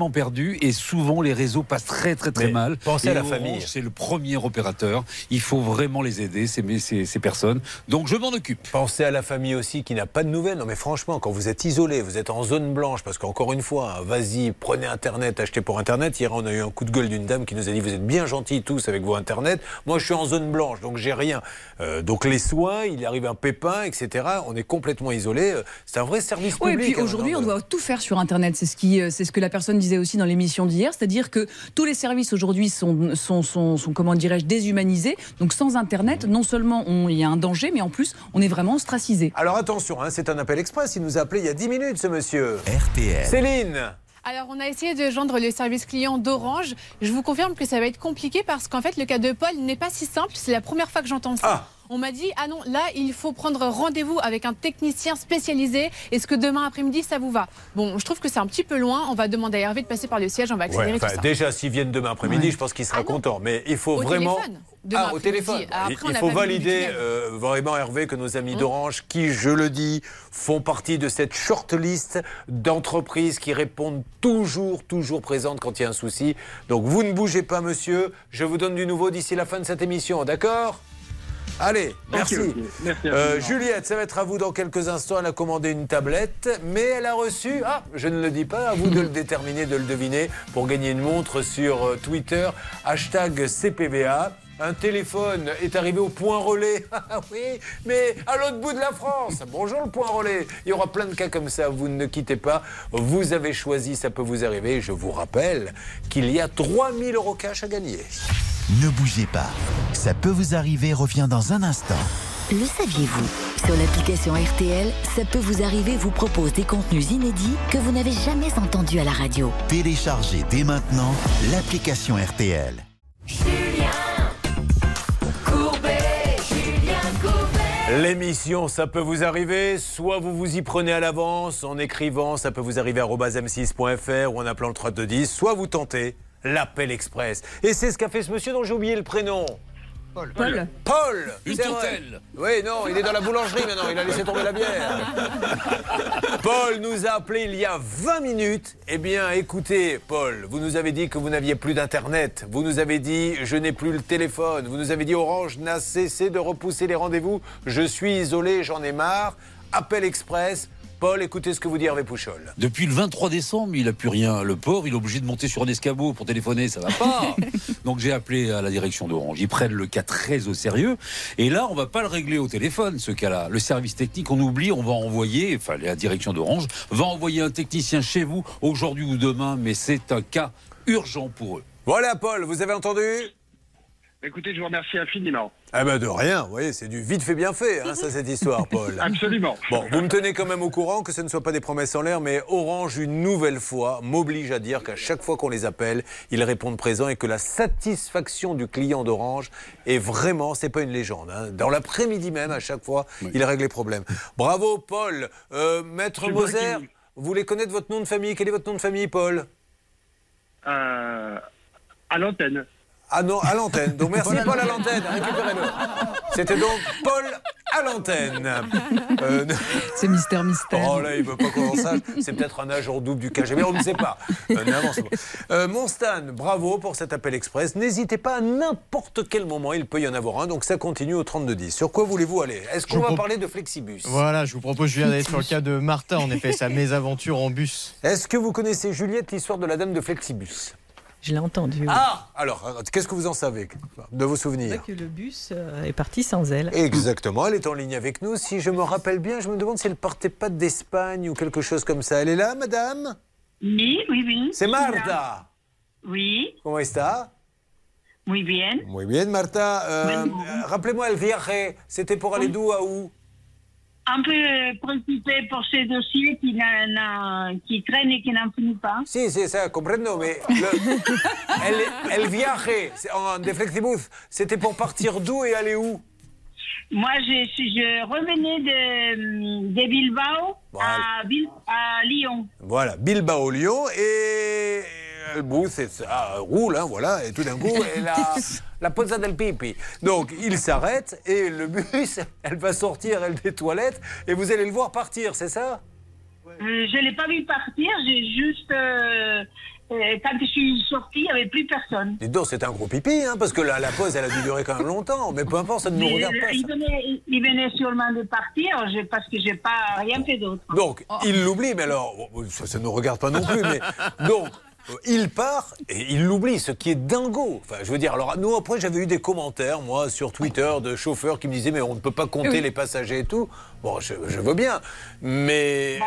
plus et souvent les réseaux passent très mal. Pensez et à la Orange, famille. C'est le premier opérateur. Il faut vraiment les aider, ces personnes. Donc je m'en occupe. Pensez à la famille aussi qui n'a pas de nouvelles. Non mais franchement, quand vous êtes isolé, vous êtes en zone blanche, parce qu'encore une fois, vas-y, prenez Internet, achetez pour Internet. Hier, on a eu un coup de gueule d'une dame qui nous a dit, vous êtes bien gentils tous avec vos Internet. Moi, je suis en zone blanche, donc j'ai rien. Donc les soins, il arrive un pépin, etc. On est complètement isolé. C'est un vrai service public. Oui, et puis aujourd'hui, on doit tout faire sur Internet. C'est ce que la personne disait aussi dans l'émission d'hier, c'est-à-dire que tous les services aujourd'hui sont comment dirais-je, déshumanisés. Donc sans Internet, non seulement il y a un danger, mais en plus, on est vraiment ostracisé. Alors attention, c'est un appel express. Il nous a appelé il y a 10 minutes, ce monsieur. RTL. Céline. Alors, on a essayé de joindre le service client d'Orange. Je vous confirme que ça va être compliqué parce qu'en fait, le cas de Paul n'est pas si simple. C'est la première fois que j'entends ça. On m'a dit, ah non, là, il faut prendre rendez-vous avec un technicien spécialisé. Est-ce que demain après-midi, ça vous va? Bon, je trouve que c'est un petit peu loin. On va demander à Hervé de passer par le siège. On va accélérer tout ça. Déjà, s'ils viennent demain après-midi, je pense qu'il sera content. Mais il faut vraiment... Téléphone. Au téléphone. Après, il faut valider vraiment, Hervé, que nos amis d'Orange, qui, je le dis, font partie de cette shortlist d'entreprises qui répondent toujours présentes quand il y a un souci. Donc, vous ne bougez pas, monsieur. Je vous donne du nouveau d'ici la fin de cette émission. D'accord ? Allez, merci. Okay. Merci Juliette, ça va être à vous dans quelques instants. Elle a commandé une tablette, mais elle a reçu, je ne le dis pas, à vous de le déterminer, de le deviner, pour gagner une montre sur Twitter, #CPVA. Un téléphone est arrivé au point relais. Oui, mais à l'autre bout de la France. Bonjour le point relais. Il y aura plein de cas comme ça. Vous ne quittez pas. Vous avez choisi, ça peut vous arriver. Je vous rappelle qu'il y a 3 000 € cash à gagner. Ne bougez pas. Ça peut vous arriver revient dans un instant. Le saviez-vous? Sur l'application RTL, ça peut vous arriver vous propose des contenus inédits que vous n'avez jamais entendus à la radio. Téléchargez dès maintenant l'application RTL. L'émission, ça peut vous arriver, soit vous vous y prenez à l'avance en écrivant, ça peut vous arriver @m6.fr ou en appelant le 3210, soit vous tentez l'appel express. Et c'est ce qu'a fait ce monsieur dont j'ai oublié le prénom. Paul. Une tourtelle. Oui, non, il est dans la boulangerie maintenant, il a laissé tomber la bière. Paul nous a appelé il y a 20 minutes. Eh bien, écoutez, Paul, vous nous avez dit que vous n'aviez plus d'Internet. Vous nous avez dit, je n'ai plus le téléphone. Vous nous avez dit, Orange n'a cessé de repousser les rendez-vous. Je suis isolé, j'en ai marre. Appel express. Paul, écoutez ce que vous dit Hervé Pouchol. Depuis le 23 décembre, il n'a plus rien. Le pauvre, il est obligé de monter sur un escabeau pour téléphoner, ça va pas. Donc j'ai appelé à la direction d'Orange. Ils prennent le cas très au sérieux. Et là, on va pas le régler au téléphone, ce cas-là. Le service technique, on oublie, on va envoyer, enfin la direction d'Orange va envoyer un technicien chez vous aujourd'hui ou demain, mais c'est un cas urgent pour eux. Voilà, Paul, vous avez entendu ? Écoutez, je vous remercie infiniment. Ah ben de rien, vous voyez, c'est du vite fait bien fait, ça, cette histoire, Paul. Absolument. Bon, vous me tenez quand même au courant, que ce ne soit pas des promesses en l'air, mais Orange, une nouvelle fois, m'oblige à dire qu'à chaque fois qu'on les appelle, ils répondent présents et que la satisfaction du client d'Orange est vraiment, c'est pas une légende. Dans l'après-midi même, à chaque fois, il règle les problèmes. Bravo, Paul. Maître Moser, vous voulez connaître votre nom de famille? Quel est votre nom de famille, Paul? À l'antenne. Ah non, à l'antenne. Donc merci Paul à l'antenne, récupérez-le. C'était donc Paul à l'antenne. C'est mystère. Oh là, il veut pas qu'on en sache. C'est peut-être un agent double du KGB, on ne sait pas. Mon Stan, bravo pour cet appel express. N'hésitez pas, à n'importe quel moment, il peut y en avoir un. Donc ça continue au 3210. Sur quoi voulez-vous aller? Est-ce qu'on va parler de Flexibus? Voilà, je vous propose, Julien, d'aller sur le cas de Martin, en effet, sa mésaventure en bus. Est-ce que vous connaissez, Juliette, l'histoire de la dame de Flexibus? Je l'ai entendu. Oui. Ah, alors, qu'est-ce que vous en savez de vos souvenirs? Que le bus est parti sans elle. Exactement, elle est en ligne avec nous. Si je me rappelle bien, je me demande si elle partait pas d'Espagne ou quelque chose comme ça. Elle est là, madame? Oui. C'est Marta. Oui. ¿Cómo está? Muy bien. Muy bien, Marta. Rappelez-moi, el viaje, c'était pour aller d'où à où? Un peu préoccupé pour ces dossiers qui traînent et qui n'en finissent pas. Si, ça, comprendo, mais el viaje de Flexibus, c'était pour partir d'où et aller où? Moi, je revenais de Bilbao à Lyon. Voilà, Bilbao-Lyon et le bus roule, voilà, et tout d'un coup, la pozza del pipi. Donc, il s'arrête et le bus, elle va sortir, elle, des toilettes et vous allez le voir partir, c'est ça? Je ne l'ai pas vu partir, j'ai juste quand je suis sortie, il n'y avait plus personne. Dites donc, c'est un gros pipi, hein, parce que la pause, elle a dû durer quand même longtemps. Mais peu importe, ça ne nous regarde pas. Il venait sûrement de partir parce que je n'ai pas rien fait d'autre. Donc, il l'oublie, mais alors, ça ne nous regarde pas non plus, mais donc. Il part et il l'oublie, ce qui est dingo. Enfin, je veux dire, alors nous après j'avais eu des commentaires, moi, sur Twitter, de chauffeurs qui me disaient mais on ne peut pas compter les passagers et tout. Bon, je veux bien, mais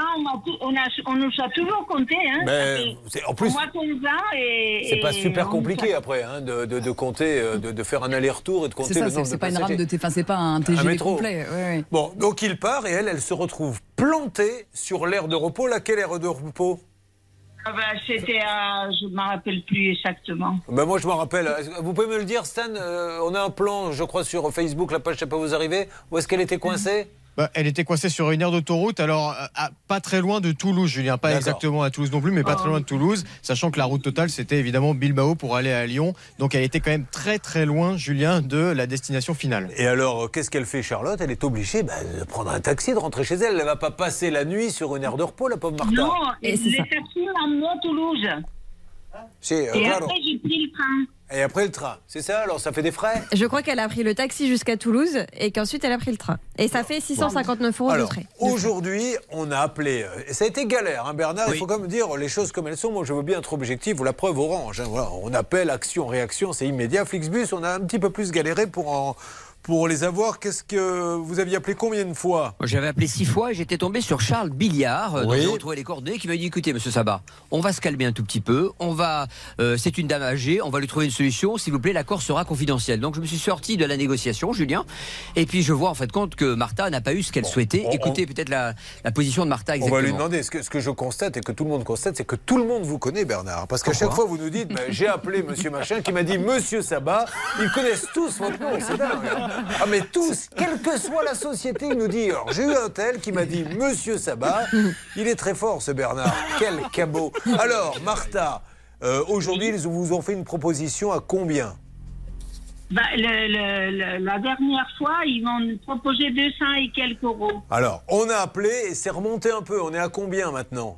on nous a toujours compté, hein. Mais en plus, c'est pas super compliqué après, hein, de compter, de faire un aller-retour et de compter le nombre de c'est pas passagers. une rame c'est pas un TGV complet. Ouais. Bon, donc il part et elle se retrouve plantée sur l'aire de repos. Laquelle aire de repos? C'était je ne me rappelle plus exactement. Ben moi je m'en rappelle. Vous pouvez me le dire, Stan? On a un plan, je crois, sur Facebook, la page, je sais pas, vous arrivez. Où est-ce qu'elle était coincée? Elle était coincée sur une aire d'autoroute, alors pas très loin de Toulouse, Julien. Pas exactement à Toulouse non plus, mais pas très loin de Toulouse. Sachant que la route totale, c'était évidemment Bilbao pour aller à Lyon. Donc elle était quand même très très loin, Julien, de la destination finale. Et alors, qu'est-ce qu'elle fait, Charlotte? Elle est obligée de prendre un taxi, de rentrer chez elle. Elle ne va pas passer la nuit sur une aire de repos, la pauvre Martha. Non, les taxis m'ont emmené à Toulouse. Et après, j'ai pris le train. Et après le train, c'est ça? Alors ça fait des frais? Je crois qu'elle a pris le taxi jusqu'à Toulouse et qu'ensuite elle a pris le train. Et ça fait 659 € de frais. Aujourd'hui, on a appelé. Ça a été galère, hein, Bernard. Il faut quand même dire les choses comme elles sont. Moi, je veux bien être objectif. La preuve orange. Hein, voilà. On appelle, action, réaction, c'est immédiat. Flixbus, on a un petit peu plus galéré pour les avoir. Qu'est-ce que vous aviez appelé combien de fois? J'avais appelé 6 fois et j'étais tombé sur Charles Billard, dont j'ai retrouvé les coordonnées, qui m'a dit écoutez, monsieur Sabat, on va se calmer un tout petit peu. C'est une dame âgée, on va lui trouver une solution. S'il vous plaît, l'accord sera confidentiel. Donc je me suis sorti de la négociation, Julien. Et puis je vois en fait compte que Martha n'a pas eu ce qu'elle souhaitait. Écoutez peut-être la position de Martha exactement. On va lui demander. Ce que je constate et que tout le monde constate, c'est que tout le monde vous connaît, Bernard. Parce qu'à chaque fois, vous nous dites j'ai appelé monsieur machin qui m'a dit monsieur Sabat. Ils connaissent tous votre nom, c'est dingue. Ah mais tous, quelle que soit la société, il nous dit alors j'ai eu un tel qui m'a dit monsieur Sabat, il est très fort ce Bernard, quel cabot. Alors Martha, aujourd'hui ils vous ont fait une proposition à combien? La dernière fois, ils m'ont proposé 200 et quelques euros. Alors, on a appelé et c'est remonté un peu, on est à combien maintenant?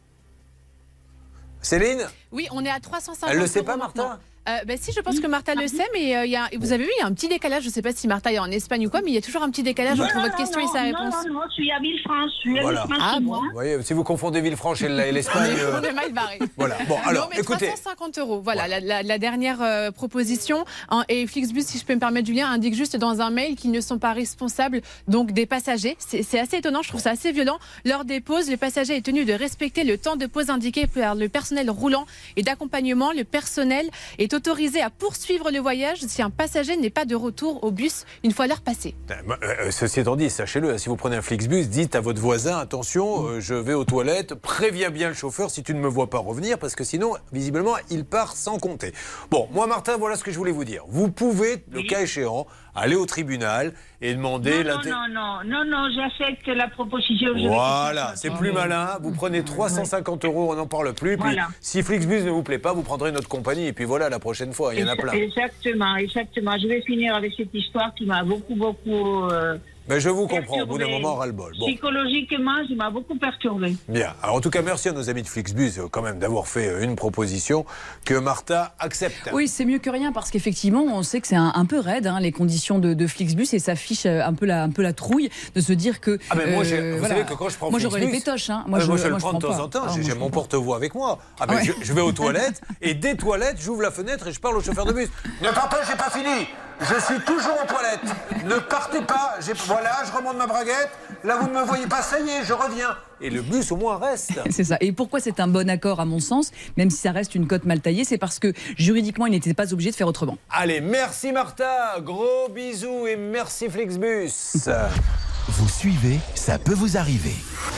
Céline? Oui, on est à 350 €. Elle le sait pas, Martha? Si, je pense que Martha le sait, mais vous avez vu, il y a un petit décalage. Je ne sais pas si Martha est en Espagne ou quoi, mais il y a toujours un petit décalage entre votre question et sa réponse. Non, je suis à Villefranche. Bon. Vous voyez, si vous confondez Villefranche et l'Espagne. On est mal barré. Voilà. Bon, alors, non, mais écoutez. 350 €. Voilà, la dernière proposition. Et Flixbus, si je peux me permettre, Julien, indique juste dans un mail qu'ils ne sont pas responsables donc des passagers. C'est assez étonnant, je trouve ça assez violent. Lors des pauses, le passager est tenu de respecter le temps de pause indiqué par le personnel roulant et d'accompagnement. Le personnel est autorisé à poursuivre le voyage si un passager n'est pas de retour au bus une fois l'heure passée. Ceci étant dit, sachez-le, si vous prenez un Flixbus, dites à votre voisin, attention, je vais aux toilettes, préviens bien le chauffeur si tu ne me vois pas revenir, parce que sinon, visiblement, il part sans compter. Bon, moi, Martin, voilà ce que je voulais vous dire. Vous pouvez, le cas échéant, aller au tribunal et demander... Non, j'accepte la proposition. Voilà, c'est plus malin. Vous prenez 350 €, on n'en parle plus. Puis, si Flixbus ne vous plaît pas, vous prendrez notre compagnie. Et puis voilà, la prochaine fois, il y en a plein. Exactement. Je vais finir avec cette histoire qui m'a beaucoup... Mais je vous comprends, au bout d'un moment, ras-le-bol. Bon. Psychologiquement, ça m'a beaucoup perturbé. Bien. Alors, en tout cas, merci à nos amis de Flixbus, quand même, d'avoir fait une proposition que Martha accepte. Oui, c'est mieux que rien, parce qu'effectivement, on sait que c'est un peu raide, hein, les conditions de Flixbus, et ça fiche un peu la trouille de se dire que... Ah, mais moi, vous savez que quand je prends Flixbus... Moi, j'aurais les pétoches. Hein. Moi, je le prends de temps en temps. J'ai mon porte-voix avec moi. Ah, mais je vais aux toilettes, et des toilettes, j'ouvre la fenêtre et je parle au chauffeur de bus. Ne partez pas, j'ai pas fini. Je suis toujours aux toilettes. Ne partez pas. Voilà, je remonte ma braguette. Là, vous ne me voyez pas. Ça y est, je reviens. Et le bus, au moins, reste. C'est ça. Et pourquoi c'est un bon accord, à mon sens, même si ça reste une cote mal taillée, c'est parce que juridiquement, il n'était pas obligé de faire autrement. Allez, merci Martha. Gros bisous et merci Flixbus. Vous suivez, ça peut vous arriver.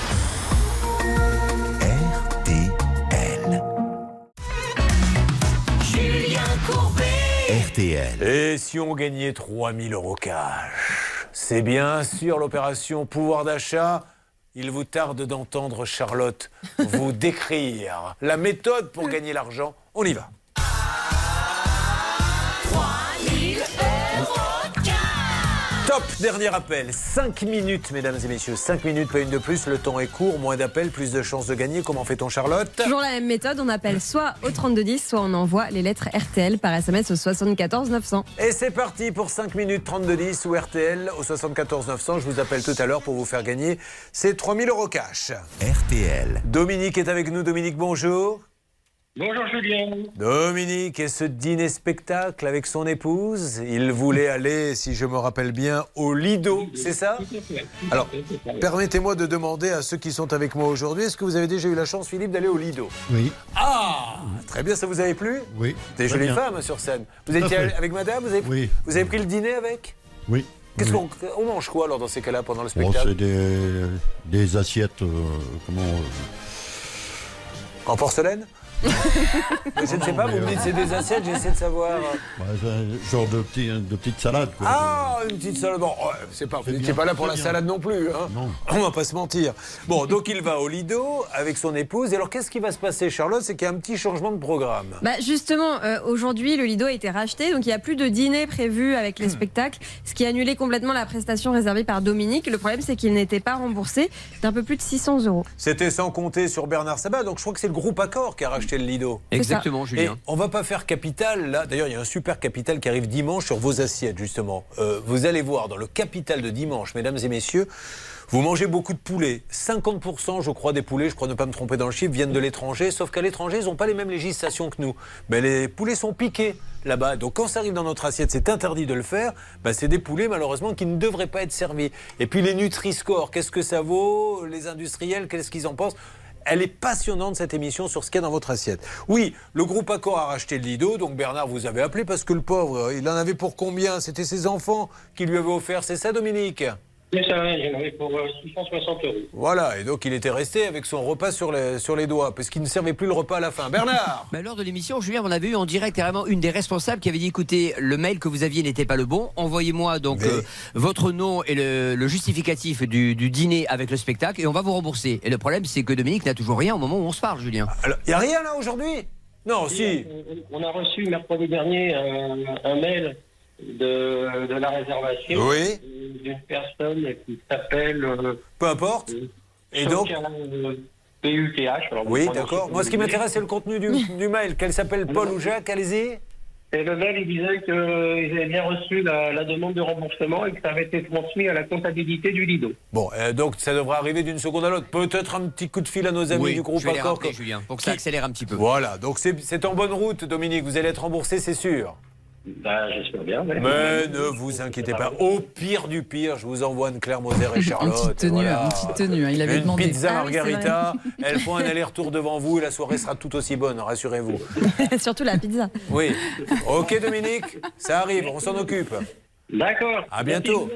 RTL. Julien Courbet. RTL. Et si on gagnait 3000 € cash? C'est bien sûr l'opération pouvoir d'achat. Il vous tarde d'entendre Charlotte vous décrire la méthode pour gagner l'argent. On y va. 3000 € cash. Stop, dernier appel. 5 minutes, mesdames et messieurs. 5 minutes, pas une de plus. Le temps est court, moins d'appels, plus de chances de gagner. Comment fait-on, Charlotte? Toujours la même méthode, on appelle soit au 3210, soit on envoie les lettres RTL par SMS au 74 900. Et c'est parti pour 5 minutes 3210 ou RTL au 74 900. Je vous appelle tout à l'heure pour vous faire gagner ces 3000 € cash. RTL. Dominique est avec nous. Dominique, bonjour. Bonjour Julien. Dominique et ce dîner-spectacle avec son épouse. Il voulait aller, si je me rappelle bien, au Lido, c'est ça? Alors, permettez-moi de demander à ceux qui sont avec moi aujourd'hui, est-ce que vous avez déjà eu la chance, Philippe, d'aller au Lido? Oui. Ah, très bien, ça vous avait plu? Oui. Des très jolies bien. femmes sur scène. Vous Tout à étiez fait. avec madame? Oui. Vous avez pris le dîner avec? Oui. Qu'est-ce Oui. qu'on mange quoi alors dans ces cas-là pendant le Bon, spectacle? c'est des assiettes, en porcelaine? Je ne sais pas, vous me dites c'est des assiettes, j'essaie de savoir. genre de petites salades. Quoi. Ah, une petite salade. Bon, c'est pas, vous n'étiez pas là pour la salade non plus. Hein. Non. On va pas se mentir. Bon, donc il va au Lido avec son épouse. Et alors, qu'est-ce qui va se passer, Charlotte? C'est qu'il y a un petit changement de programme. Justement, aujourd'hui, le Lido a été racheté, donc il n'y a plus de dîner prévu avec les spectacles, ce qui a annulé complètement la prestation réservée par Dominique. Le problème, c'est qu'il n'était pas remboursé d'un peu plus de 600 €. C'était sans compter sur Bernard Sabat. Donc je crois que c'est le groupe Accor qui a racheté le Lido. Exactement, Julien. Et on va pas faire Capital, là. D'ailleurs, il y a un super Capital qui arrive dimanche sur vos assiettes, justement. Vous allez voir, dans le Capital de dimanche, mesdames et messieurs, vous mangez beaucoup de poulet. 50%, je crois, des poulets, je crois ne pas me tromper dans le chiffre, viennent de l'étranger. Sauf qu'à l'étranger, ils n'ont pas les mêmes législations que nous. Mais les poulets sont piqués là-bas. Donc quand ça arrive dans notre assiette, c'est interdit de le faire. C'est des poulets, malheureusement, qui ne devraient pas être servis. Et puis les Nutri-Score, qu'est-ce que ça vaut? Les industriels, qu'est-ce qu'ils en pensent? Elle est passionnante cette émission sur ce qu'il y a dans votre assiette. Oui, le groupe Accor a racheté le Lido, donc Bernard vous avez appelé parce que le pauvre, il en avait pour combien? C'était ses enfants qui lui avaient offert, c'est ça Dominique? C'est ça, j'en avais pour 660 €. Voilà, et donc il était resté avec son repas sur les doigts, parce qu'il ne servait plus le repas à la fin. Bernard! Lors de l'émission, Julien, on avait eu en direct carrément une des responsables qui avait dit écoutez, le mail que vous aviez n'était pas le bon. Envoyez-moi donc votre nom et le justificatif du dîner avec le spectacle et on va vous rembourser. Et le problème, c'est que Dominique n'a toujours rien au moment où on se parle, Julien. Alors, il n'y a rien là aujourd'hui? Non, si. On a reçu mercredi dernier un mail de la réservation d'une personne qui s'appelle... Peu importe. Et donc PUTH. Oui, d'accord. Moi, ce qui m'intéresse, c'est le contenu du mail. Qu'elle s'appelle Paul ou Jacques, allez-y. Et le mail, il disait qu'ils avaient bien reçu la demande de remboursement et que ça avait été transmis à la comptabilité du Lido. Bon, donc ça devrait arriver d'une seconde à l'autre. Peut-être un petit coup de fil à nos amis du groupe Accor. Oui, Julien, pour que ça accélère un petit peu. Voilà, donc c'est en bonne route, Dominique. Vous allez être remboursé, c'est sûr. J'espère bien. Mais ne vous inquiétez pas. Au pire du pire, je vous envoie une Claire Moser et Charlotte. Une petite tenue, il avait demandé. Une pizza Ah oui, margarita. Elles font un aller-retour devant vous et la soirée sera tout aussi bonne, rassurez-vous. Surtout la pizza. Oui. Ok, Dominique, ça arrive, on s'en occupe. D'accord. À bientôt.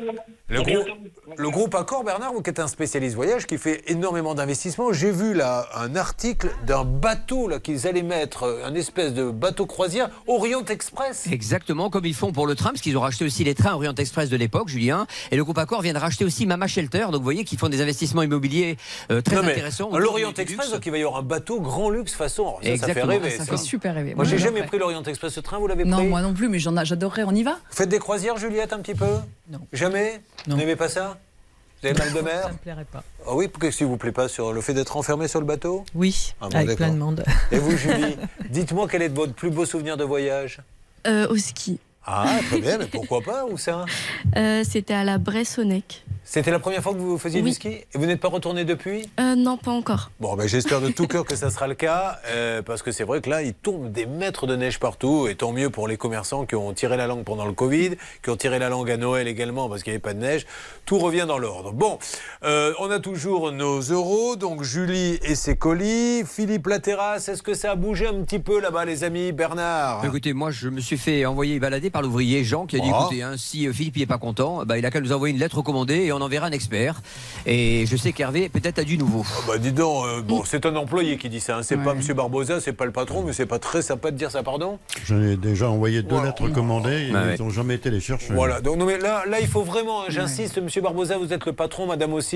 Le groupe Accor, Bernard, vous qui êtes un spécialiste voyage qui fait énormément d'investissements, j'ai vu là un article d'un bateau là qu'ils allaient mettre, un espèce de bateau croisière, Orient Express. Exactement, comme ils font pour le train, parce qu'ils ont racheté aussi les trains Orient Express de l'époque, Julien. Et le groupe Accor vient de racheter aussi Mama Shelter, donc vous voyez qu'ils font des investissements immobiliers très intéressants. L'Orient Express, donc il va y avoir un bateau grand luxe façon. Ça fait rêver. Ça fait super rêver. Moi, j'ai jamais pris l'Orient Express, ce train, vous l'avez pris? Non, moi non plus, mais j'adorerais, on y va? Vous faites des croisières, Juliette, un petit peu? Non. Jamais? Vous n'aimez pas ça? Vous avez mal de mer? Ça me plairait pas. Ah oui, qu'est-ce qui vous plaît pas sur le fait d'être enfermé sur le bateau? Oui, avec plein de monde. Et vous, Julie, dites-moi quel est votre plus beau souvenir de voyage? Au ski. Ah, très bien, mais pourquoi pas? Où ça? C'était à la Bressonnec. C'était la première fois que vous faisiez du ski? Et vous n'êtes pas retourné depuis? Non, pas encore. Bon, j'espère de tout cœur que ça sera le cas, parce que c'est vrai que là, il tombe des mètres de neige partout, et tant mieux pour les commerçants qui ont tiré la langue pendant le Covid, qui ont tiré la langue à Noël également, parce qu'il n'y avait pas de neige. Tout revient dans l'ordre. Bon, on a toujours nos euros, donc Julie et ses colis. Philippe Laterrasse, est-ce que ça a bougé un petit peu là-bas, les amis? Bernard? Écoutez, moi, je me suis fait envoyer balader par l'ouvrier Jean, qui a dit, écoutez, si Philippe n'est pas content, il a qu'à nous envoyer une lettre recommandée, et on enverra un expert. Et je sais qu'Hervé peut-être a du nouveau. Dis donc, c'est un employé qui dit ça. C'est pas M. Barbosa, c'est pas le patron, mais c'est pas très sympa de dire ça, pardon. J'en ai déjà envoyé 2 lettres recommandées et ils n'ont jamais été les chercher. Voilà, donc non, mais là il faut vraiment, j'insiste, M. Barbosa, vous êtes le patron, madame aussi.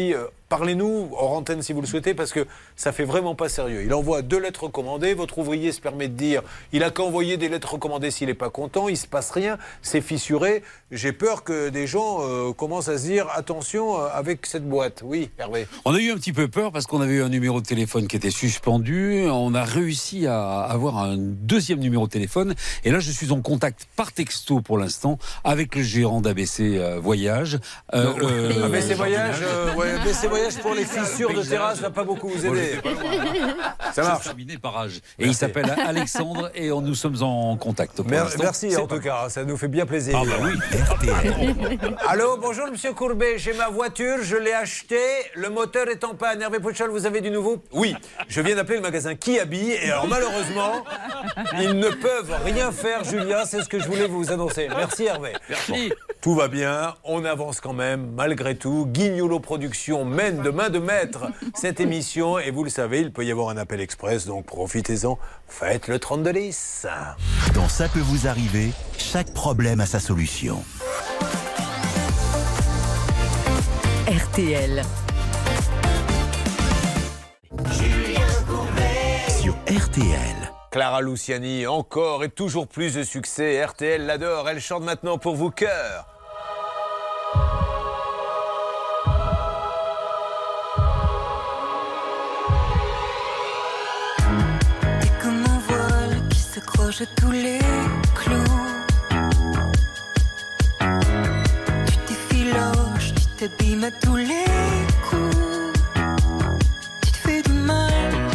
Parlez-nous hors antenne si vous le souhaitez, parce que ça fait vraiment pas sérieux. Il envoie 2 lettres recommandées, votre ouvrier se permet de dire il a qu'à envoyer des lettres recommandées s'il n'est pas content, il se passe rien, c'est fissuré. J'ai peur que des gens commencent à se dire attention avec cette boîte. Oui, Hervé. On a eu un petit peu peur parce qu'on avait eu un numéro de téléphone qui était suspendu. On a réussi à avoir un deuxième numéro de téléphone. Et là, je suis en contact par texto pour l'instant avec le gérant d'ABC Voyage. ABC Voyage, ABC Voyage pour les fissures de terrasse va pas beaucoup vous aider. Ça marche. Et il s'appelle Alexandre et nous sommes en contact. Merci en tout cas, ça nous fait bien plaisir. Ah bah oui. Allô, bonjour Monsieur Courbet, j'ai ma voiture, je l'ai achetée, le moteur est en panne. Hervé Pouchol, vous avez du nouveau? Oui, je viens d'appeler le magasin Kiabi et alors malheureusement, ils ne peuvent rien faire, Julien, c'est ce que je voulais vous annoncer. Merci Hervé. Merci. Bon, tout va bien, on avance quand même, malgré tout. Guignolo Productions mène de main de maître cette émission et vous le savez, il peut y avoir un appel express, donc profitez-en, faites le 3210. Dans Ça peut vous arriver, chaque problème a sa solution. RTL. Julien Courbet. Sur RTL. Clara Luciani, encore et toujours plus de succès. RTL l'adore, elle chante maintenant pour vous Cœur. T'es comme un voile qui s'accroche à tous les clous. Tu t'effiloches, tu t'abîmes à tous les coups. Tu te fais du mal.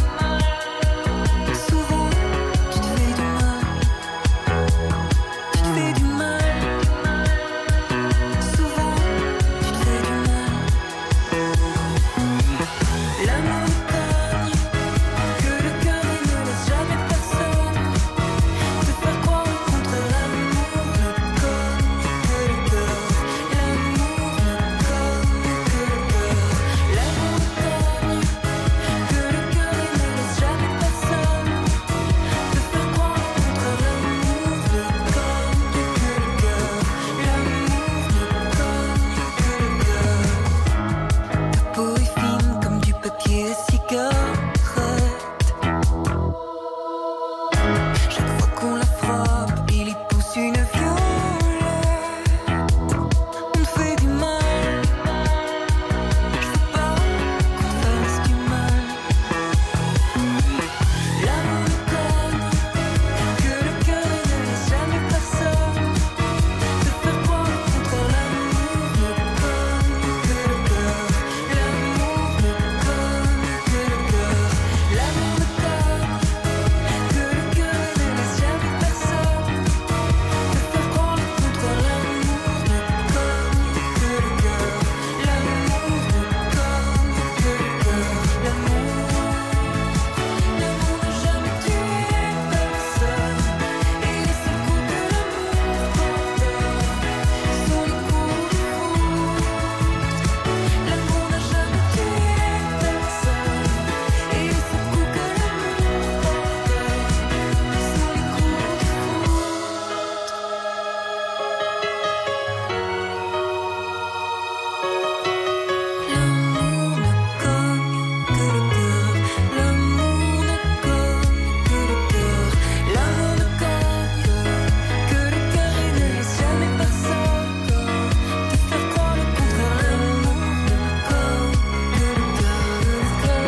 Souvent, tu te fais du mal. Tu te fais du mal. Souvent, tu te fais du mal. La montagne, que le cœur ne laisse jamais personne te faire croire au contraire. L'amour ne cogne que le cœur. L'amour ne cogne que le cœur. La montagne, que le cœur ne laisse jamais personne te faire croire au contraire. L'amour ne cogne que le cœur. L'amour ne cogne que le cœur. Ta peau est fine comme du papier à cigarette. Chaque fois qu'on la frappe, il y pousse une violette. On te fait du mal. Je veux pas qu'on te fasse du mal. L'amour ne cogne que le cœur et ne laisse jamais personne te faire croire au contraire. L'amour ne cogne que le cœur. L'amour ne cogne que le cœur. L'amour ne cogne que le cœur et ne laisse jamais personne te faire croire au contraire. L'amour ne cogne que le cœur. L'amour ne cogne que le cœur. L'amour n'a jamais tué personne. Et les seuls coups que l'amour pardonne sont les coups de foudre. L'amour n'a jamais tué personne. Et les seuls coups que l'amour pardonne sont les coups de L'amour ne cogne que le cœur. L'amour ne cogne que le cœur. L'amour ne cogne que le cœur et ne laisse jamais personne te faire croire le contraire. L'amour ne cogne que le cœur.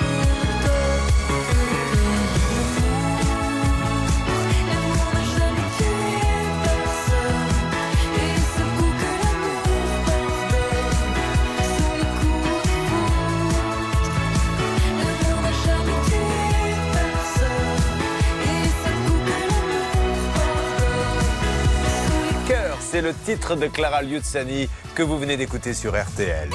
L'amour n'a jamais tué personne. Et les seuls coups que l'amour pardonne sont les coups de foudre. L'amour n'a jamais tué personne. Et les seuls coups que l'amour pardonne. Cœur, c'est le titre de Clara Luciani que vous venez d'écouter sur RTL.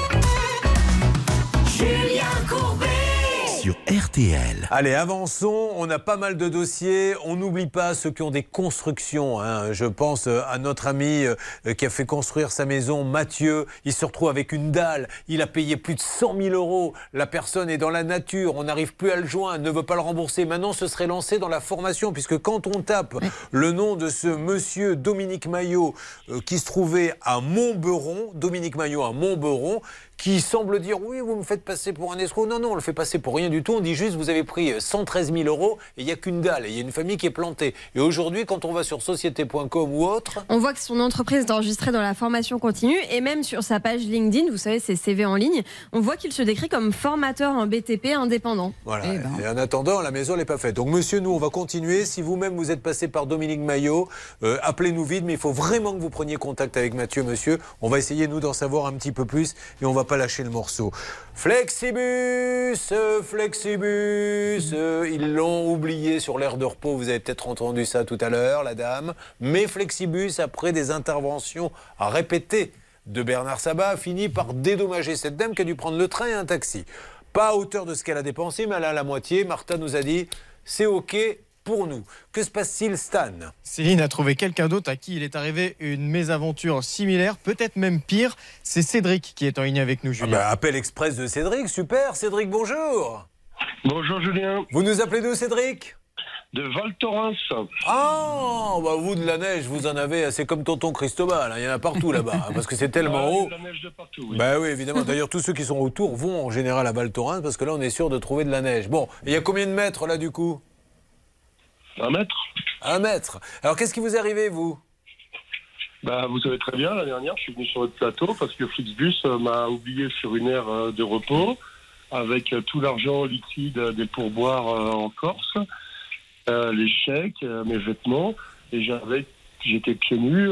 Julien Courbet. Sur RTL. Allez, avançons. On a pas mal de dossiers. On n'oublie pas ceux qui ont des constructions. Je pense à notre ami qui a fait construire sa maison, Mathieu. Il se retrouve avec une dalle. Il a payé plus de 100 000 €. La personne est dans la nature. On n'arrive plus à le joindre, ne veut pas le rembourser. Maintenant, ce serait lancé dans la formation, puisque quand on tape le nom de ce monsieur Dominique Maillot qui se trouvait à Montberon, Dominique Maillot à Montberon, qui semble dire oui, vous me faites passer pour un escroc. Non, on le fait passer pour rien du tout. On dit juste vous avez pris 113 000 euros et il n'y a qu'une dalle. Et il y a une famille qui est plantée. Et aujourd'hui, quand on va sur société.com ou autre... On voit que son entreprise est enregistrée dans la formation continue et même sur sa page LinkedIn, vous savez, c'est CV en ligne, on voit qu'il se décrit comme formateur en BTP indépendant. Voilà. Et en attendant, la maison n'est pas faite. Donc monsieur, nous, on va continuer. Si vous-même vous êtes passé par Dominique Maillot, appelez-nous vite, mais il faut vraiment que vous preniez contact avec Mathieu, monsieur. On va essayer, nous, d'en savoir un petit peu plus et on va pas lâcher le morceau. Flexibus, ils l'ont oublié sur l'aire de repos, vous avez peut-être entendu ça tout à l'heure, la dame, mais Flexibus, après des interventions répétées de Bernard Sabat, a fini par dédommager cette dame qui a dû prendre le train et un taxi. Pas à hauteur de ce qu'elle a dépensé, mais elle a la moitié. Martha nous a dit, c'est OK pour nous. Que se passe-t-il, Stan? Céline a trouvé quelqu'un d'autre à qui il est arrivé une mésaventure similaire, peut-être même pire. C'est Cédric qui est en ligne avec nous, Julien. Appel express de Cédric, super. Cédric, bonjour. Bonjour Julien. Vous nous appelez d'où, Cédric? De Val Thorens. Ah, vous de la neige, vous en avez, c'est comme tonton Cristobal, il y en a partout là-bas, parce que c'est tellement haut. De la neige de partout, oui. Oui, évidemment. D'ailleurs, tous ceux qui sont autour vont en général à Val Thorens, parce que là, on est sûr de trouver de la neige. Bon, il y a combien de mètres là, du coup? 1 mètre. 1 mètre. Alors, qu'est-ce qui vous est arrivé, vous? Vous savez très bien, l'année dernière, je suis venu sur votre plateau parce que Flixbus m'a oublié sur une aire de repos avec tout l'argent liquide des pourboires en Corse, les chèques, mes vêtements, et j'étais pieds nus,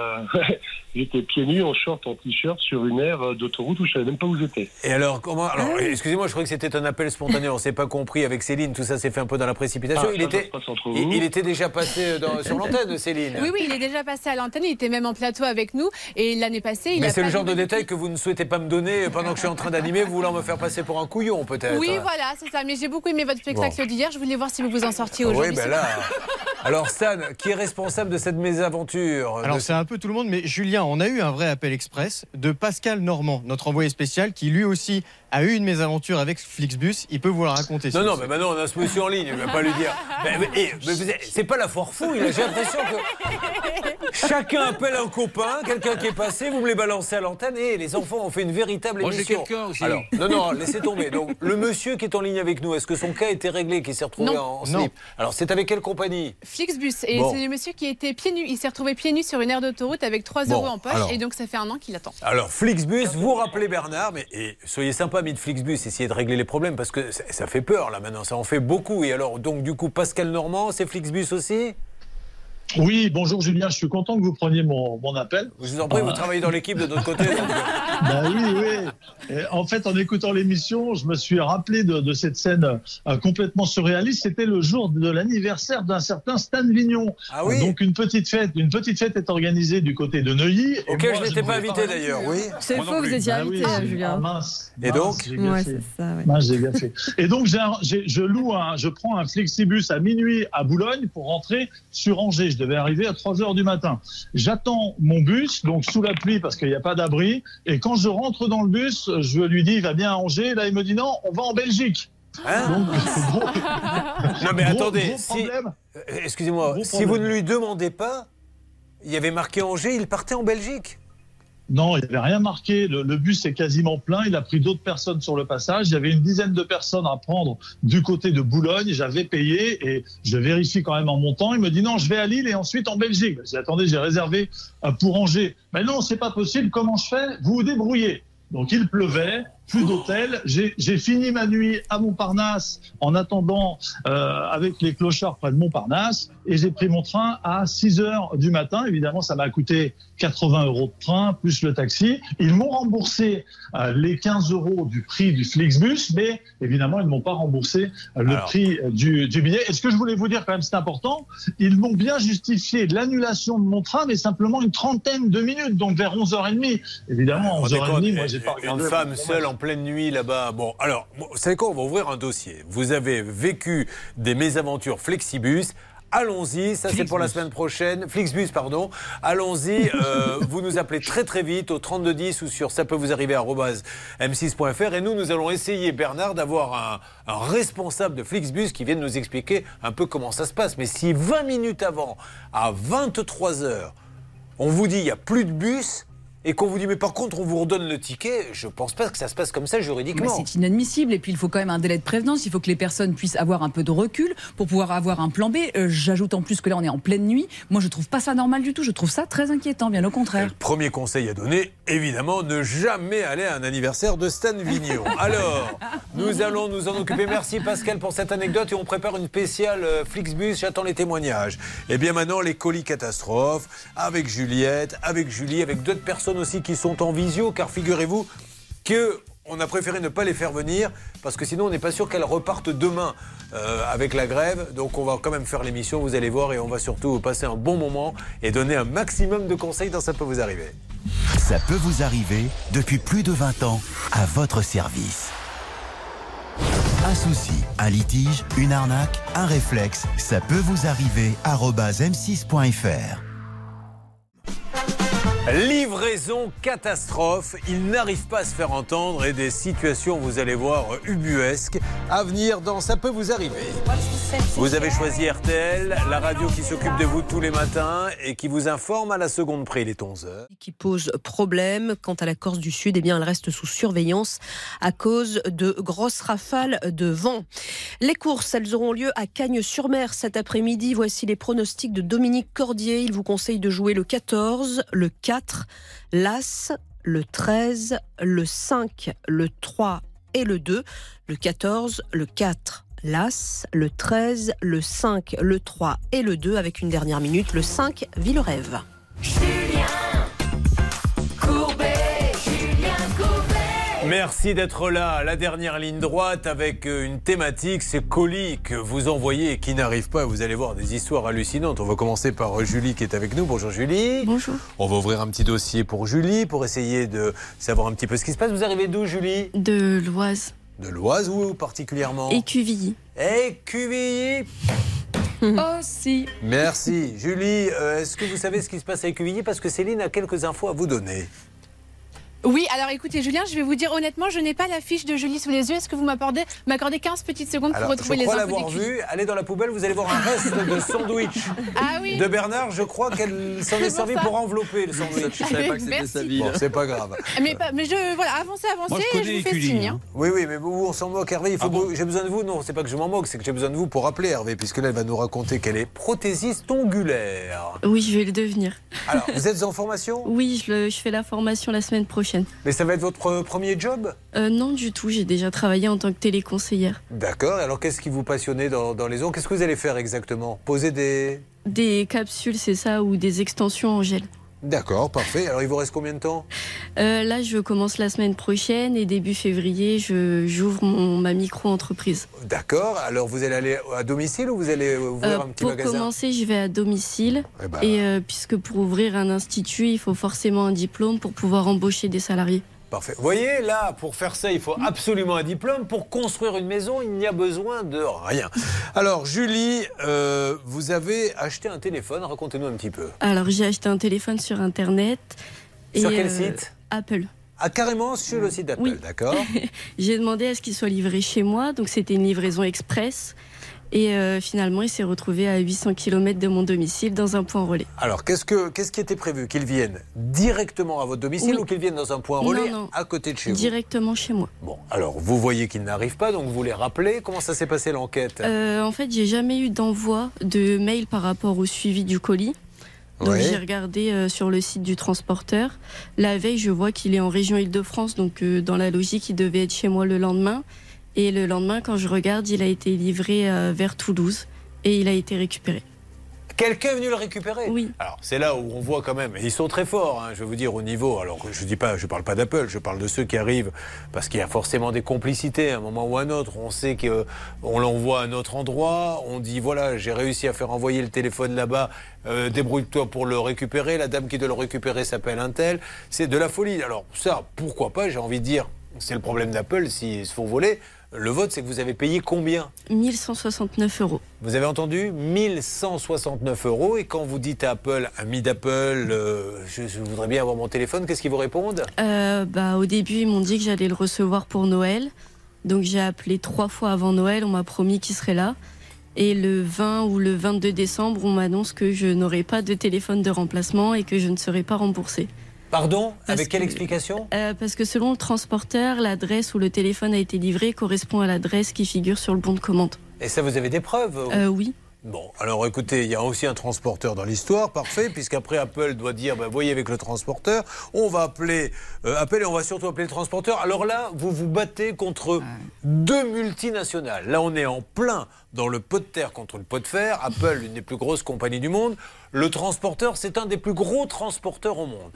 en short, en t-shirt sur une aire d'autoroute où je savais même pas où j'étais. Et alors, comment? Alors, excusez-moi, je croyais que c'était un appel spontané, on s'est pas compris avec Céline, tout ça s'est fait un peu dans la précipitation. Il était déjà passé sur l'antenne, Céline. Oui, il est déjà passé à l'antenne, il était même en plateau avec nous, et l'année passée, il Mais a c'est pas le genre joué de détail que vous ne souhaitez pas me donner pendant que je suis en train d'animer, voulant me faire passer pour un couillon, peut-être. Oui, voilà, c'est ça. Mais j'ai beaucoup aimé votre spectacle d'hier. Je voulais voir si vous vous en sortiez aujourd'hui. Oui, là. Alors, Stan, qui est responsable de cette mésaventure? Alors, c'est un peu tout le monde, mais Julien, on a eu un vrai appel express de Pascal Normand, notre envoyé spécial, qui lui aussi a eu une mésaventure avec Flixbus. Il peut vous la raconter. Non, mais maintenant, on a ce monsieur en ligne, il ne va pas lui dire. Mais c'est pas la foire fouille, j'ai l'impression que chacun appelle un copain, quelqu'un qui est passé, vous me les balancez à l'antenne, et les enfants ont fait une véritable émission. Moi, j'ai quelqu'un aussi. Alors, non, laissez tomber. Donc, le monsieur qui est en ligne avec nous, est-ce que son cas était réglé, qui s'est retrouvé en slip? Alors, c'est avec quelle compagnie? Flixbus. Et c'est le monsieur qui était pieds nus. Il s'est retrouvé pieds nus sur une aire d'autoroute avec 3 euros en poche. Et donc, ça fait 1 an qu'il attend. Alors, Flixbus, vous rappelez Bernard, et soyez sympa, amis de Flixbus, essayez de régler les problèmes parce que ça fait peur là maintenant, ça en fait beaucoup. Et alors, donc, du coup, Pascal Normand, c'est Flixbus aussi? Oui, bonjour Julien, je suis content que vous preniez mon appel. Je vous en prie, vous travaillez dans l'équipe de notre côté. Oui. Et en fait, en écoutant l'émission, je me suis rappelé de cette scène complètement surréaliste. C'était le jour de l'anniversaire d'un certain Stan Vignon. Ah oui. Donc une petite fête est organisée du côté de Neuilly. Auquel je n'étais pas invité d'ailleurs, oui. C'est faux, vous étiez invité, Julien. Et donc j'ai bien fait. Et donc je prends un Flixibus à minuit à Boulogne pour rentrer sur Angers. Je devais arriver à 3h du matin. J'attends mon bus, donc sous la pluie parce qu'il n'y a pas d'abri. Et quand je rentre dans le bus, je lui dis, il va bien à Angers. Là, il me dit, non, on va en Belgique. Donc, non, mais attendez, excusez-moi, si vous ne lui demandez pas, il y avait marqué Angers, il partait en Belgique. Non, il n'y avait rien marqué. Le bus est quasiment plein. Il a pris d'autres personnes sur le passage. Il y avait une dizaine de personnes à prendre du côté de Boulogne. J'avais payé et je vérifie quand même en montant. Il me dit non, je vais à Lille et ensuite en Belgique. Je dis attendez, j'ai réservé pour Angers. Mais non, c'est pas possible. Comment je fais? Vous vous débrouillez. Donc il pleuvait, plus d'hôtel. J'ai fini ma nuit à Montparnasse en attendant avec les clochards près de Montparnasse et j'ai pris mon train à 6h du matin. Évidemment, ça m'a coûté 80 € de train plus le taxi. Ils m'ont remboursé les 15 € du prix du Flixbus, mais évidemment, ils ne m'ont pas remboursé le prix du billet. Et ce que je voulais vous dire quand même, c'est important, ils m'ont bien justifié l'annulation de mon train, mais simplement une trentaine de minutes, donc vers 11h30. Évidemment, 11h30, moi, j'ai pas regardé. Une femme seule en pleine nuit là-bas. Bon, alors, vous savez quoi, on va ouvrir un dossier. Vous avez vécu des mésaventures Flexibus. Allons-y, ça c'est pour la semaine prochaine. Flixbus, pardon. Allons-y, vous nous appelez très très vite au 3210 ou sur ça peut vous arriver @m6.fr et nous allons essayer, Bernard, d'avoir un responsable de Flixbus qui vienne nous expliquer un peu comment ça se passe. Mais si 20 minutes avant, à 23h, on vous dit il n'y a plus de bus, et qu'on vous dit mais par contre on vous redonne le ticket, je pense pas que ça se passe comme ça juridiquement. Mais c'est inadmissible. Et puis il faut quand même un délai de prévenance. Il faut que les personnes puissent avoir un peu de recul pour pouvoir avoir un plan B. J'ajoute en plus que là on est en pleine nuit. Moi je trouve pas ça normal du tout. Je trouve ça très inquiétant, bien au contraire. Le premier conseil à donner, évidemment, ne jamais aller à un anniversaire de Stan Vignon. Alors, nous allons nous en occuper. Merci Pascal pour cette anecdote et on prépare une spéciale Flixbus. J'attends les témoignages. Et bien maintenant, les colis catastrophes avec Juliette, avec Julie, avec d'autres personnes aussi qui sont en visio, car figurez-vous que on a préféré ne pas les faire venir parce que sinon on n'est pas sûr qu'elles repartent demain avec la grève. Donc on va quand même faire l'émission, vous allez voir, et on va surtout passer un bon moment et donner un maximum de conseils dans Ça peut vous arriver. Ça peut vous arriver depuis plus de 20 ans à votre service. Un souci, un litige, une arnaque, un réflexe, ça peut vous arriver @m6.fr. Livraison catastrophe, il n'arrive pas à se faire entendre et des situations, vous allez voir, ubuesques à venir dans Ça peut vous arriver. Vous avez choisi RTL, la radio qui s'occupe de vous tous les matins et qui vous informe à la seconde près, il est 11h. Qui pose problème. Quant à la Corse du Sud, eh bien, elle reste sous surveillance à cause de grosses rafales de vent. Les courses, elles auront lieu à Cagnes-sur-Mer cet après-midi. Voici les pronostics de Dominique Cordier. Il vous conseille de jouer le 14, le 4, l'As, le 13, le 5, le 3 et le 2. Le 14, le 4, l'As, le 13, le 5, le 3 et le 2 avec une dernière minute, le 5, Villerève. Merci d'être là. La dernière ligne droite avec une thématique, ces colis que vous envoyez et qui n'arrivent pas. Vous allez voir des histoires hallucinantes. On va commencer par Julie qui est avec nous. Bonjour Julie. Bonjour. On va ouvrir un petit dossier pour Julie pour essayer de savoir un petit peu ce qui se passe. Vous arrivez d'où Julie? De l'Oise. De l'Oise ou particulièrement? Écuvilly. Écuvilly. Oh si. Merci. Julie, est-ce que vous savez ce qui se passe à Écuvilly? Parce que Céline a quelques infos à vous donner. Oui, alors écoutez Julien, je vais vous dire honnêtement, je n'ai pas la fiche de Julie sous les yeux. Est-ce que vous m'accordez 15 petites secondes pour retrouver les infos? Je crois l'avoir vue. Allez dans la poubelle, vous allez voir un reste de sandwich de Bernard. Je crois qu'elle s'en est servie pour envelopper le sandwich. Je savais pas que c'était sa vie. Bon, c'est pas grave. Mais voilà, avancez, Moi, et je vous fais signe. Hein. Oui, mais vous, on s'en moque, Hervé. J'ai besoin de vous. Non, c'est pas que je m'en moque, c'est que j'ai besoin de vous pour appeler Hervé, puisque là, elle va nous raconter qu'elle est prothésiste ongulaire. Oui, je vais le devenir. Alors, vous êtes en formation? Oui, je fais la formation la semaine prochaine. Mais ça va être votre premier job? Non, du tout. J'ai déjà travaillé en tant que téléconseillère. D'accord. Alors, qu'est-ce qui vous passionnait dans les ondes? Qu'est-ce que vous allez faire exactement? Poser des capsules, c'est ça, ou des extensions en gel. D'accord, parfait. Alors, il vous reste combien de temps? Là, je commence la semaine prochaine et début février, j'ouvre ma micro-entreprise. D'accord. Alors, vous allez aller à domicile ou vous allez ouvrir un petit magasin? Pour commencer, je vais à domicile. Et puisque pour ouvrir un institut, il faut forcément un diplôme pour pouvoir embaucher des salariés. Parfait. Vous voyez, là, pour faire ça, il faut absolument un diplôme. Pour construire une maison, il n'y a besoin de rien. Alors, Julie, vous avez acheté un téléphone. Racontez-nous un petit peu. Alors, j'ai acheté un téléphone sur Internet. Sur quel site? Apple. Ah, carrément sur le site d'Apple, oui. D'accord. J'ai demandé à ce qu'il soit livré chez moi. Donc, c'était une livraison express. Et finalement, il s'est retrouvé à 800 km de mon domicile dans un point relais. Alors, qu'est-ce qui était prévu? Qu'il vienne directement à votre domicile ou qu'il vienne dans un point relais à côté de chez vous? Directement chez moi. Bon, alors, vous voyez qu'il n'arrive pas, donc vous les rappelez. Comment ça s'est passé l'enquête? En fait, j'ai jamais eu d'envoi de mail par rapport au suivi du colis. Donc j'ai regardé sur le site du transporteur. La veille, je vois qu'il est en région Île-de-France, donc dans la logique, il devait être chez moi le lendemain. Et le lendemain, quand je regarde, il a été livré vers Toulouse et il a été récupéré. Quelqu'un est venu le récupérer? Oui. Alors, c'est là où on voit quand même, et ils sont très forts, hein, je vais vous dire, au niveau, alors je parle pas d'Apple, je parle de ceux qui arrivent, parce qu'il y a forcément des complicités, à un moment ou à un autre, on sait qu'on l'envoie à un autre endroit, on dit, voilà, j'ai réussi à faire envoyer le téléphone là-bas, débrouille-toi pour le récupérer, la dame qui doit le récupérer s'appelle un tel, c'est de la folie. Alors ça, pourquoi pas, j'ai envie de dire, c'est le problème d'Apple, s'ils se font voler. Le vote, c'est que vous avez payé combien? 1169 €. Vous avez entendu? 1169 €. Et quand vous dites à Apple, ami d'Apple, je voudrais bien avoir mon téléphone, qu'est-ce qu'ils vous répondent? Au début, ils m'ont dit que j'allais le recevoir pour Noël. Donc j'ai appelé 3 fois avant Noël, on m'a promis qu'il serait là. Et le 20 ou le 22 décembre, on m'annonce que je n'aurai pas de téléphone de remplacement et que je ne serai pas remboursée. Pardon ? Parce Avec quelle que- explication ? Parce que selon le transporteur, l'adresse où le téléphone a été livré correspond à l'adresse qui figure sur le bon de commande. Et ça, vous avez des preuves ? Oui. Bon, alors écoutez, il y a aussi un transporteur dans l'histoire, parfait, puisqu'après Apple doit dire, voyez avec le transporteur, on va appeler Apple et on va surtout appeler le transporteur. Alors là, vous vous battez contre deux multinationales. Là, on est en plein dans le pot de terre contre le pot de fer. Apple, une des plus grosses compagnies du monde. Le transporteur, c'est un des plus gros transporteurs au monde.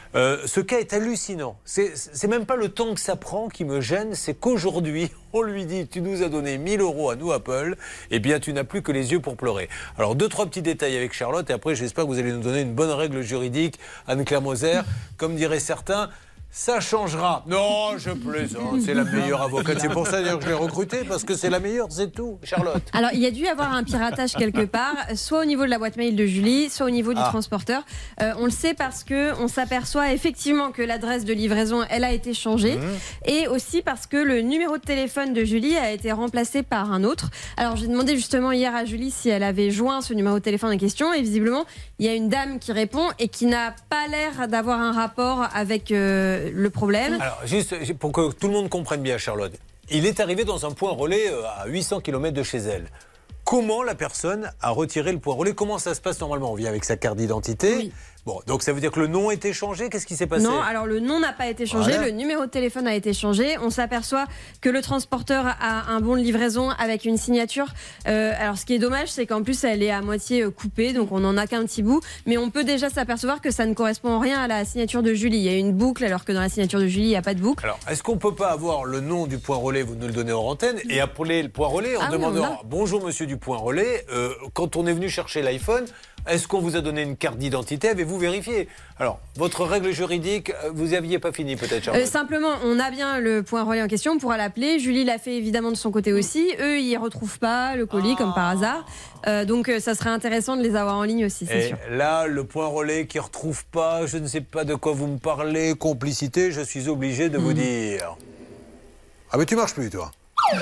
Ce cas est hallucinant. C'est même pas le temps que ça prend qui me gêne, c'est qu'aujourd'hui, on lui dit, tu nous as donné 1 000 € à nous, Apple, eh bien, tu n'as plus que les yeux pour pleurer. Alors, 2-3 petits détails avec Charlotte, et après, j'espère que vous allez nous donner une bonne règle juridique, Anne-Claire Moser. Comme diraient certains, ça changera. Non, je plaisante, c'est la meilleure avocate. C'est pour ça d'ailleurs que je l'ai recrutée, parce que c'est la meilleure, c'est tout. Charlotte. Alors, il y a dû y avoir un piratage quelque part, soit au niveau de la boîte mail de Julie, soit au niveau du transporteur. On le sait parce qu'on s'aperçoit effectivement que l'adresse de livraison, elle a été changée. Et aussi parce que le numéro de téléphone de Julie a été remplacé par un autre. Alors, j'ai demandé justement hier à Julie si elle avait joint ce numéro de téléphone en question. Et visiblement, il y a une dame qui répond et qui n'a pas l'air d'avoir un rapport avec le problème. Alors, juste pour que tout le monde comprenne bien, Charlotte, il est arrivé dans un point relais à 800 km de chez elle. Comment la personne a retiré le point relais ? Comment ça se passe normalement ? On vient avec sa carte d'identité. Oui. Bon, donc ça veut dire que le nom a été changé ? Qu'est-ce qui s'est passé ? Non, alors le nom n'a pas été changé, Voilà. le numéro de téléphone a été changé. On s'aperçoit que le transporteur a un bon de livraison avec une signature. Alors ce qui est dommage, c'est qu'en plus elle est à moitié coupée, donc on n'en a qu'un petit bout. Mais on peut déjà s'apercevoir que ça ne correspond en rien à la signature de Julie. Il y a une boucle, alors que dans la signature de Julie, il n'y a pas de boucle. Alors, est-ce qu'on ne peut pas avoir le nom du point relais, vous nous le donnez en antenne, et appeler le point relais en Ah oui, demandant on a. bonjour monsieur du point relais, quand on est venu chercher l'iPhone, est-ce qu'on vous a donné une carte d'identité ? Avez-vous vérifié ? Alors, votre règle juridique, vous n'aviez pas fini peut-être, Charlotte. Simplement, on a bien le point relais en question, on pourra l'appeler. Julie l'a fait évidemment de son côté aussi. Eux, ils ne retrouvent pas le colis comme par hasard. Donc ça serait intéressant de les avoir en ligne aussi, c'est Et sûr. là, le point relais qui ne retrouve pas, je ne sais pas de quoi vous me parlez, complicité, je suis obligé de vous dire... Ah mais tu marches plus, toi.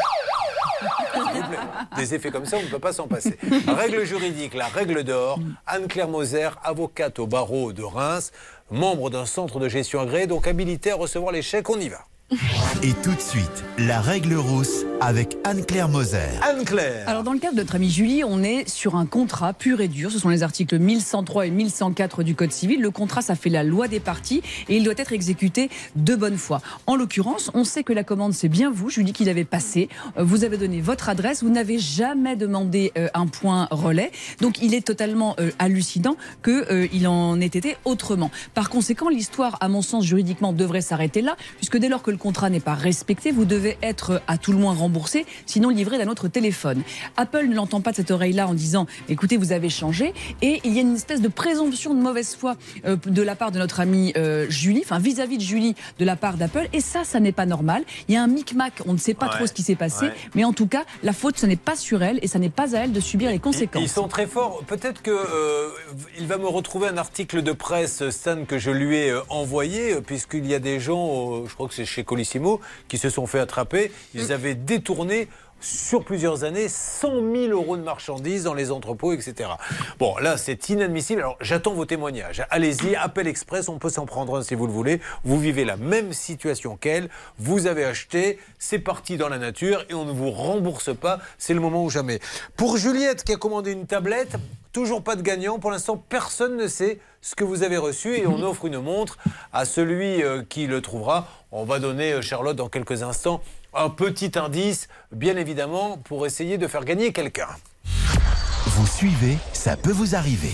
S'il vous plaît. Des effets comme ça, on ne peut pas s'en passer. Règle juridique, la règle d'or. Anne-Claire Moser, avocate au barreau de Reims, membre d'un centre de gestion agréé, donc habilitée à recevoir les chèques. On y va. Et tout de suite, la règle rousse avec Anne-Claire Moser. Anne-Claire. Alors dans le cas de notre amie Julie, on est sur un contrat pur et dur. Ce sont les articles 1103 et 1104 du Code civil. Le contrat, ça fait la loi des parties et il doit être exécuté de bonne foi. En l'occurrence, on sait que la commande, c'est bien vous, Julie, qui l'avez passée. Vous avez donné votre adresse. Vous n'avez jamais demandé un point relais. Donc il est totalement hallucinant qu'il en ait été autrement. Par conséquent, l'histoire, à mon sens, juridiquement, devrait s'arrêter là, puisque dès lors que le contrat n'est pas respecté, vous devez être à tout le moins remboursé, sinon livré d'un autre téléphone. Apple ne l'entend pas de cette oreille-là en disant « écoutez, vous avez changé » et il y a une espèce de présomption de mauvaise foi de la part de notre amie Julie, enfin vis-à-vis de Julie de la part d'Apple, et ça n'est pas normal. Il y a un micmac, on ne sait pas trop ce qui s'est passé, mais en tout cas, la faute, ce n'est pas sur elle et ça n'est pas à elle de subir les conséquences. Ils sont très forts. Peut-être qu'il va me retrouver un article de presse, Stan, que je lui ai envoyé, puisqu'il y a des gens, je crois que c'est chez Colissimo, qui se sont fait attraper. Ils avaient détourné sur plusieurs années 100 000 € de marchandises dans les entrepôts, etc. Bon, là, c'est inadmissible. Alors, j'attends vos témoignages. Allez-y, appel express, on peut s'en prendre un si vous le voulez. Vous vivez la même situation qu'elle. Vous avez acheté, c'est parti dans la nature et on ne vous rembourse pas. C'est le moment ou jamais. Pour Juliette, qui a commandé une tablette, toujours pas de gagnant. Pour l'instant, personne ne sait ce que vous avez reçu et on offre une montre à celui qui le trouvera. On va donner, Charlotte, dans quelques instants, un petit indice, bien évidemment, pour essayer de faire gagner quelqu'un. Vous suivez, ça peut vous arriver.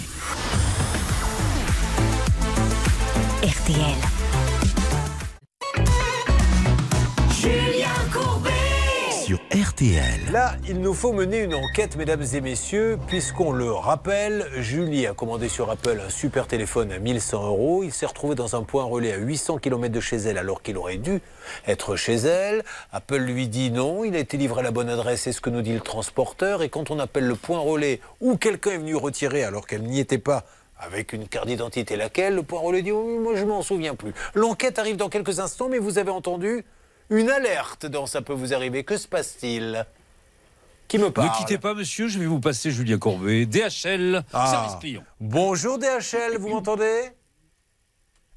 RTL. Julien Courbet. Sur RTL. Là, il nous faut mener une enquête, mesdames et messieurs, puisqu'on le rappelle, Julie a commandé sur Apple un super téléphone à 1 100 €. Il s'est retrouvé dans un point relais à 800 km de chez elle, alors qu'il aurait dû être chez elle. Apple lui dit non, il a été livré à la bonne adresse, c'est ce que nous dit le transporteur. Et quand on appelle le point relais, où quelqu'un est venu retirer alors qu'elle n'y était pas, avec une carte d'identité laquelle, le point relais dit oh, moi je m'en souviens plus. L'enquête arrive dans quelques instants, mais vous avez entendu une alerte dans Ça peut vous arriver. Que se passe-t-il ? Qui me parle ? Ne quittez pas, monsieur, je vais vous passer Julien Courbet, DHL, service client. Bonjour DHL, vous m'entendez ?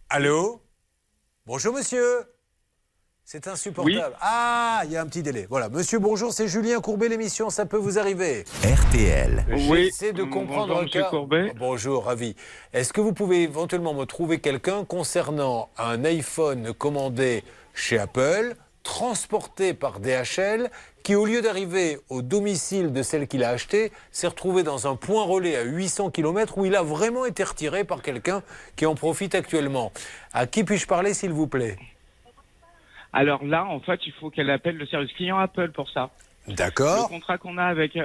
Allô? Bonjour monsieur. C'est insupportable. Oui. Ah, il y a un petit délai. Voilà. Monsieur, bonjour, c'est Julien Courbet, l'émission Ça peut vous arriver. RTL. J'essaie de comprendre Bonjour, un monsieur cas. Courbet. Bonjour, ravi. Est-ce que vous pouvez éventuellement me trouver quelqu'un concernant un iPhone commandé chez Apple, transporté par DHL, qui au lieu d'arriver au domicile de celle qu'il a acheté, s'est retrouvé dans un point relais à 800 km où il a vraiment été retiré par quelqu'un qui en profite actuellement? À qui puis-je parler, s'il vous plaît? Alors là, en fait, il faut qu'elle appelle le service client Apple pour ça. D'accord. Le contrat qu'on a avec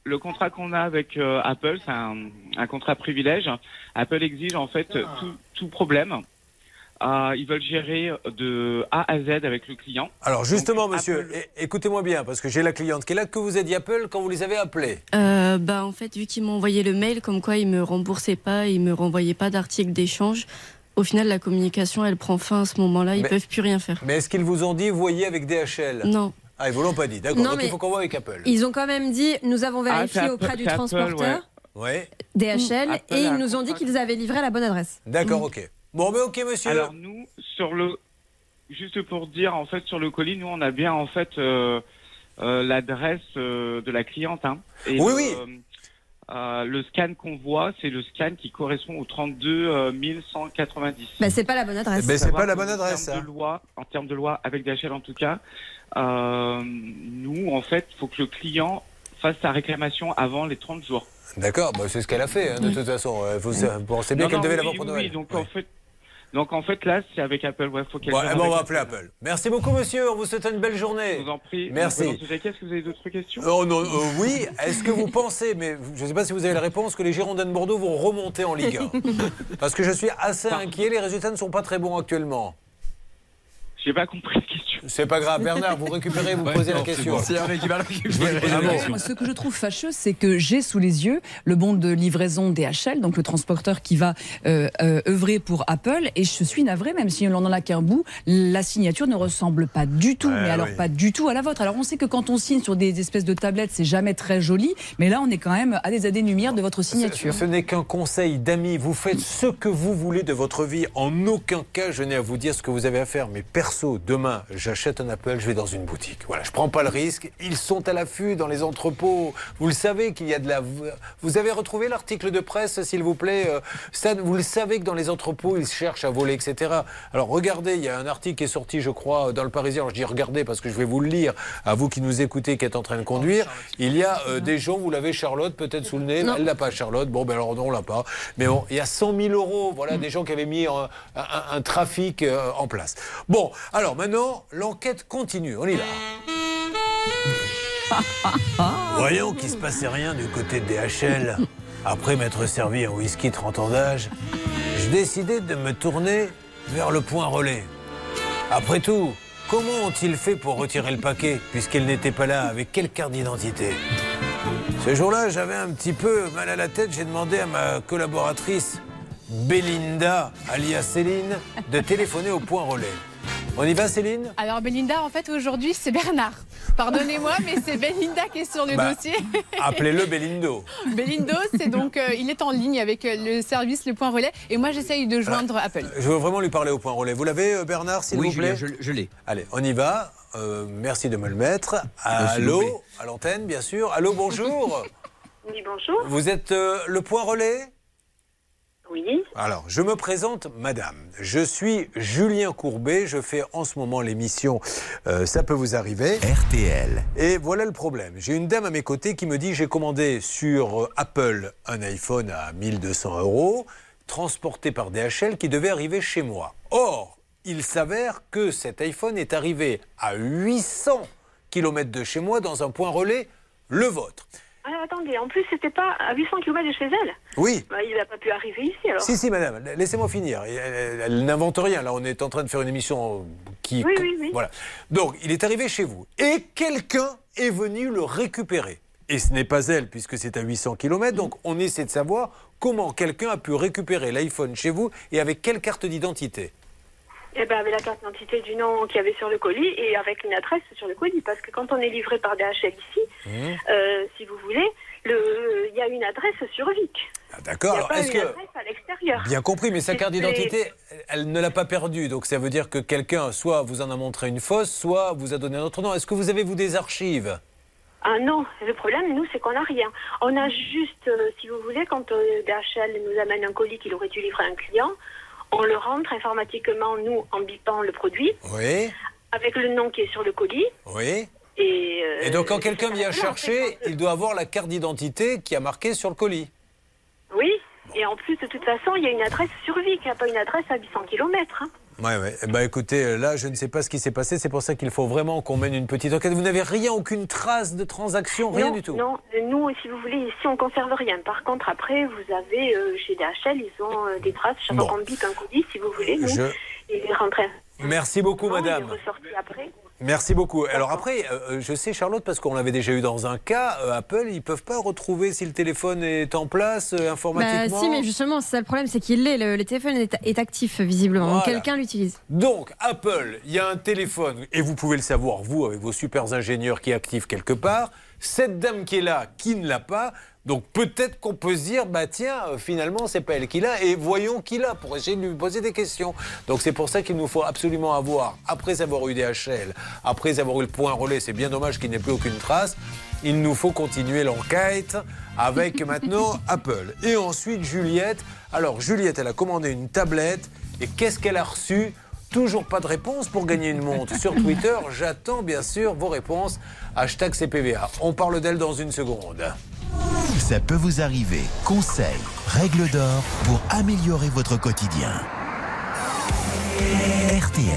Apple, c'est un contrat privilège. Apple exige en fait tout problème. Ils veulent gérer de A à Z avec le client. Alors justement, Donc, monsieur, écoutez-moi bien, parce que j'ai la cliente qui est là. Que vous êtes dit Apple quand vous les avez appelés? En fait, vu qu'ils m'ont envoyé le mail comme quoi ils me remboursaient pas, ils me renvoyaient pas d'article d'échange, au final, la communication, elle prend fin à ce moment-là. Ils peuvent plus rien faire. Mais est-ce qu'ils vous ont dit, voyez avec DHL? Non. Ah, ils vous l'ont pas dit, d'accord. Non, Donc mais il faut qu'on voit avec Apple. Ils ont quand même dit, nous avons vérifié auprès du transporteur, Ouais. DHL, Apple et a ils un nous ont dit qu'ils avaient livré à la bonne adresse. D'accord, ok. Bon, mais ok, monsieur. Alors nous, juste pour dire, en fait, sur le colis, nous, on a bien, en fait, l'adresse de la cliente. Hein. Et oui. Le scan qu'on voit, c'est le scan qui correspond au 32 190. C'est pas la bonne adresse. C'est pas la bonne adresse. En termes de loi, avec DHL en tout cas, nous, en fait, il faut que le client fasse sa réclamation avant les 30 jours. D'accord, c'est ce qu'elle a fait, de toute façon. Vous pensez bien qu'elle devait l'avoir pour Noël. Oui, donc en fait, là, c'est avec Apple. Faut qu'elle on va appeler Apple. Merci beaucoup, monsieur. On vous souhaite une belle journée. Je vous en prie. Merci. Est-ce que vous avez d'autres questions? Oh non, oui. Est-ce que vous pensez, mais je ne sais pas si vous avez la réponse, que les Girondins de Bordeaux vont remonter en Ligue 1? Parce que je suis assez inquiet. Les résultats ne sont pas très bons actuellement. Je n'ai pas compris la question. C'est pas grave. Bernard, vous récupérez, vous posez la question. C'est Hervé qui va le récupérer. Moi, ce que je trouve fâcheux, c'est que j'ai sous les yeux le bon de livraison DHL, donc le transporteur qui va œuvrer pour Apple, et je suis navrée, même si on n'en a qu'un bout, la signature ne ressemble pas du tout, pas du tout à la vôtre. Alors on sait que quand on signe sur des espèces de tablettes, c'est jamais très joli, mais là on est quand même à des années-lumière de votre signature. Ce n'est qu'un conseil d'amis. Vous faites ce que vous voulez de votre vie. En aucun cas, je n'ai à vous dire ce que vous avez à faire. Mais perso, demain, j'achète un Apple, je vais dans une boutique. Voilà, je prends pas le risque. Ils sont à l'affût dans les entrepôts. Vous le savez qu'il y a de la... Vous avez retrouvé l'article de presse, s'il vous plaît, Stan, vous le savez que dans les entrepôts, ils cherchent à voler, etc. Alors regardez, il y a un article qui est sorti, je crois, dans le Parisien. Alors, je dis regardez parce que je vais vous le lire, à vous qui nous écoutez, qui êtes en train de conduire. Il y a des gens, vous l'avez Charlotte, peut-être sous le nez. Elle l'a pas, Charlotte. Bon, ben alors non, on l'a pas. Mais bon, il y a 100 000 €, voilà, des gens qui avaient mis un trafic en place. Bon, alors maintenant, l'enquête continue. On y va. Voyons qu'il ne se passait rien du côté de DHL. Après m'être servi un whisky 30 ans d'âge, je décidai de me tourner vers le point relais. Après tout, comment ont-ils fait pour retirer le paquet, puisqu'elle n'était pas là? Avec quelle carte d'identité? Ce jour-là, j'avais un petit peu mal à la tête. J'ai demandé à ma collaboratrice, Belinda, alias Céline, de téléphoner au point relais. On y va, Céline? Alors Belinda, en fait, aujourd'hui, c'est Bernard. Pardonnez-moi, mais c'est Belinda qui est sur le dossier. Appelez-le Belindo. Belindo, c'est donc, il est en ligne avec le service, le point relais. Et moi, j'essaye de joindre Apple. Je veux vraiment lui parler au point relais. Vous l'avez, Bernard, s'il vous plaît? Oui, je l'ai. Allez, on y va. Merci de me le mettre. Allô, à l'antenne, bien sûr. Allô, bonjour. Oui, bonjour. Vous êtes le point relais? Oui. Alors, je me présente, madame. Je suis Julien Courbet. Je fais en ce moment l'émission Ça peut vous arriver. RTL. Et voilà le problème. J'ai une dame à mes côtés qui me dit j'ai commandé sur Apple un iPhone à 1 200 €, transporté par DHL, qui devait arriver chez moi. Or, il s'avère que cet iPhone est arrivé à 800 km de chez moi dans un point relais, le vôtre. Ah, attendez, en plus, c'était pas à 800 km de chez elle? Oui. Il n'a pas pu arriver ici, alors? Si, madame, laissez-moi finir. Elle n'invente rien. Là, on est en train de faire une émission qui... Oui. Voilà. Donc, il est arrivé chez vous. Et quelqu'un est venu le récupérer. Et ce n'est pas elle, puisque c'est à 800 km. Donc, on essaie de savoir comment quelqu'un a pu récupérer l'iPhone chez vous et avec quelle carte d'identité. Eh bien, avec la carte d'identité du nom qu'il y avait sur le colis et avec une adresse sur le colis. Parce que quand on est livré par DHL ici, si vous voulez, il y a une adresse sur Vic. D'accord. Il n'y a Alors, pas est-ce une que... adresse à l'extérieur. Bien compris, mais sa carte C'est- d'identité, elle ne l'a pas perdue. Donc ça veut dire que quelqu'un, soit vous en a montré une fausse, soit vous a donné un autre nom. Est-ce que vous avez, vous, des archives? Ah non, le problème, nous, c'est qu'on n'a rien. On a juste, si vous voulez, quand DHL nous amène un colis qu'il aurait dû livrer à un client, on le rentre informatiquement, nous, en bipant le produit, Oui, avec le nom qui est sur le colis. oui. Et Et donc quand quelqu'un vient chercher, il doit avoir la carte d'identité qui a marqué sur le colis. Oui, et en plus, de toute façon, il y a une adresse sur Vic, il n'y a pas une adresse à 800 km. Ouais. Eh ben, écoutez, là, je ne sais pas ce qui s'est passé. C'est pour ça qu'il faut vraiment qu'on mène une petite enquête. Vous n'avez rien, aucune trace de transaction, rien Non, du tout. Non, nous, si vous voulez, ici, on ne conserve rien. Par contre, après, vous avez, chez DHL, ils ont des traces. Chaque fois qu'on bip un colis, si vous voulez, nous, il est rentré. Merci beaucoup, madame. Il est ressorti après. Merci beaucoup. Alors après, je sais, Charlotte, parce qu'on l'avait déjà eu dans un cas, Apple, ils ne peuvent pas retrouver si le téléphone est en place informatiquement. Si, mais justement, c'est ça le problème, c'est qu'il l'est. Le téléphone est actif, visiblement. Donc Voilà. quelqu'un l'utilise. Donc, Apple, il y a un téléphone, et vous pouvez le savoir, vous, avec vos super ingénieurs qui activent quelque part. Cette dame qui est là, qui ne l'a pas. Donc peut-être qu'on peut se dire, bah tiens, finalement, c'est pas elle qui l'a, et voyons qui l'a, pour essayer de lui poser des questions. Donc c'est pour ça qu'il nous faut absolument avoir, après avoir eu DHL, après avoir eu le point relais, c'est bien dommage qu'il n'ait plus aucune trace, il nous faut continuer l'enquête avec maintenant Apple. Et ensuite Juliette. Alors Juliette, elle a commandé une tablette, et qu'est-ce qu'elle a reçu ? Toujours pas de réponse pour gagner une montre. Sur Twitter, j'attends bien sûr vos réponses. #CPVA. On parle d'elle dans une seconde. Ça peut vous arriver. Conseils, règles d'or pour améliorer votre quotidien. RTL.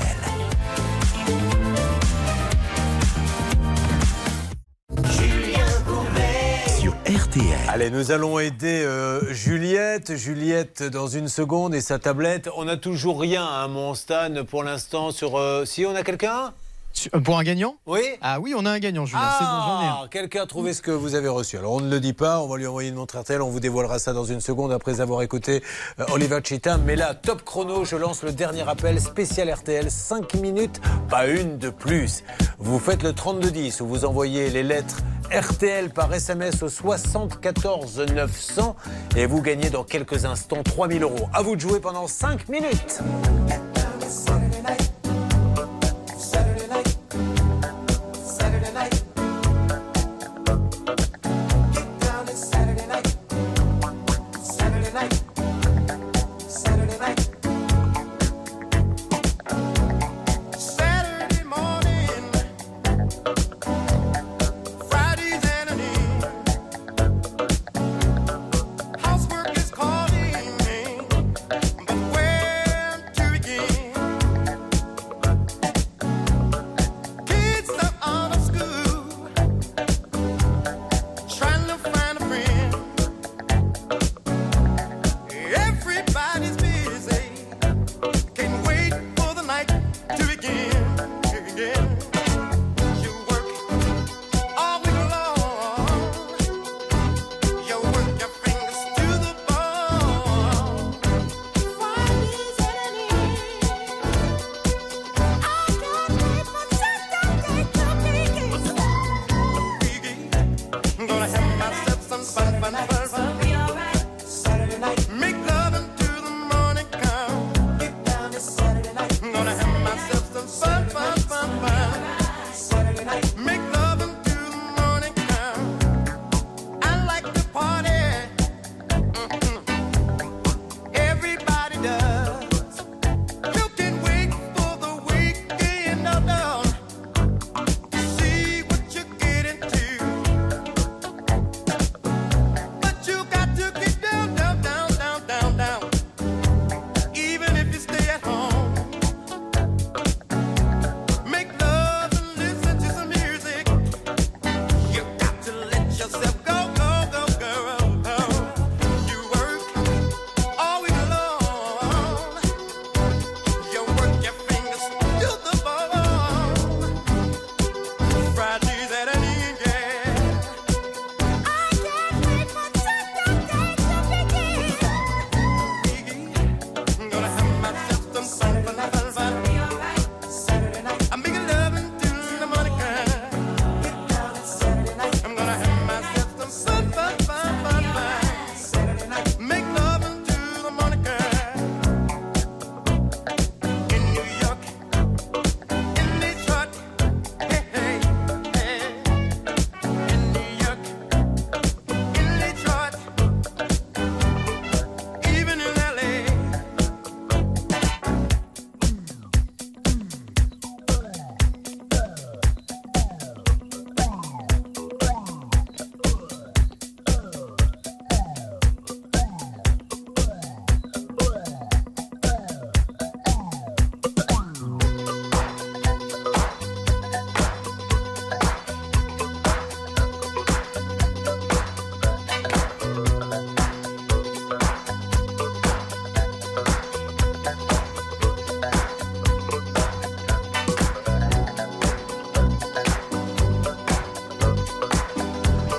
Sur RTL. Allez, nous allons aider Juliette. Juliette, dans une seconde, et sa tablette. On n'a toujours rien, hein, mon Stan, pour l'instant, sur... Si, on a quelqu'un ? Pour un gagnant ? Oui. Ah oui, on a un gagnant, Julien. C'est bon, j'en ai un. Quelqu'un a trouvé ce que vous avez reçu. Alors, on ne le dit pas, on va lui envoyer une montre RTL, on vous dévoilera ça dans une seconde après avoir écouté Oliver Cheetham. Mais là, top chrono, je lance le dernier appel spécial RTL, 5 minutes, pas une de plus. Vous faites le 3210 où vous envoyez les lettres RTL par SMS au 74 900 et vous gagnez dans quelques instants 3 000 €. À vous de jouer pendant 5 minutes. Housework is calling me, but where to begin?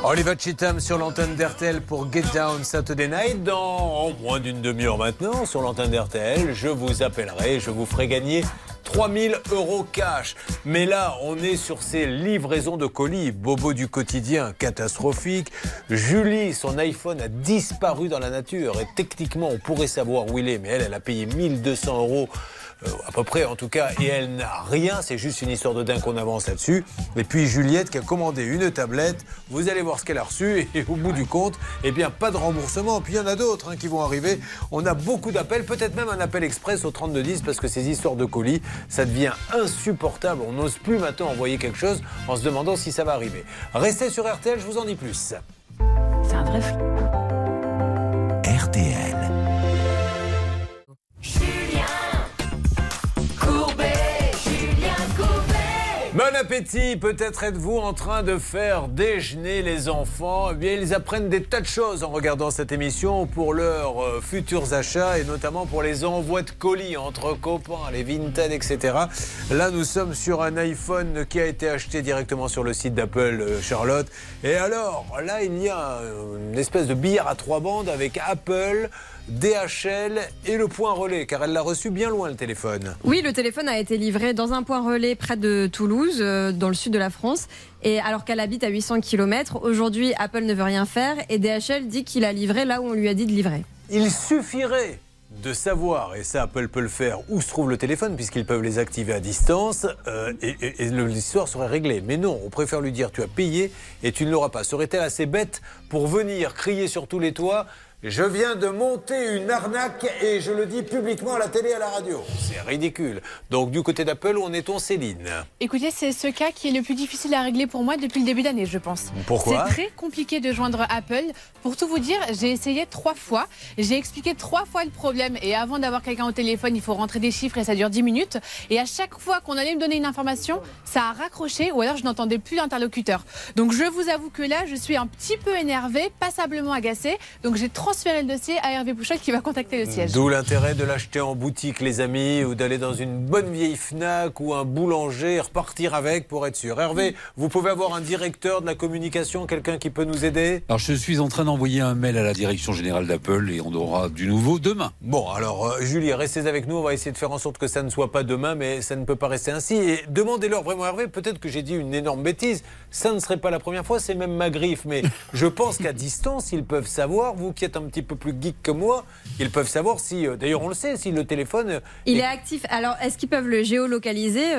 Oliver Cheetham sur l'antenne d'RTL pour Get Down Saturday Night. Dans moins d'une demi-heure maintenant, sur l'antenne d'RTL, je vous appellerai, je vous ferai gagner 3 000 € cash. Mais là, on est sur ces livraisons de colis. Bobo du quotidien, catastrophique. Julie, son iPhone a disparu dans la nature. Et techniquement, on pourrait savoir où il est. Mais elle a payé 1 200 € à peu près en tout cas, et elle n'a rien, c'est juste une histoire de dingue qu'on avance là-dessus. Et puis Juliette qui a commandé une tablette, vous allez voir ce qu'elle a reçu, et au bout du compte, eh bien pas de remboursement. Puis il y en a d'autres qui vont arriver, on a beaucoup d'appels, peut-être même un appel express au 3210, parce que ces histoires de colis, ça devient insupportable, on n'ose plus maintenant envoyer quelque chose en se demandant si ça va arriver. Restez sur RTL, je vous en dis plus. C'est un vrai fou. RTL. Bon appétit, peut-être êtes-vous en train de faire déjeuner les enfants. Eh bien, ils apprennent des tas de choses en regardant cette émission pour leurs futurs achats et notamment pour les envois de colis entre copains, les Vinted, etc. Là, nous sommes sur un iPhone qui a été acheté directement sur le site d'Apple, Charlotte. Et alors, là, il y a une espèce de billard à 3 bandes avec Apple, DHL et le point relais, car elle l'a reçu bien loin le téléphone. Oui, le téléphone a été livré dans un point relais près de Toulouse, dans le sud de la France. Et alors qu'elle habite à 800 km, aujourd'hui Apple ne veut rien faire et DHL dit qu'il a livré là où on lui a dit de livrer. Il suffirait de savoir, et ça Apple peut le faire, où se trouve le téléphone puisqu'ils peuvent les activer à distance et l'histoire serait réglée. Mais non, on préfère lui dire tu as payé et tu ne l'auras pas. Serait-elle assez bête pour venir crier sur tous les toits ? Je viens de monter une arnaque et je le dis publiquement à la télé et à la radio. C'est ridicule. Donc du côté d'Apple, où en est-on, Céline ? Écoutez, c'est ce cas qui est le plus difficile à régler pour moi depuis le début d'année, je pense. Pourquoi ? C'est très compliqué de joindre Apple. Pour tout vous dire, j'ai essayé 3 fois. J'ai expliqué 3 fois le problème. Et avant d'avoir quelqu'un au téléphone, il faut rentrer des chiffres et ça dure 10 minutes. Et à chaque fois qu'on allait me donner une information, ça a raccroché ou alors je n'entendais plus l'interlocuteur. Donc je vous avoue que là, je suis un petit peu énervée, passablement agacée. Donc j'ai transféré le dossier à Hervé Pouchol qui va contacter le siège. D'où l'intérêt de l'acheter en boutique, les amis, ou d'aller dans une bonne vieille Fnac ou un boulanger et repartir avec pour être sûr. Hervé, vous pouvez avoir un directeur de la communication, quelqu'un qui peut nous aider ? Alors je suis en train d'envoyer un mail à la direction générale d'Apple et on aura du nouveau demain. Bon, alors Julie, restez avec nous, on va essayer de faire en sorte que ça ne soit pas demain, mais ça ne peut pas rester ainsi. Et demandez-leur vraiment, Hervé, peut-être que j'ai dit une énorme bêtise, ça ne serait pas la première fois, c'est même ma griffe, mais je pense qu'à distance, ils peuvent savoir, vous qui êtes un petit peu plus geek que moi, ils peuvent savoir si, d'ailleurs on le sait, si le téléphone... Il est actif. Alors, est-ce qu'ils peuvent le géolocaliser ?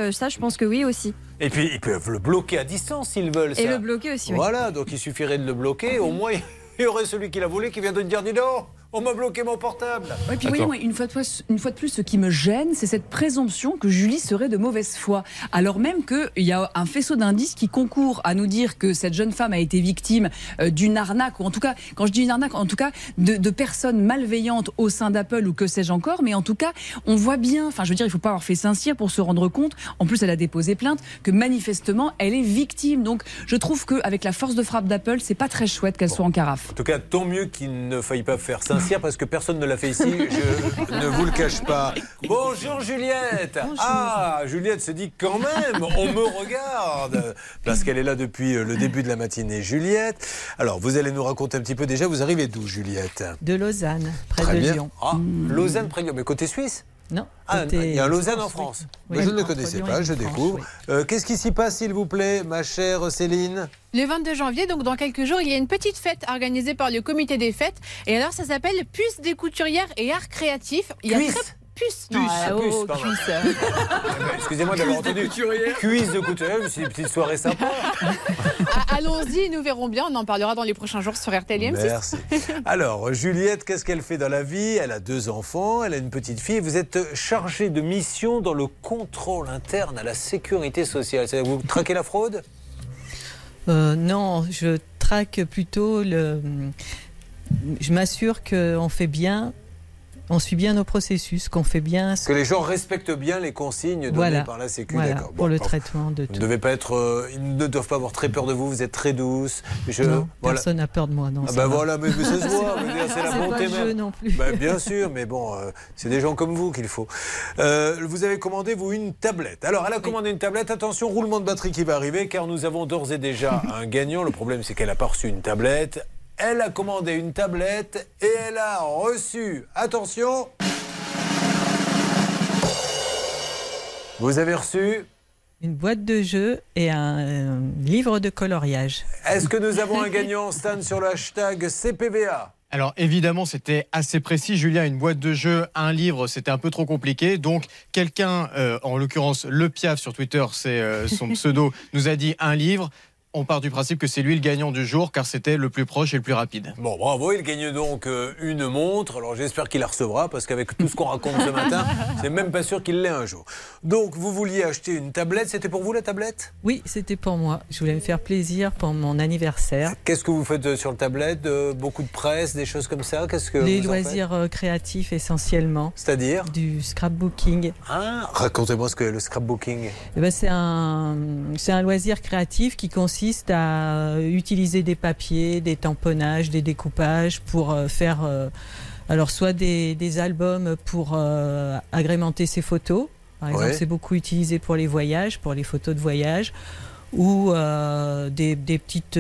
Ça, je pense que oui aussi. Et puis, ils peuvent le bloquer à distance s'ils veulent. Et ça. le bloquer aussi, oui. Voilà, donc il suffirait de le bloquer. Au moins, il y aurait celui qui l'a volé qui vient de dire, dis donc, on m'a bloqué mon portable. Et puis, voyez, une fois de plus, ce qui me gêne, c'est cette présomption que Julie serait de mauvaise foi. Alors même qu'il y a un faisceau d'indices qui concourent à nous dire que cette jeune femme a été victime d'une arnaque, ou en tout cas, quand je dis une arnaque, en tout cas, de personnes malveillantes au sein d'Apple ou que sais-je encore. Mais en tout cas, on voit bien, enfin, je veux dire, il ne faut pas avoir fait Saint-Cyr pour se rendre compte. En plus, elle a déposé plainte, que manifestement, elle est victime. Donc, je trouve qu'avec la force de frappe d'Apple, c'est pas très chouette qu'elle soit en carafe. En tout cas, tant mieux qu'il ne faille pas faire Saint-Cyr parce que personne ne l'a fait ici, je ne vous le cache pas. Bonjour Juliette. Bonjour. Ah, Juliette se dit quand même, on me regarde parce qu'elle est là depuis le début de la matinée. Juliette, alors vous allez nous raconter un petit peu déjà, vous arrivez d'où Juliette ? De Lausanne, près Très de bien. Lyon. Ah, Lausanne, près de Lyon, mais côté suisse ? Non. Ah, il y a un Lausanne en France. Oui. Je ne le connaissais pas, je découvre. Qu'est-ce qui s'y passe, s'il vous plaît, ma chère Céline ? Le 22 janvier, donc dans quelques jours, il y a une petite fête organisée par le comité des fêtes. Et alors, ça s'appelle Puce des couturières et arts créatifs. Il y a Puce. Pardon. Excusez-moi d'avoir entendu. Cuisse de couturière, c'est une petite soirée sympa. Allons-y, nous verrons bien. On en parlera dans les prochains jours sur RTL et M6. Merci. Alors, Juliette, qu'est-ce qu'elle fait dans la vie ? Elle a 2 enfants, elle a une petite fille. Vous êtes chargée de mission dans le contrôle interne à la sécurité sociale. C'est-à-dire que vous traquez la fraude ? Non, je traque plutôt je m'assure qu'on fait bien On suit bien nos processus, qu'on fait bien. Que les gens respectent bien les consignes données par la Sécu, d'accord. Pour le traitement de tout. Ils ne doivent pas avoir très peur de vous, vous êtes très douce. Non, personne n'a peur de moi. Non, voilà, mais ça se voit, c'est la bonté pas le jeu non plus. Bien sûr, mais bon, c'est des gens comme vous qu'il faut. Vous avez commandé, vous, une tablette. Alors, elle a commandé une tablette. Attention, roulement de batterie qui va arriver, car nous avons d'ores et déjà un gagnant. Le problème, c'est qu'elle n'a pas reçu une tablette. Elle a commandé une tablette et elle a reçu, attention, vous avez reçu une boîte de jeux et un livre de coloriage. Est-ce que nous avons un gagnant, Stan, sur le hashtag CPVA ? Alors évidemment, c'était assez précis. Julien, une boîte de jeux, un livre, c'était un peu trop compliqué. Donc quelqu'un, en l'occurrence Le Piaf sur Twitter, c'est son pseudo, nous a dit un livre. On part du principe que c'est lui le gagnant du jour, car c'était le plus proche et le plus rapide. Bon, bravo, il gagne donc une montre. Alors j'espère qu'il la recevra, parce qu'avec tout ce qu'on raconte ce matin, c'est même pas sûr qu'il l'ait un jour. Donc vous vouliez acheter une tablette, c'était pour vous la tablette ? Oui, c'était pour moi. Je voulais me faire plaisir pour mon anniversaire. Qu'est-ce que vous faites sur le tablette ? Beaucoup de presse, des choses comme ça ? Les loisirs créatifs essentiellement. C'est-à-dire ? Du scrapbooking. Ah, racontez-moi ce que est le scrapbooking. C'est un loisir créatif qui consiste à utiliser des papiers, des tamponnages, des découpages pour faire alors soit des albums pour agrémenter ses photos. Par exemple, c'est beaucoup utilisé pour les voyages, pour les photos de voyage, ou des petites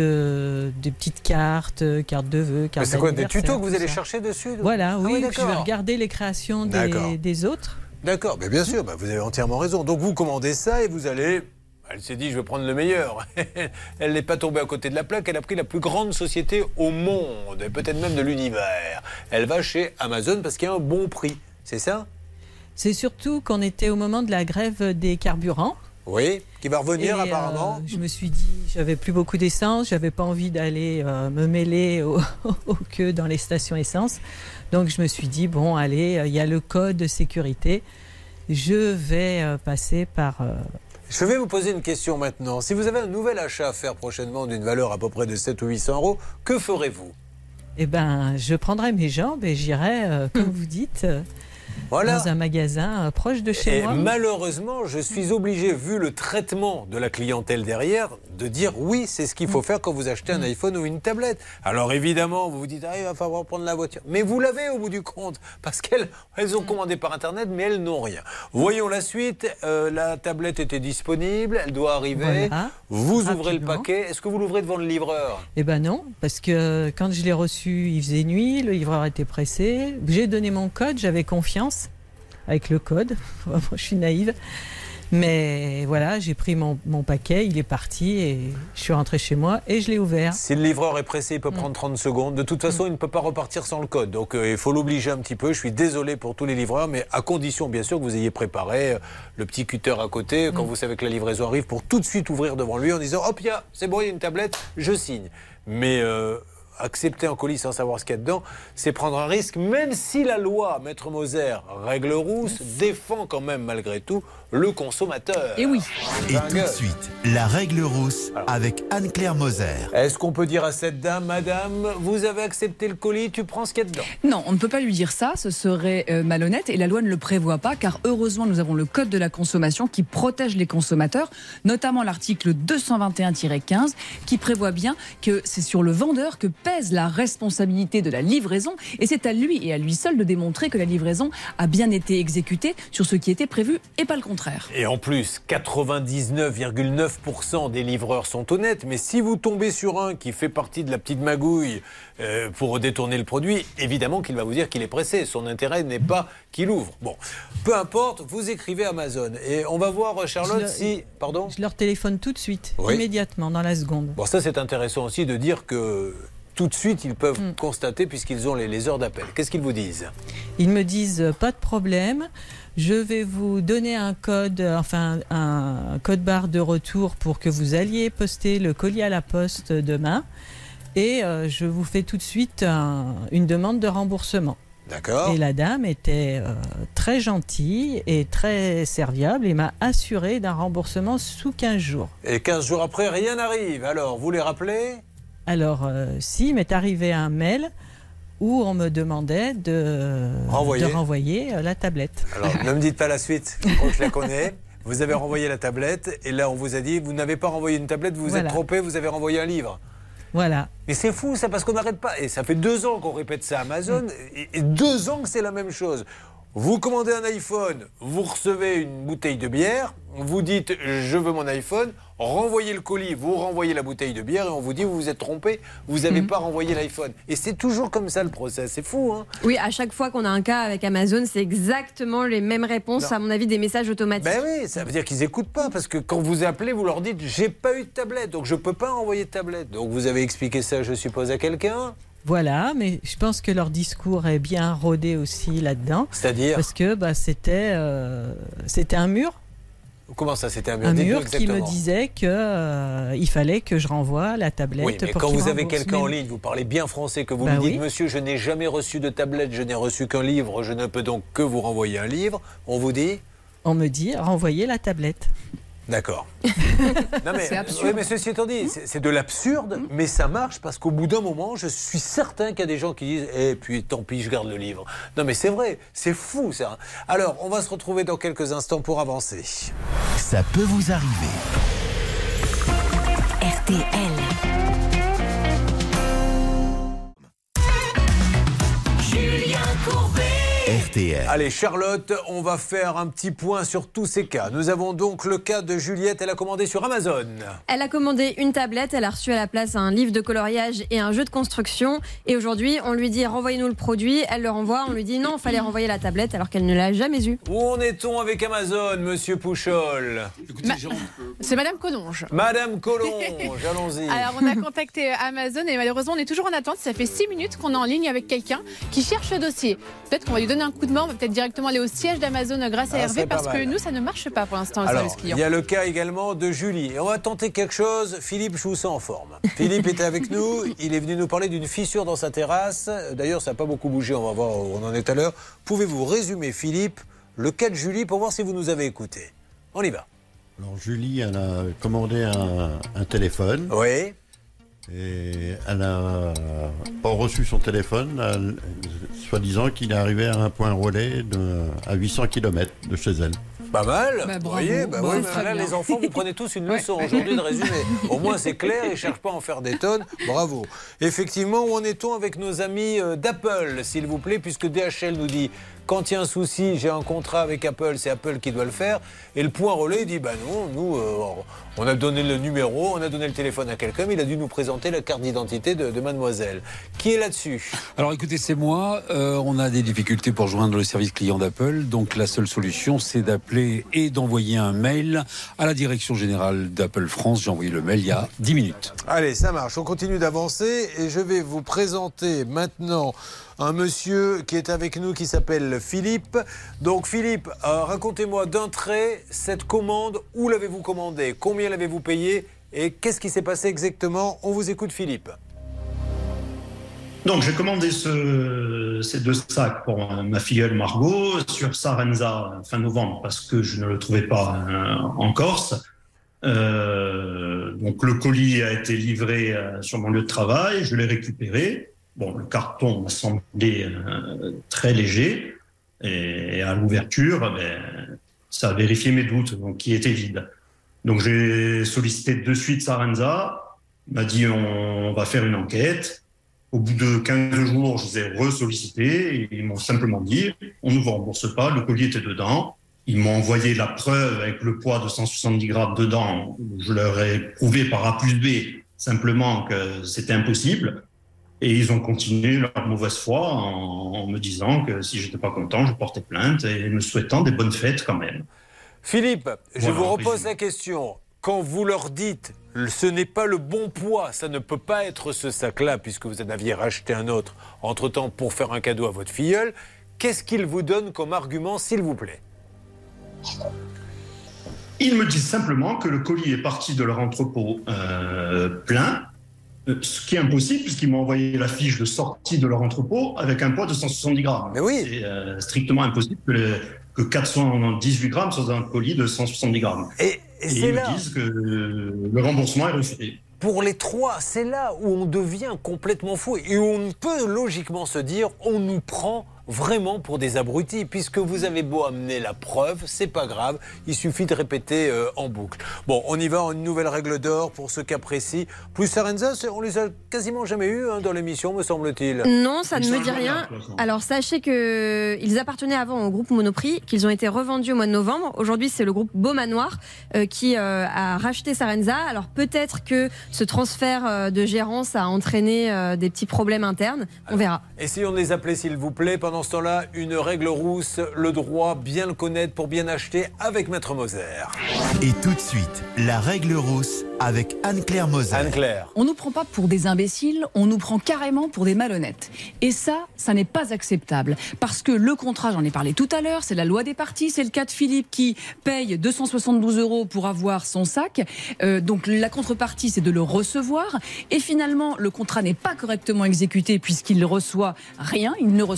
cartes de vœux, cartes d'anniversaire. C'est quoi, des tutos que vous allez chercher dessus ? Voilà, oui, je vais regarder les créations des autres. D'accord, mais bien sûr, vous avez entièrement raison. Donc vous commandez ça et vous allez... Elle s'est dit, je vais prendre le meilleur. Elle n'est pas tombée à côté de la plaque, elle a pris la plus grande société au monde, et peut-être même de l'univers. Elle va chez Amazon parce qu'il y a un bon prix, c'est ça ? C'est surtout qu'on était au moment de la grève des carburants. Oui, qui va revenir apparemment. Je me suis dit, j'avais plus beaucoup d'essence, j'avais pas envie d'aller me mêler aux queues dans les stations essence. Donc je me suis dit, bon, allez, il y a le code de sécurité, je vais passer par... Je vais vous poser une question maintenant. Si vous avez un nouvel achat à faire prochainement d'une valeur à peu près de 700 ou 800 euros, que ferez-vous ? Eh bien, je prendrai mes jambes et j'irai, comme vous dites, dans un magasin proche de chez moi. Et malheureusement, je suis obligé, vu le traitement de la clientèle derrière, de dire oui, c'est ce qu'il faut faire quand vous achetez un iPhone ou une tablette. Alors évidemment, vous vous dites, il va falloir prendre la voiture. Mais vous l'avez au bout du compte, parce qu'elles ont commandé par Internet, mais elles n'ont rien. Voyons la suite. La tablette était disponible, elle doit arriver. Voilà. Vous ouvrez le paquet. Est-ce que vous l'ouvrez devant le livreur ? Eh bien non, parce que quand je l'ai reçu, il faisait nuit, le livreur était pressé. J'ai donné mon code, j'avais confiance avec le code. Moi, je suis naïve. Mais voilà, j'ai pris mon paquet, il est parti et je suis rentrée chez moi et je l'ai ouvert. Si le livreur est pressé, il peut prendre 30 secondes. De toute façon, il ne peut pas repartir sans le code. Donc il faut l'obliger un petit peu. Je suis désolé pour tous les livreurs, mais à condition bien sûr que vous ayez préparé le petit cutter à côté quand vous savez que la livraison arrive pour tout de suite ouvrir devant lui en disant « Hop, c'est bon, il y a une tablette, je signe ». Mais... accepter un colis sans savoir ce qu'il y a dedans, c'est prendre un risque, même si la loi, Maître Moser, règle rousse, défend quand même malgré tout le consommateur. Et oui. Et tout de suite, la règle rousse avec Anne-Claire Moser. Est-ce qu'on peut dire à cette dame, madame, vous avez accepté le colis, tu prends ce qu'il y a dedans ? Non, on ne peut pas lui dire ça, ce serait malhonnête et la loi ne le prévoit pas car heureusement nous avons le code de la consommation qui protège les consommateurs, notamment l'article 221-15 qui prévoit bien que c'est sur le vendeur que pèse la responsabilité de la livraison et c'est à lui et à lui seul de démontrer que la livraison a bien été exécutée sur ce qui était prévu et pas le contraire. Et en plus, 99,9% des livreurs sont honnêtes, mais si vous tombez sur un qui fait partie de la petite magouille pour détourner le produit, évidemment qu'il va vous dire qu'il est pressé. Son intérêt n'est pas qu'il ouvre. Bon, peu importe, vous écrivez Amazon et on va voir, Charlotte, si... Pardon ? Je leur téléphone tout de suite, immédiatement, dans la seconde. Bon, ça c'est intéressant aussi de dire que... tout de suite, ils peuvent constater puisqu'ils ont les heures d'appel. Qu'est-ce qu'ils vous disent ? Ils me disent pas de problème. Je vais vous donner un code, un code barre de retour pour que vous alliez poster le colis à la poste demain. Et je vous fais tout de suite une demande de remboursement. D'accord. Et la dame était très gentille et très serviable et m'a assuré d'un remboursement sous 15 jours. Et 15 jours après, rien n'arrive. Alors, vous les rappelez ? Alors, si, m'est arrivé un mail où on me demandait de renvoyer la tablette. Alors, ne me dites pas la suite, je crois que je la connais. Vous avez renvoyé la tablette et là on vous a dit vous n'avez pas renvoyé une tablette, vous vous êtes trompé, vous avez renvoyé un livre. Voilà. Mais c'est fou ça parce qu'on n'arrête pas. Et ça fait 2 ans qu'on répète ça à Amazon et 2 ans que c'est la même chose. Vous commandez un iPhone, vous recevez une bouteille de bière, vous dites je veux mon iPhone, renvoyez le colis, vous renvoyez la bouteille de bière et on vous dit vous vous êtes trompé, vous n'avez pas renvoyé l'iPhone. Et c'est toujours comme ça le process, c'est fou hein. Oui, à chaque fois qu'on a un cas avec Amazon, c'est exactement les mêmes réponses, à mon avis, des messages automatiques. Ben oui, ça veut dire qu'ils n'écoutent pas parce que quand vous appelez, vous leur dites j'ai pas eu de tablette, donc je peux pas envoyer de tablette. Donc vous avez expliqué ça, je suppose, à quelqu'un. Voilà, mais je pense que leur discours est bien rodé aussi là-dedans. C'est-à-dire ? Parce que c'était un mur. Comment ça, c'était un mur ? Un mur qui me disait qu'il fallait que je renvoie la tablette. Oui, mais pour quand qu'il vous avez rembourse. quelqu'un en ligne, vous parlez bien français, que vous Bah lui dites oui. monsieur, je n'ai jamais reçu de tablette, je n'ai reçu qu'un livre, je ne peux donc que vous renvoyer un livre. On vous dit ? On me dit renvoyer la tablette. D'accord. Non mais, C'est absurde. oui, mais ceci étant dit, c'est de l'absurde, mais ça marche parce qu'au bout d'un moment, je suis certain qu'il y a des gens qui disent « Eh, puis tant pis, je garde le livre ». Non mais c'est vrai, c'est fou ça. Alors, on va se retrouver dans quelques instants pour avancer. Ça peut vous arriver. RTL. Julien Courbet. RTL. Allez, Charlotte, on va faire un petit point sur tous ces cas. Nous avons donc le cas de Juliette, elle a commandé sur Amazon. Elle a commandé une tablette, elle a reçu à la place un livre de coloriage et un jeu de construction. Et aujourd'hui, on lui dit renvoyez-nous le produit, elle le renvoie, on lui dit non, il fallait renvoyer la tablette alors qu'elle ne l'a jamais eu. Où en est-on avec Amazon, monsieur Pouchol ? C'est Madame Collonge. Madame Collonge, allons-y. Alors, on a contacté Amazon et malheureusement, on est toujours en attente. Ça fait 6 minutes qu'on est en ligne avec quelqu'un qui cherche le dossier. Peut-être qu'on va lui donner un coup de main, on va peut-être directement aller au siège d'Amazon grâce à Hervé parce que nous, ça ne marche pas pour l'instant, le Alors, service client. il y a le cas également de Julie. Et on va tenter quelque chose. Philippe, je vous sens en forme. Philippe était avec nous. Il est venu nous parler d'une fissure dans sa terrasse. D'ailleurs, ça n'a pas beaucoup bougé. On va voir où on en est tout à l'heure. Pouvez-vous résumer, Philippe, le cas de Julie pour voir si vous nous avez écouté ? On y va. Alors Julie, elle a commandé un téléphone. Oui. Et elle n'a pas reçu son téléphone, soi-disant qu'il est arrivé à un point relais à 800 km de chez elle. Pas mal. Bah, Vous voyez, bravo. oui, Bon, mais là, les enfants, vous prenez tous une leçon aujourd'hui de résumé. Au moins, c'est clair, ils ne cherchent pas à en faire des tonnes. Bravo. Effectivement, où en est-on avec nos amis d'Apple, s'il vous plaît, puisque DHL nous dit quand il y a un souci, j'ai un contrat avec Apple, c'est Apple qui doit le faire. Et le point relais dit bah non, nous, on a donné le numéro, on a donné le téléphone à quelqu'un, mais il a dû nous présenter la carte d'identité de mademoiselle. Qui est là-dessus ? Alors écoutez, c'est moi. On a des difficultés pour joindre le service client d'Apple. Donc la seule solution, c'est d'appeler et d'envoyer un mail à la direction générale d'Apple France. J'ai envoyé le mail il y a 10 minutes. Allez, ça marche. On continue d'avancer et je vais vous présenter maintenant un monsieur qui est avec nous qui s'appelle Philippe. Donc Philippe, racontez-moi d'un trait cette commande. Où l'avez-vous commandée ? Combien l'avez-vous payé ? Et qu'est-ce qui s'est passé exactement ? On vous écoute, Philippe. Donc j'ai commandé ces 2 sacs pour ma filleule Margot sur Sarenza fin novembre parce que je ne le trouvais pas en Corse. Donc le colis a été livré sur mon lieu de travail, je l'ai récupéré. Bon, le carton m'a semblé très léger et à l'ouverture, ça a vérifié mes doutes, donc qui étaient vides. Donc j'ai sollicité de suite Sarenza, m'a dit on va faire une enquête. Au bout de 15 jours, je les ai ressollicités et ils m'ont simplement dit on ne vous rembourse pas, le colis était dedans. Ils m'ont envoyé la preuve avec le poids de 170 grammes dedans. Je leur ai prouvé par A plus B simplement que c'était impossible. Et ils ont continué leur mauvaise foi en me disant que si j'étais pas content, je portais plainte et me souhaitant des bonnes fêtes quand même. Philippe, je Voilà, vous repose la question. Quand vous leur dites ce n'est pas le bon poids, ça ne peut pas être ce sac-là puisque vous en aviez racheté un autre entre-temps pour faire un cadeau à votre filleule, qu'est-ce qu'ils vous donnent comme argument, s'il vous plaît ? Ils me disent simplement que le colis est parti de leur entrepôt plein, ce qui est impossible puisqu'ils m'ont envoyé la fiche de sortie de leur entrepôt avec un poids de 170 grammes. Mais oui. C'est strictement impossible que 418 grammes soient dans un colis de 170 grammes. Et c'est ils là. me disent que le remboursement est refusé. Pour les trois, c'est là où on devient complètement fou et où on peut logiquement se dire on nous prend vraiment pour des abrutis, puisque vous avez beau amener la preuve, c'est pas grave, il suffit de répéter en boucle. Bon, on y va, une nouvelle règle d'or pour ce cas précis. Plus Sarenza, on les a quasiment jamais eu dans l'émission, me semble-t-il. Non, ça ne me dit rien. Alors sachez qu'ils appartenaient avant au groupe Monoprix, qu'ils ont été revendus au mois de novembre. Aujourd'hui, c'est le groupe Beau Manoir qui a racheté Sarenza. Alors peut-être que ce transfert de gérance a entraîné des petits problèmes internes. On verra. Essayons de les appeler, s'il vous plaît. Pendant ce temps-là, une règle rousse, le droit, bien le connaître pour bien acheter avec Maître Moser. Et tout de suite, la règle rousse avec Anne-Claire Moser. Anne-Claire. On nous prend pas pour des imbéciles, on nous prend carrément pour des malhonnêtes. Et ça n'est pas acceptable. Parce que le contrat, j'en ai parlé tout à l'heure, c'est la loi des parties, c'est le cas de Philippe qui paye 272 € pour avoir son sac. Donc la contrepartie, c'est de le recevoir. Et finalement, le contrat n'est pas correctement exécuté puisqu'il ne reçoit rien.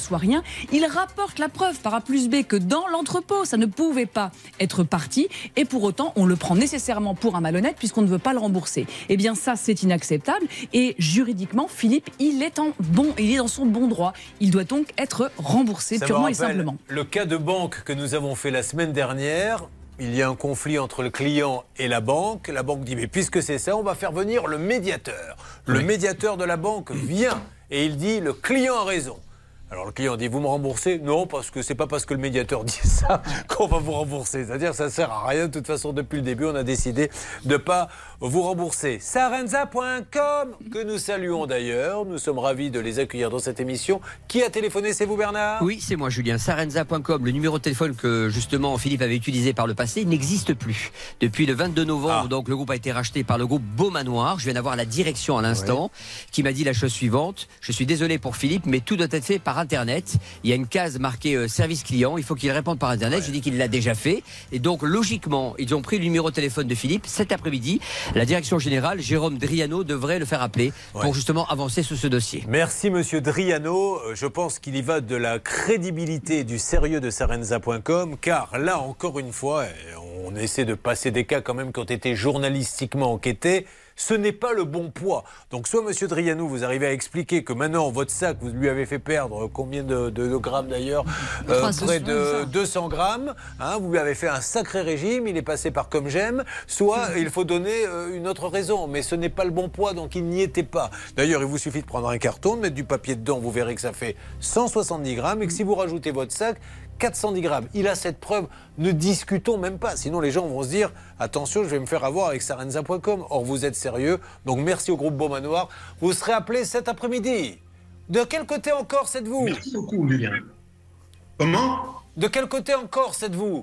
Il rapporte la preuve par A plus B que dans l'entrepôt, ça ne pouvait pas être parti. Et pour autant, on le prend nécessairement pour un malhonnête puisqu'on ne veut pas le rembourser. Eh bien ça, c'est inacceptable. Et juridiquement, Philippe, il est dans son bon droit. Il doit donc être remboursé purement et simplement. Le cas de banque que nous avons fait la semaine dernière. Il y a un conflit entre le client et la banque. La banque dit, mais puisque c'est ça, on va faire venir le médiateur. Le médiateur de la banque vient et il dit, le client a raison. Alors le client dit, vous me remboursez? Non, parce que c'est pas parce que le médiateur dit ça qu'on va vous rembourser. C'est-à-dire ça sert à rien. De toute façon, depuis le début, on a décidé de pas vous rembourser. Sarenza.com, que nous saluons d'ailleurs. Nous sommes ravis de les accueillir dans cette émission. Qui a téléphoné? C'est vous, Bernard? Oui, c'est moi, Julien. Sarenza.com, le numéro de téléphone que justement Philippe avait utilisé par le passé, n'existe plus. Depuis le 22 novembre, donc le groupe a été racheté par le groupe Beau Manoir. Je viens d'avoir la direction à l'instant qui m'a dit la chose suivante. Je suis désolé pour Philippe, mais tout doit être fait par Internet. Il y a une case marquée service client. Il faut qu'il réponde par Internet. J'ai dit qu'il l'a déjà fait. Et donc, logiquement, ils ont pris le numéro de téléphone de Philippe. Cet après-midi, la direction générale, Jérôme Driano, devrait le faire appeler pour justement avancer sur ce dossier. Merci, monsieur Driano. Je pense qu'il y va de la crédibilité et du sérieux de Sarenza.com, car là, encore une fois, on essaie de passer des cas quand même qui ont été journalistiquement enquêtés. Ce n'est pas le bon poids. Donc soit monsieur Driano, vous arrivez à expliquer que maintenant votre sac, vous lui avez fait perdre combien de grammes d'ailleurs, près de 200 grammes, vous lui avez fait un sacré régime, il est passé par Comme J'aime, soit il faut donner une autre raison, mais ce n'est pas le bon poids, donc il n'y était pas. D'ailleurs, il vous suffit de prendre un carton, de mettre du papier dedans, vous verrez que ça fait 170 grammes, et que si vous rajoutez votre sac, 410 grammes. Il a cette preuve, ne discutons même pas. Sinon, les gens vont se dire, attention, je vais me faire avoir avec Sarenza.com. Or, vous êtes sérieux. Donc, merci au groupe Beau Manoir. Vous serez appelé cet après-midi. De quel côté en Corse êtes-vous? Merci beaucoup, Julien. Comment? De quel côté en Corse êtes-vous?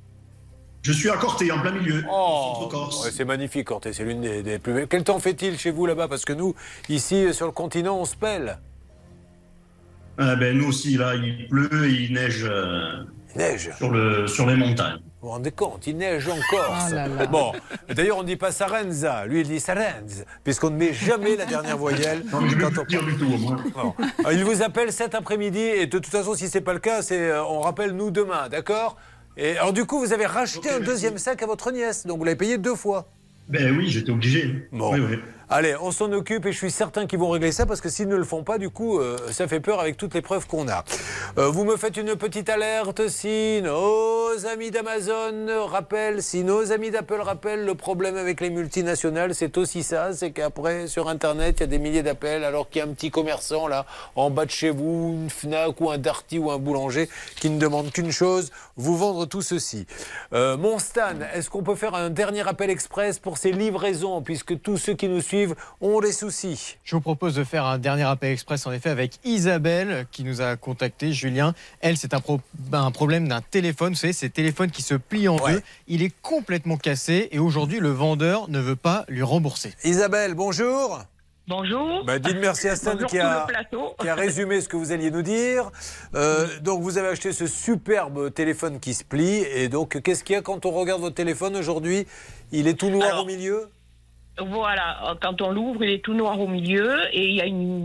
Je suis à Corté, en plein milieu. Ouais, c'est magnifique, Corté. C'est l'une des plus belles. Quel temps fait-il chez vous là-bas? Parce que nous, ici, sur le continent, on se pèle. Nous aussi, là, il pleut et il neige, sur les montagnes. Vous vous rendez compte, il neige en Corse. Oh là là. Bon, d'ailleurs, on ne dit pas Sarenza, lui, il dit Sarenz, puisqu'on ne met jamais la dernière voyelle. Non, mais je ne vais pas dire du tout, au moins. Bon. Il vous appelle cet après-midi, et de toute façon, si ce n'est pas le cas, on rappelle nous demain, d'accord? Et alors, du coup, vous avez racheté un deuxième sac à votre nièce, donc vous l'avez payé 2 fois. Ben oui, j'étais obligé. Bon. Oui. Allez, on s'en occupe et je suis certain qu'ils vont régler ça parce que s'ils ne le font pas, du coup, ça fait peur avec toutes les preuves qu'on a. Vous me faites une petite alerte si nos amis d'Amazon rappellent, si nos amis d'Apple rappellent, le problème avec les multinationales, c'est aussi ça, c'est qu'après, sur Internet, il y a des milliers d'appels alors qu'il y a un petit commerçant là, en bas de chez vous, une Fnac ou un Darty ou un boulanger qui ne demande qu'une chose, vous vendre tout ceci. Mon Stan, est-ce qu'on peut faire un dernier appel express pour ces livraisons, puisque tous ceux qui nous suivent ont des soucis? Je vous propose de faire un dernier appel express en effet avec Isabelle qui nous a contacté, Julien. Elle, c'est un problème d'un téléphone, vous savez, ces téléphones qui se plient en deux. Il est complètement cassé et aujourd'hui le vendeur ne veut pas lui rembourser. Isabelle, bonjour. Bonjour. Dites merci à Stan qui a résumé ce que vous alliez nous dire. Donc vous avez acheté ce superbe téléphone qui se plie et donc qu'est-ce qu'il y a quand on regarde votre téléphone aujourd'hui? Il est tout noir au milieu? Voilà, quand on l'ouvre, il est tout noir au milieu et il y a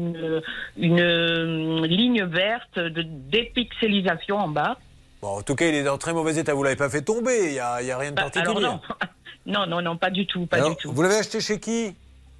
une ligne verte de dépixelisation en bas. Bon, en tout cas, il est dans très mauvais état. Vous ne l'avez pas fait tomber, il n'y a rien de particulier. Alors non, pas du tout. Vous l'avez acheté chez qui?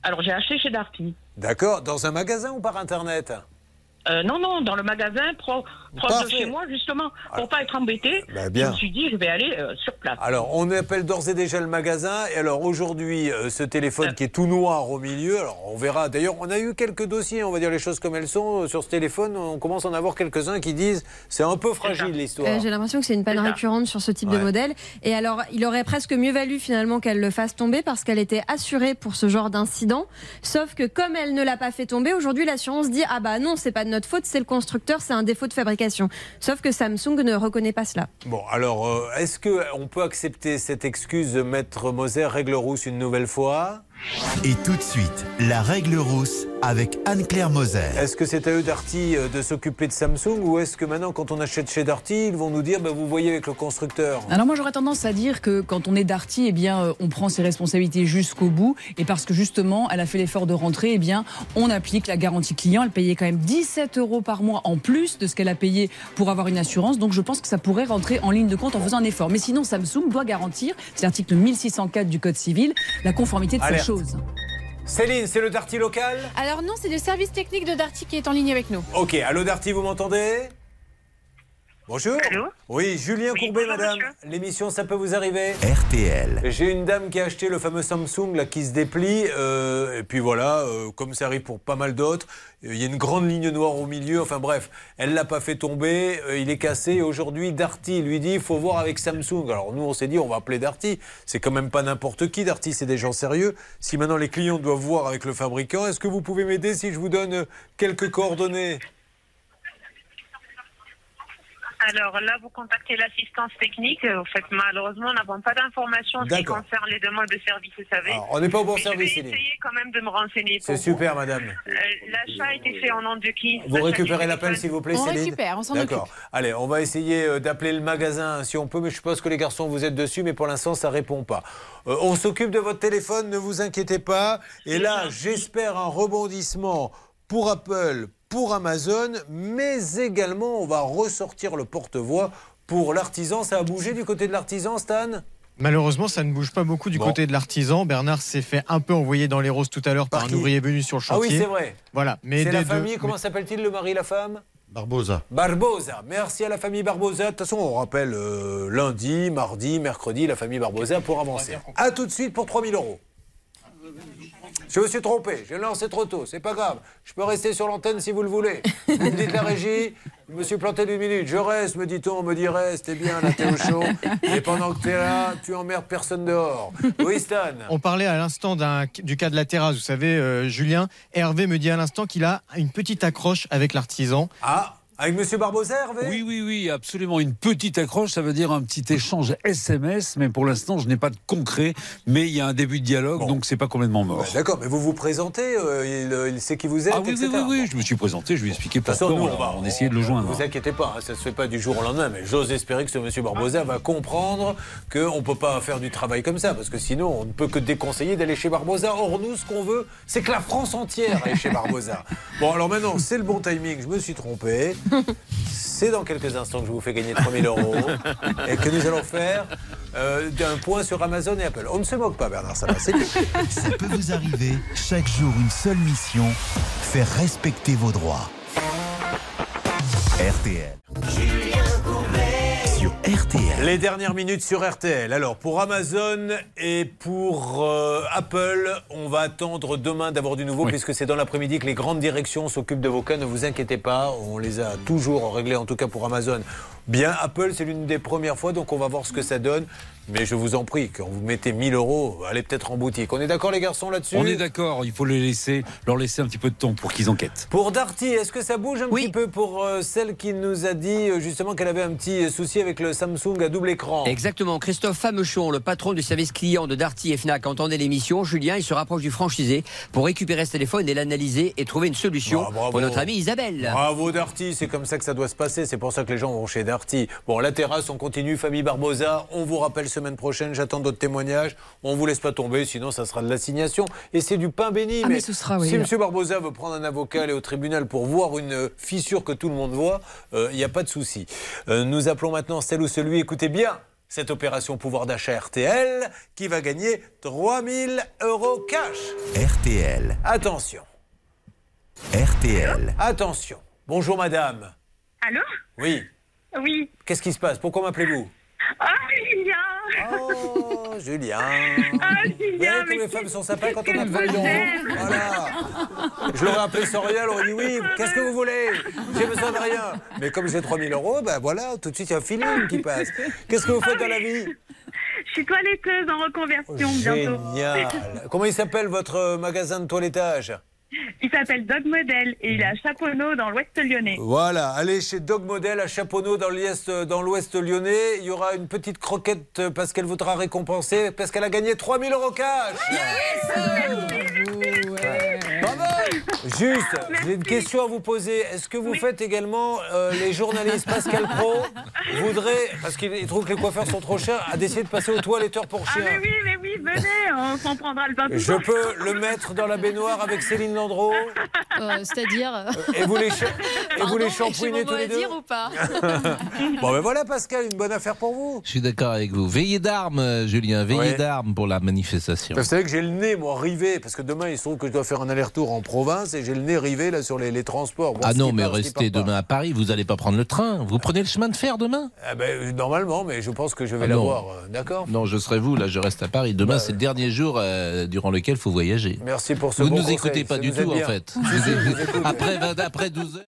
Alors, j'ai acheté chez Darty. D'accord. Dans un magasin ou par Internet? Non, dans le magasin proche de chez moi, justement, pour pas être embêté. Bah, bien. Je me suis dit, je vais aller sur place. Alors, on appelle d'ores et déjà le magasin. Et alors, aujourd'hui, ce téléphone qui est tout noir au milieu, alors on verra. D'ailleurs, on a eu quelques dossiers, on va dire les choses comme elles sont. Sur ce téléphone, on commence à en avoir quelques-uns qui disent c'est un peu fragile l'histoire. J'ai l'impression que c'est une panne récurrente sur ce type de modèle. Et alors, il aurait presque mieux valu finalement qu'elle le fasse tomber parce qu'elle était assurée pour ce genre d'incident. Sauf que comme elle ne l'a pas fait tomber, aujourd'hui, l'assurance dit ah bah non, c'est pas de notre faute, c'est le constructeur, c'est un défaut de fabrication. Sauf que Samsung ne reconnaît pas cela. Bon, alors, est-ce qu'on peut accepter cette excuse de Maître Moser, règle rousse une nouvelle fois? Et tout de suite, la règle rousse avec Anne-Claire Moser. Est-ce que c'est à eux, Darty, de s'occuper de Samsung ou est-ce que maintenant, quand on achète chez Darty, ils vont nous dire, vous voyez avec le constructeur? Alors moi, j'aurais tendance à dire que quand on est Darty, eh bien, on prend ses responsabilités jusqu'au bout. Et parce que justement, elle a fait l'effort de rentrer, eh bien, on applique la garantie client. Elle payait quand même 17 € par mois en plus de ce qu'elle a payé pour avoir une assurance. Donc je pense que ça pourrait rentrer en ligne de compte en faisant un effort. Mais sinon, Samsung doit garantir, c'est l'article 1604 du Code civil, la conformité de ces choses. Céline, c'est le Darty local? Alors non, c'est le service technique de Darty qui est en ligne avec nous. Ok, allô Darty, vous m'entendez? Bonjour. Allô? Oui, Julien Courbet, madame. L'émission, ça peut vous arriver? RTL. J'ai une dame qui a acheté le fameux Samsung là, qui se déplie. Et puis voilà, comme ça arrive pour pas mal d'autres, il y a une grande ligne noire au milieu. Enfin bref, elle ne l'a pas fait tomber. Il est cassé. Et aujourd'hui, Darty lui dit il faut voir avec Samsung. Alors nous, on s'est dit on va appeler Darty. C'est quand même pas n'importe qui. Darty, c'est des gens sérieux. Si maintenant les clients doivent voir avec le fabricant, est-ce que vous pouvez m'aider si je vous donne quelques coordonnées? Alors là, vous contactez l'assistance technique. En fait, malheureusement, nous n'avons pas d'informations en ce qui concerne les demandes de service, vous savez. Alors, on n'est pas au bon service, Je vais Céline. essayer quand même de me renseigner. C'est super, madame. L'achat a été fait en nom de qui? Vous récupérez l'appel, s'il vous plaît, On Céline? récupère, on s'en occupe. D'accord. Allez, on va essayer d'appeler le magasin si on peut, mais je suppose que les garçons, vous êtes dessus, mais pour l'instant, ça ne répond pas. On s'occupe de votre téléphone, ne vous inquiétez pas. Et là, j'espère un rebondissement pour Apple, pour Amazon, mais également, on va ressortir le porte-voix pour l'artisan. Ça a bougé du côté de l'artisan, Stan? Malheureusement, ça ne bouge pas beaucoup du côté de l'artisan. Bernard s'est fait un peu envoyer dans les roses tout à l'heure par un ouvrier venu sur le chantier. Ah oui, c'est vrai. Voilà. Mais c'est la famille, comment s'appelle-t-il, le mari, la femme? Barbosa. Barbosa. Merci à la famille Barbosa. De toute façon, on rappelle lundi, mardi, mercredi, la famille Barbosa pour avancer. A tout de suite pour 3 000 €. Je me suis trompé, j'ai lancé trop tôt, c'est pas grave. Je peux rester sur l'antenne si vous le voulez. Vous me dites la régie, je me suis planté d'1 minute. Je reste, me dit-on, on me dit reste, t'es bien, là t'es au chaud. Et pendant que t'es là, tu emmerdes personne dehors. Oui, Stan. On parlait à l'instant du cas de la terrasse. Vous savez, Julien, Hervé me dit à l'instant qu'il a une petite accroche avec l'artisan. Ah, avec M. Barbosa, Hervé? Oui, absolument. Une petite accroche, ça veut dire un petit échange SMS, mais pour l'instant, je n'ai pas de concret. Mais il y a un début de dialogue, donc c'est pas complètement mort. D'accord, mais vous vous présentez, il sait qui vous êtes, etc. Oui, je me suis présenté, je lui ai expliqué pourquoi on essayait de le joindre. Ne vous inquiétez pas, ça ne se fait pas du jour au lendemain, mais j'ose espérer que ce M. Barbosa va comprendre qu'on ne peut pas faire du travail comme ça, parce que sinon, on ne peut que déconseiller d'aller chez Barbosa. Or, nous, ce qu'on veut, c'est que la France entière aille chez Barbosa. Bon, alors maintenant, c'est le bon timing, je me suis trompé. C'est dans quelques instants que je vous fais gagner 3 000 € et que nous allons faire d'un point sur Amazon et Apple. On ne se moque pas, Bernard, ça va, c'est tout. Ça peut vous arriver, chaque jour une seule mission, faire respecter vos droits. RTL. Sur RTL. Les dernières minutes sur RTL. Alors, pour Amazon et pour Apple, on va attendre demain d'avoir du nouveau, puisque c'est dans l'après-midi que les grandes directions s'occupent de vos cas. Ne vous inquiétez pas, on les a toujours réglés, en tout cas pour Amazon. Bien, Apple, c'est l'une des premières fois, donc on va voir ce que ça donne. Mais je vous en prie, quand vous mettez 1 000 €, allez peut-être en boutique. On est d'accord, les garçons, là-dessus? On est d'accord, il faut leur laisser un petit peu de temps pour qu'ils enquêtent. Pour Darty, est-ce que ça bouge un petit peu pour celle qui nous a dit justement qu'elle avait un petit souci avec le Samsung à double écran? Exactement. Christophe Famechon, le patron du service client de Darty et Fnac, entendait l'émission. Julien, il se rapproche du franchisé pour récupérer ce téléphone et l'analyser et trouver une solution pour notre amie Isabelle. Bravo Darty, c'est comme ça que ça doit se passer. C'est pour ça que les gens vont chez Darty. Bon, la terrasse, on continue. Famille Barbosa, on vous rappelle semaine prochaine. J'attends d'autres témoignages. On vous laisse pas tomber, sinon ça sera de l'assignation. Et c'est du pain béni. Mais ce sera, oui. Si M. Barbosa veut prendre un avocat, aller au tribunal pour voir une fissure que tout le monde voit, il n'y a pas de souci. Nous appelons maintenant celle ou celui. Écoutez bien. cette opération pouvoir d'achat RTL qui va gagner 3000 € cash. RTL. Attention. RTL. Attention. Bonjour madame. Allô? Oui. Oui. Qu'est-ce qui se passe? Pourquoi m'appelez-vous? Oh, Julien! Oh, Julien. Ah, Julien, Vous voyez que les femmes sont sympas quand on appelle Laurent. Voilà. Je l'aurais appelé sans rien, elle aurait dit oui. Qu'est-ce que vous voulez? J'ai besoin de rien. Mais comme j'ai 3000 €, ben voilà, tout de suite il y a un feeling qui passe. Qu'est-ce que vous faites dans la vie? Je suis toiletteuse en reconversion bientôt. Génial. Comment il s'appelle votre magasin de toilettage? Il s'appelle Dog Model et il est à Chaponneau dans l'Ouest lyonnais. Voilà, allez chez Dog Model à Chaponneau dans l'Ouest lyonnais. Il y aura une petite croquette parce qu'elle voudra récompenser, parce qu'elle a gagné 3000 € cash. Bravo. Juste, j'ai une question à vous poser. Est-ce que vous faites également les journalistes Pascal Pro voudrait, parce qu'il trouve que les coiffeurs sont trop chers, à décider de passer au toiletteur pour chiens? Mais oui, venez, on s'en prendra le bain. Je peux le mettre dans la baignoire avec Céline Landreau? C'est-à-dire Et vous les shampouinez tous les deux? ou pas? Bon ben voilà Pascal, une bonne affaire pour vous. Je suis d'accord avec vous. Veillez d'armes, Julien, veillez d'armes pour la manifestation. Vous savez que j'ai le nez, moi, rivé, parce que demain, il se trouve que je dois faire un aller-retour en province et j'ai le nez rivé là sur les transports. Ah non, mais restez demain à Paris, vous n'allez pas prendre le train. Vous prenez le chemin de fer demain? Normalement, mais je pense que je vais l'avoir. D'accord? Non, je serai vous, là, je reste à Paris. Demain, c'est le dernier jour durant lequel il faut voyager. Merci pour ce Vous bon ne nous conseil, écoutez pas ça du nous aide tout, bien. en fait. Après 12 heures.